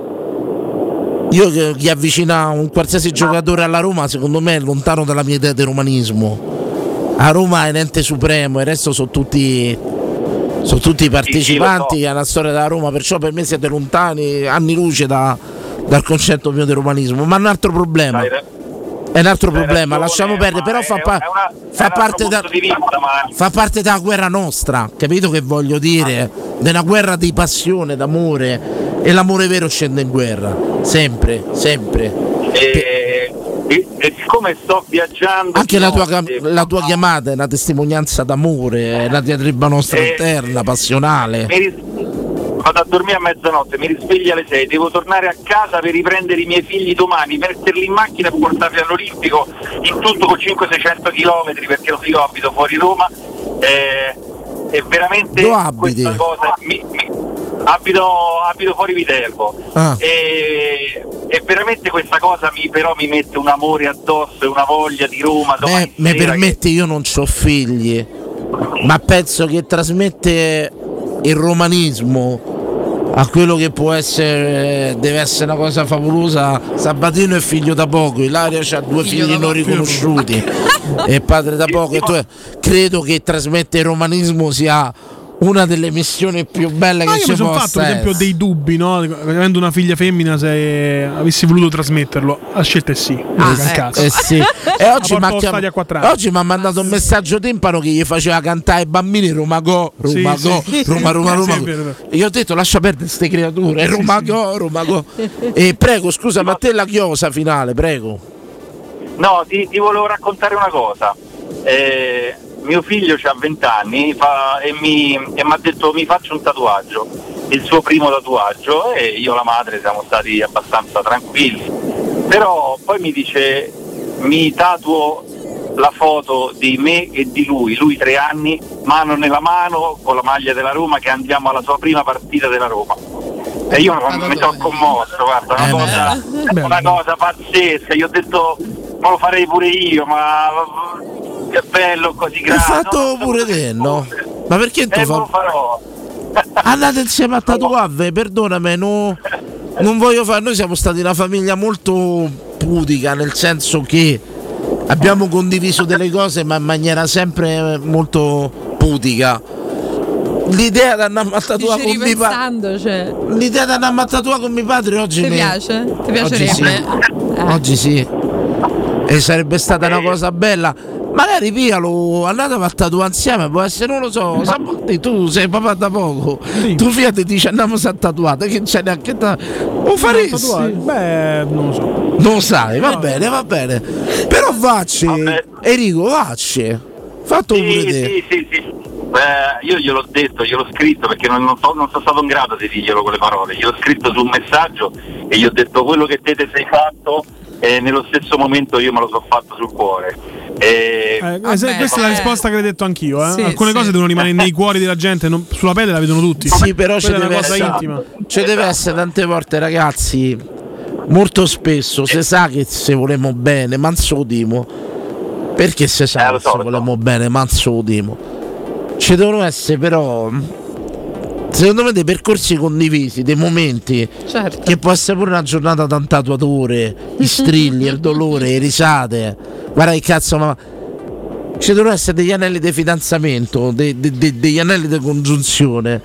Io che chi avvicina un qualsiasi giocatore alla Roma, secondo me è lontano dalla mia idea di romanismo. A Roma è l'ente supremo, il resto sono tutti sono tutti partecipanti alla storia della Roma, perciò per me siete lontani anni luce da- dal concetto mio di romanismo. Ma è un altro problema. È un altro problema, lasciamo perdere, però fa, pa- fa parte da, fa parte della guerra nostra, capito che voglio dire? Della guerra di passione, d'amore, e l'amore vero scende in guerra, sempre, sempre. E, e, e siccome sto viaggiando Anche di la tua, notte, ca- la tua chiamata è una testimonianza d'amore, è una diatriba nostra Eh, interna, passionale. mi ris- vado a dormire a mezzanotte, mi risveglio alle sei, devo tornare a casa per riprendere i miei figli domani, metterli in macchina e portarli all'Olimpico, in tutto con cinquecento seicento chilometri, perché io abito fuori Roma, eh, e veramente Dove abiti? questa cosa mi, mi- abito, abito fuori Viterbo. Ah. E, e veramente questa cosa mi, però mi mette un amore addosso e una voglia di Roma domani Eh, mi sera che- permetti, io non ho figli, ma penso che trasmette il romanismo a quello che può essere, deve essere una cosa favolosa. Sabatino è figlio da poco, Ilaria ha due figli non riconosciuti e padre da poco, e tu, credo che trasmette il romanismo sia una delle missioni più belle Ah, che io ci mi sono possa fatto per esempio essere. dei dubbi, no? Avendo una figlia femmina, se avessi voluto trasmetterlo, la scelta è sì. Ah, Al eh, cazzo. eh sì. E oggi La mi ha porto allo chiam- stadio a quattro anni. oggi mi ha mandato un messaggio timpano che gli faceva cantare ai bambini Roma Go, Roma Sì, Go, sì. Roma Roma Sì, Roma è Go. vero, è vero. E io ho detto lascia perdere queste creature, Roma Go, Roma Go. E prego, scusa, ma a te la chiosa finale, prego. No, ti, ti volevo raccontare una cosa. Eh, mio figlio ha venti anni fa, e mi e mi ha detto mi faccio un tatuaggio, il suo primo tatuaggio, e io e la madre siamo stati abbastanza tranquilli. Però poi mi dice mi tatuo la foto di me e di lui, lui tre anni, mano nella mano, con la maglia della Roma, che andiamo alla sua prima partita della Roma. E io mi sono commosso, guarda, una, Eh, cosa, una cosa pazzesca. Io ho detto ma lo farei pure io, ma che bello così Hai grande. fatto pure te, no? Ma perché tu Eh, fa... lo farò. Andate insieme a tatuarvi, perdonami, no, non voglio fare. Noi siamo stati una famiglia molto pudica, nel senso che abbiamo condiviso delle cose, ma in maniera sempre molto pudica. L'idea di andare a tatuare Dici con mio padre, ripensando, cioè. l'idea di andare a tatuare con mio padre oggi Ti ne- piace? Ti Oggi piacerebbe? sì. Oggi sì. E sarebbe stata una cosa bella. magari piglialo, andate a tatuare insieme, può essere, non lo so, Sabotti, tu sei papà da poco, sì. Tu fiat e dici andiamo a tatuare, che c'è neanche da... Lo faresti? Beh, non lo so. Non lo sai, va no. bene, va bene. Però vacci, Enrico, vacci. Fatto sì, pure te. Sì, sì, sì. Beh, io gliel'ho detto, gliel'ho scritto perché non, non, so, non sono stato in grado di dirglielo con le parole, gliel'ho scritto su un messaggio e gli ho detto quello che te te sei fatto e nello stesso momento io me lo sono fatto sul cuore. E... Eh, Vabbè, questa eh. è la risposta che ho detto anch'io. Eh? Sì, Alcune sì. cose devono rimanere nei cuori della gente, non, sulla pelle la vedono tutti. Sì, però c'è deve, cosa essere, intima. c'è deve essere tante volte, ragazzi. Molto spesso se sa che se volemo bene, ma non so dimo. Perché se sa eh, che so, se volemo bene, ma non so dimo. Ci devono essere però, secondo me, dei percorsi condivisi, dei momenti, certo. Che può essere pure una giornata da un tatuatore, gli strilli, il dolore, le risate. Guarda che cazzo, ma ci devono essere degli anelli di fidanzamento, de, de, de, degli anelli di congiunzione.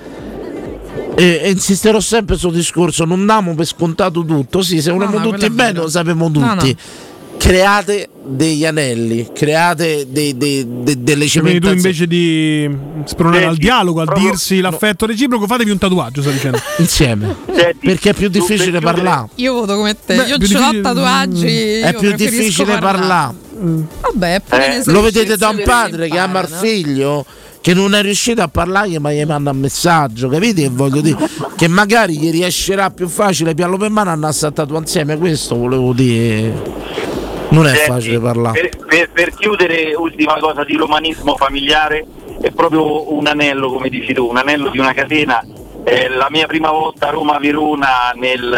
E, e insisterò sempre sul discorso, non diamo per scontato tutto, sì, se volemo no, tutti bene lo sappiamo tutti. No, no. Create degli anelli, create dei, dei, dei, delle cimentazioni. Quindi tu invece di spronare al dialogo, al proprio, dirsi l'affetto no. reciproco, fatevi un tatuaggio, sta dicendo. Insieme. Senti, perché è più difficile parlare. Io voto come te, Beh, io ce l'ho tatuaggi. È più difficile parlare. Mm. Vabbè, eh. Lo vedete da un padre che ama il figlio, che non è riuscito a parlare, ma gli manda un messaggio, capite? E voglio dire che magari gli riescerà più facile piano per mano andare a tatuare insieme. Questo volevo dire. Non è Senti, facile parlare. Per, per, per chiudere, ultima cosa di romanismo familiare, è proprio un anello, come dici tu, un anello di una catena. Eh, la mia prima volta a Roma-Verona nel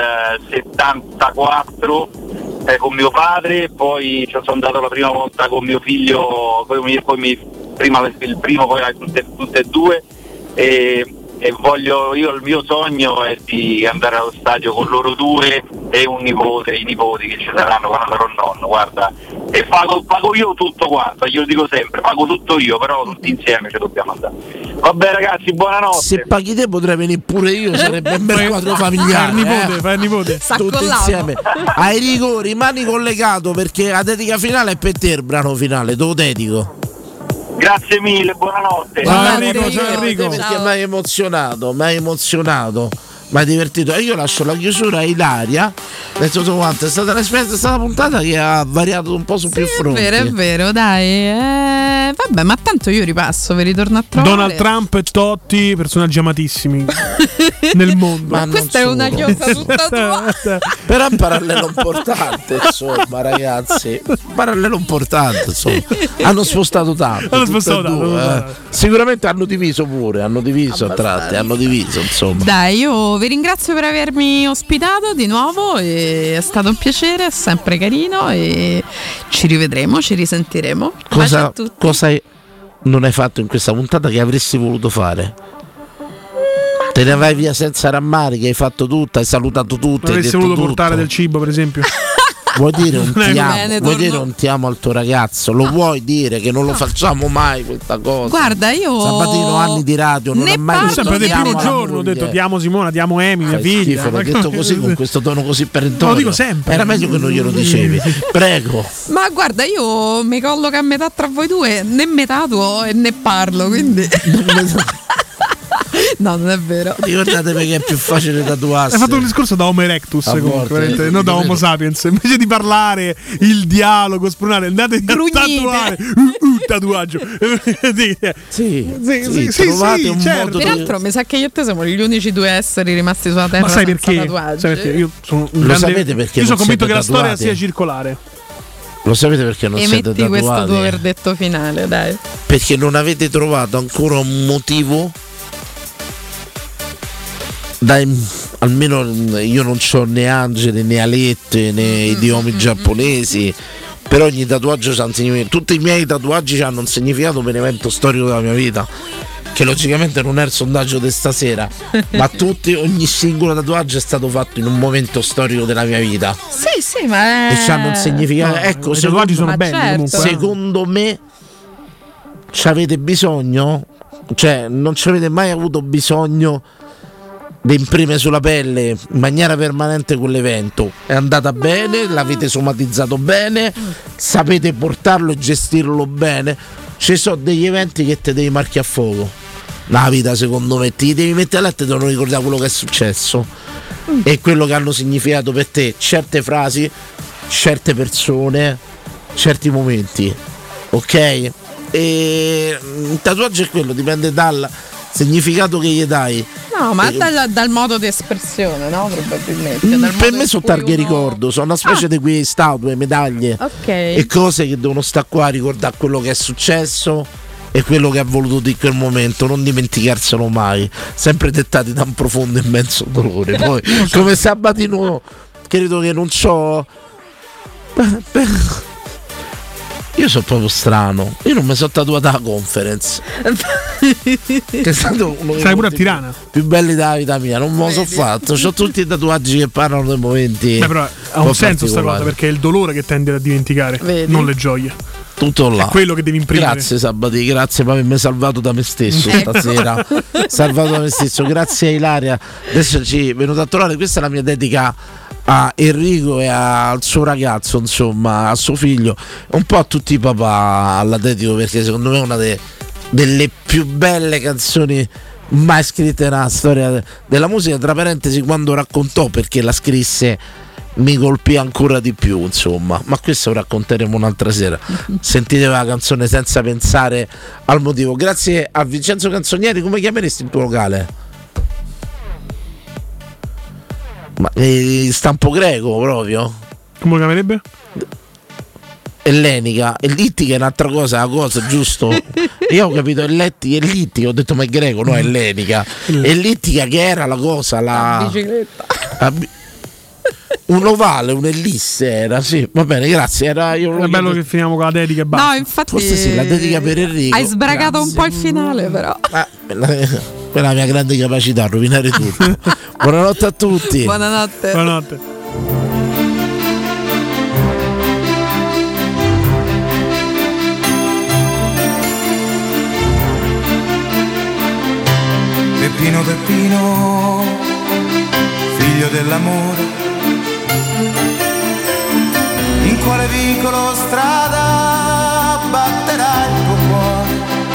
settantaquattro eh, con mio padre, poi ci sono andato la prima volta con mio figlio, poi, poi mi, prima il primo, poi tutte, tutte e due. E, e voglio, io il mio sogno è di andare allo stadio con loro due e un nipote, i nipoti che ci saranno quando sarò nonno, guarda, e pago, pago io tutto quanto, glielo dico sempre, pago tutto io, però tutti insieme ci dobbiamo andare. Vabbè ragazzi, buonanotte. Se paghi te potrei venire pure io, sarebbe un bel quadro familiare. Fai il nipote, eh? fai il nipote. Tutti insieme. A Enrico, rimani collegato perché la dedica finale è per te, il brano finale, te lo dedico. Grazie mille, buonanotte. Ciao Enrico, ciao Enrico. Perché mi hai emozionato, mi hai emozionato, mi hai divertito. E io lascio la chiusura a Ilaria. Detto quanto è stata un'esperienza, è stata una puntata che ha variato un po' su sì, più fronti. È vero, è vero, dai. Eh, vabbè, ma tanto io ripasso, vi ritorno a trovare. Donald Trump e Totti, personaggi amatissimi nel mondo. Ma questa è una chiosa tutta tua. Però è un parallelo importante, insomma, ragazzi. Un parallelo importante, insomma. Hanno spostato tanto. Hanno spostato tanto. Due, eh. Sicuramente hanno diviso pure, hanno diviso a tratti, hanno diviso, insomma. Dai, io vi ringrazio per avermi ospitato di nuovo. E è stato un piacere, è sempre carino e ci rivedremo, ci risentiremo. Cosa, cosa hai, non hai fatto in questa puntata che avresti voluto fare? Te ne vai via senza rammarichi, hai fatto tutto, hai salutato tutti. Non avresti voluto tutto. Portare del cibo, per esempio? Vuoi dire un ti amo, bene, vuoi torno... dire un ti amo al tuo ragazzo? Lo no. vuoi dire che non lo facciamo mai questa cosa? Guarda, io Sabatino, anni di radio, non ne è mai detto sempre del primo giorno ho moglie. detto ti amo Simona, ti amo Emi, mia figlia. Schifo, l'hai detto così con questo tono così perentorio. Lo dico sempre. Era meglio che non glielo dicevi. Prego. Ma guarda, io mi colloco a metà tra voi due, né metatuo e né parlo, quindi no, non è vero. Ricordatevi che è più facile tatuarsi. Hai fatto un discorso da Homo erectus, a comunque, volte, non da Homo sapiens. Invece di parlare, il dialogo, spronare, andate a tatuare. Uh, uh, tatuaggio. sì, sì, sì, sì, sì, trovate sì, un certo. modo. Peraltro, mi sa che io e te siamo gli unici due esseri rimasti sulla terra. Ma sai senza perché? tatuaggi. Sai perché? Io sono un Lo grande... sapete perché Io sono non convinto siete che la storia tatuati? sia circolare. Lo sapete perché non e siete metti tatuati? questo tuo verdetto finale, dai. Perché non avete trovato ancora un motivo. Dai, almeno io non ho né angeli né alette né idiomi giapponesi, però ogni tatuaggio c'ha un significato. Tutti i miei tatuaggi hanno un significato per un evento storico della mia vita, che logicamente non è il sondaggio di stasera, ma tutti, ogni singolo tatuaggio è stato fatto in un momento storico della mia vita. Sì, sì, ma è... e hanno un significato. No, ecco, i tatuaggi sono belli, certo. comunque. Secondo me ci avete bisogno, cioè non ci avete mai avuto bisogno le imprime sulla pelle in maniera permanente quell'evento. È andata bene, l'avete somatizzato bene, sapete portarlo e gestirlo bene. Ci sono degli eventi che te devi marchiare a fuoco. La vita, secondo me, ti devi mettere a letto e devono ricordare quello che è successo e quello che hanno significato per te certe frasi, certe persone, certi momenti. Ok? E il tatuaggio è quello, dipende dal significato che gli dai. No, ma dal, dal modo di espressione, no? Probabilmente. Mm, Dal per modo me in sono cui targhe uno- ricordo, sono una specie Ah. di quei statue, medaglie Ok. e cose che devono stare qua a ricordare quello che è successo e quello che ha voluto di quel momento, non dimenticarselo mai, sempre dettati da un profondo e immenso dolore. Poi come Sabatino credo che non so. Io sono proprio strano, io non mi sono tatuata la Conference che è stato uno dei Sai pure a momenti Tirana. più belli della vita mia, non me lo so fatto, ho tutti i tatuaggi che parlano dei momenti. Beh, però ha po' un senso sta cosa, particolari. perché è il dolore che tende a dimenticare, Vedi? non le gioie. Tutto là. È quello che devi imprimere. Grazie Sabati, grazie per avermi salvato da me stesso Ecco. stasera. Salvato da me stesso, grazie a Ilaria. Adesso ci è venuto a trovare, questa è la mia dedica a Enrico e al suo ragazzo, insomma, a suo figlio, un po' a tutti i papà la dedico perché secondo me è una de- delle più belle canzoni mai scritte nella storia de- della musica. Tra parentesi, quando raccontò perché la scrisse mi colpì ancora di più, insomma, ma questo lo racconteremo un'altra sera. Sentite la canzone senza pensare al motivo. Grazie a Vincenzo Canzonieri. Come chiameresti il tuo locale? Ma eh, stampo greco proprio? Come lo chiamerebbe? Ellenica, ellittica è un'altra cosa, la cosa, giusto? Io ho capito elletti, ellittica, ho detto ma è greco, no, ellenica. Ellittica che era la cosa, la bicicletta. la bi- un ovale, un'ellisse era, sì, va bene, grazie. Era io È bello che finiamo con la dedica e basta. No, infatti. Forse sì, la dedica per Enrico. Hai sbragato Grazie. un po' il finale, però. Ah, quella quella è la mia grande capacità, rovinare tutto. Buonanotte a tutti. Buonanotte. Buonanotte. Peppino Peppino, figlio dell'amore, in quale vicolo strada batterà il tuo cuore?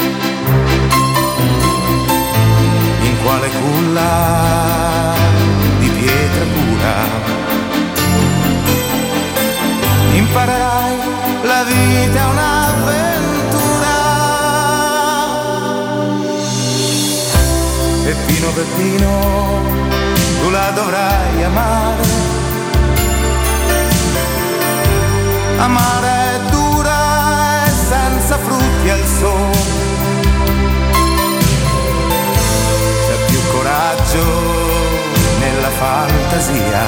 In quale culla di pietra pura imparerai la vita è un'avventura? Peppino Peppino, tu la dovrai amare. Amare è dura e senza frutti al sole. C'è più coraggio nella fantasia.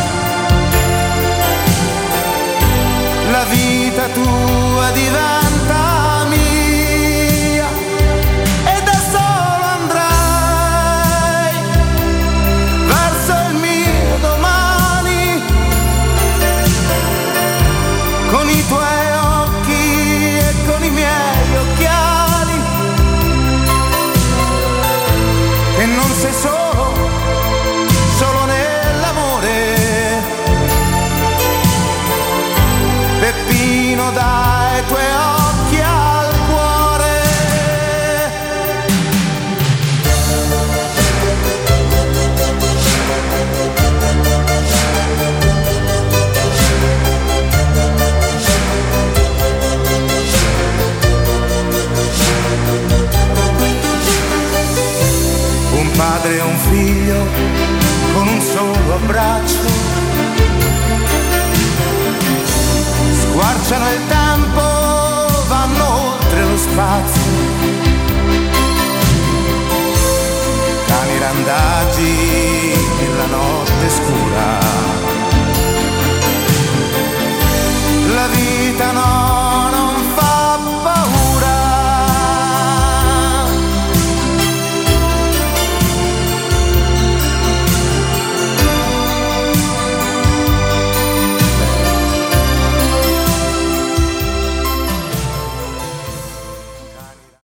La vita tua diventa mia e da solo andrai verso il mio domani con i tuoi occhi e con i miei occhiali, e non sei solo, solo nell'amore. Peppino, dai i tuoi occhi al cuore. Un padre e un figlio con un solo abbraccio squarciano il tempo, vanno oltre lo spazio. Cani randagi nella notte scura. La vita no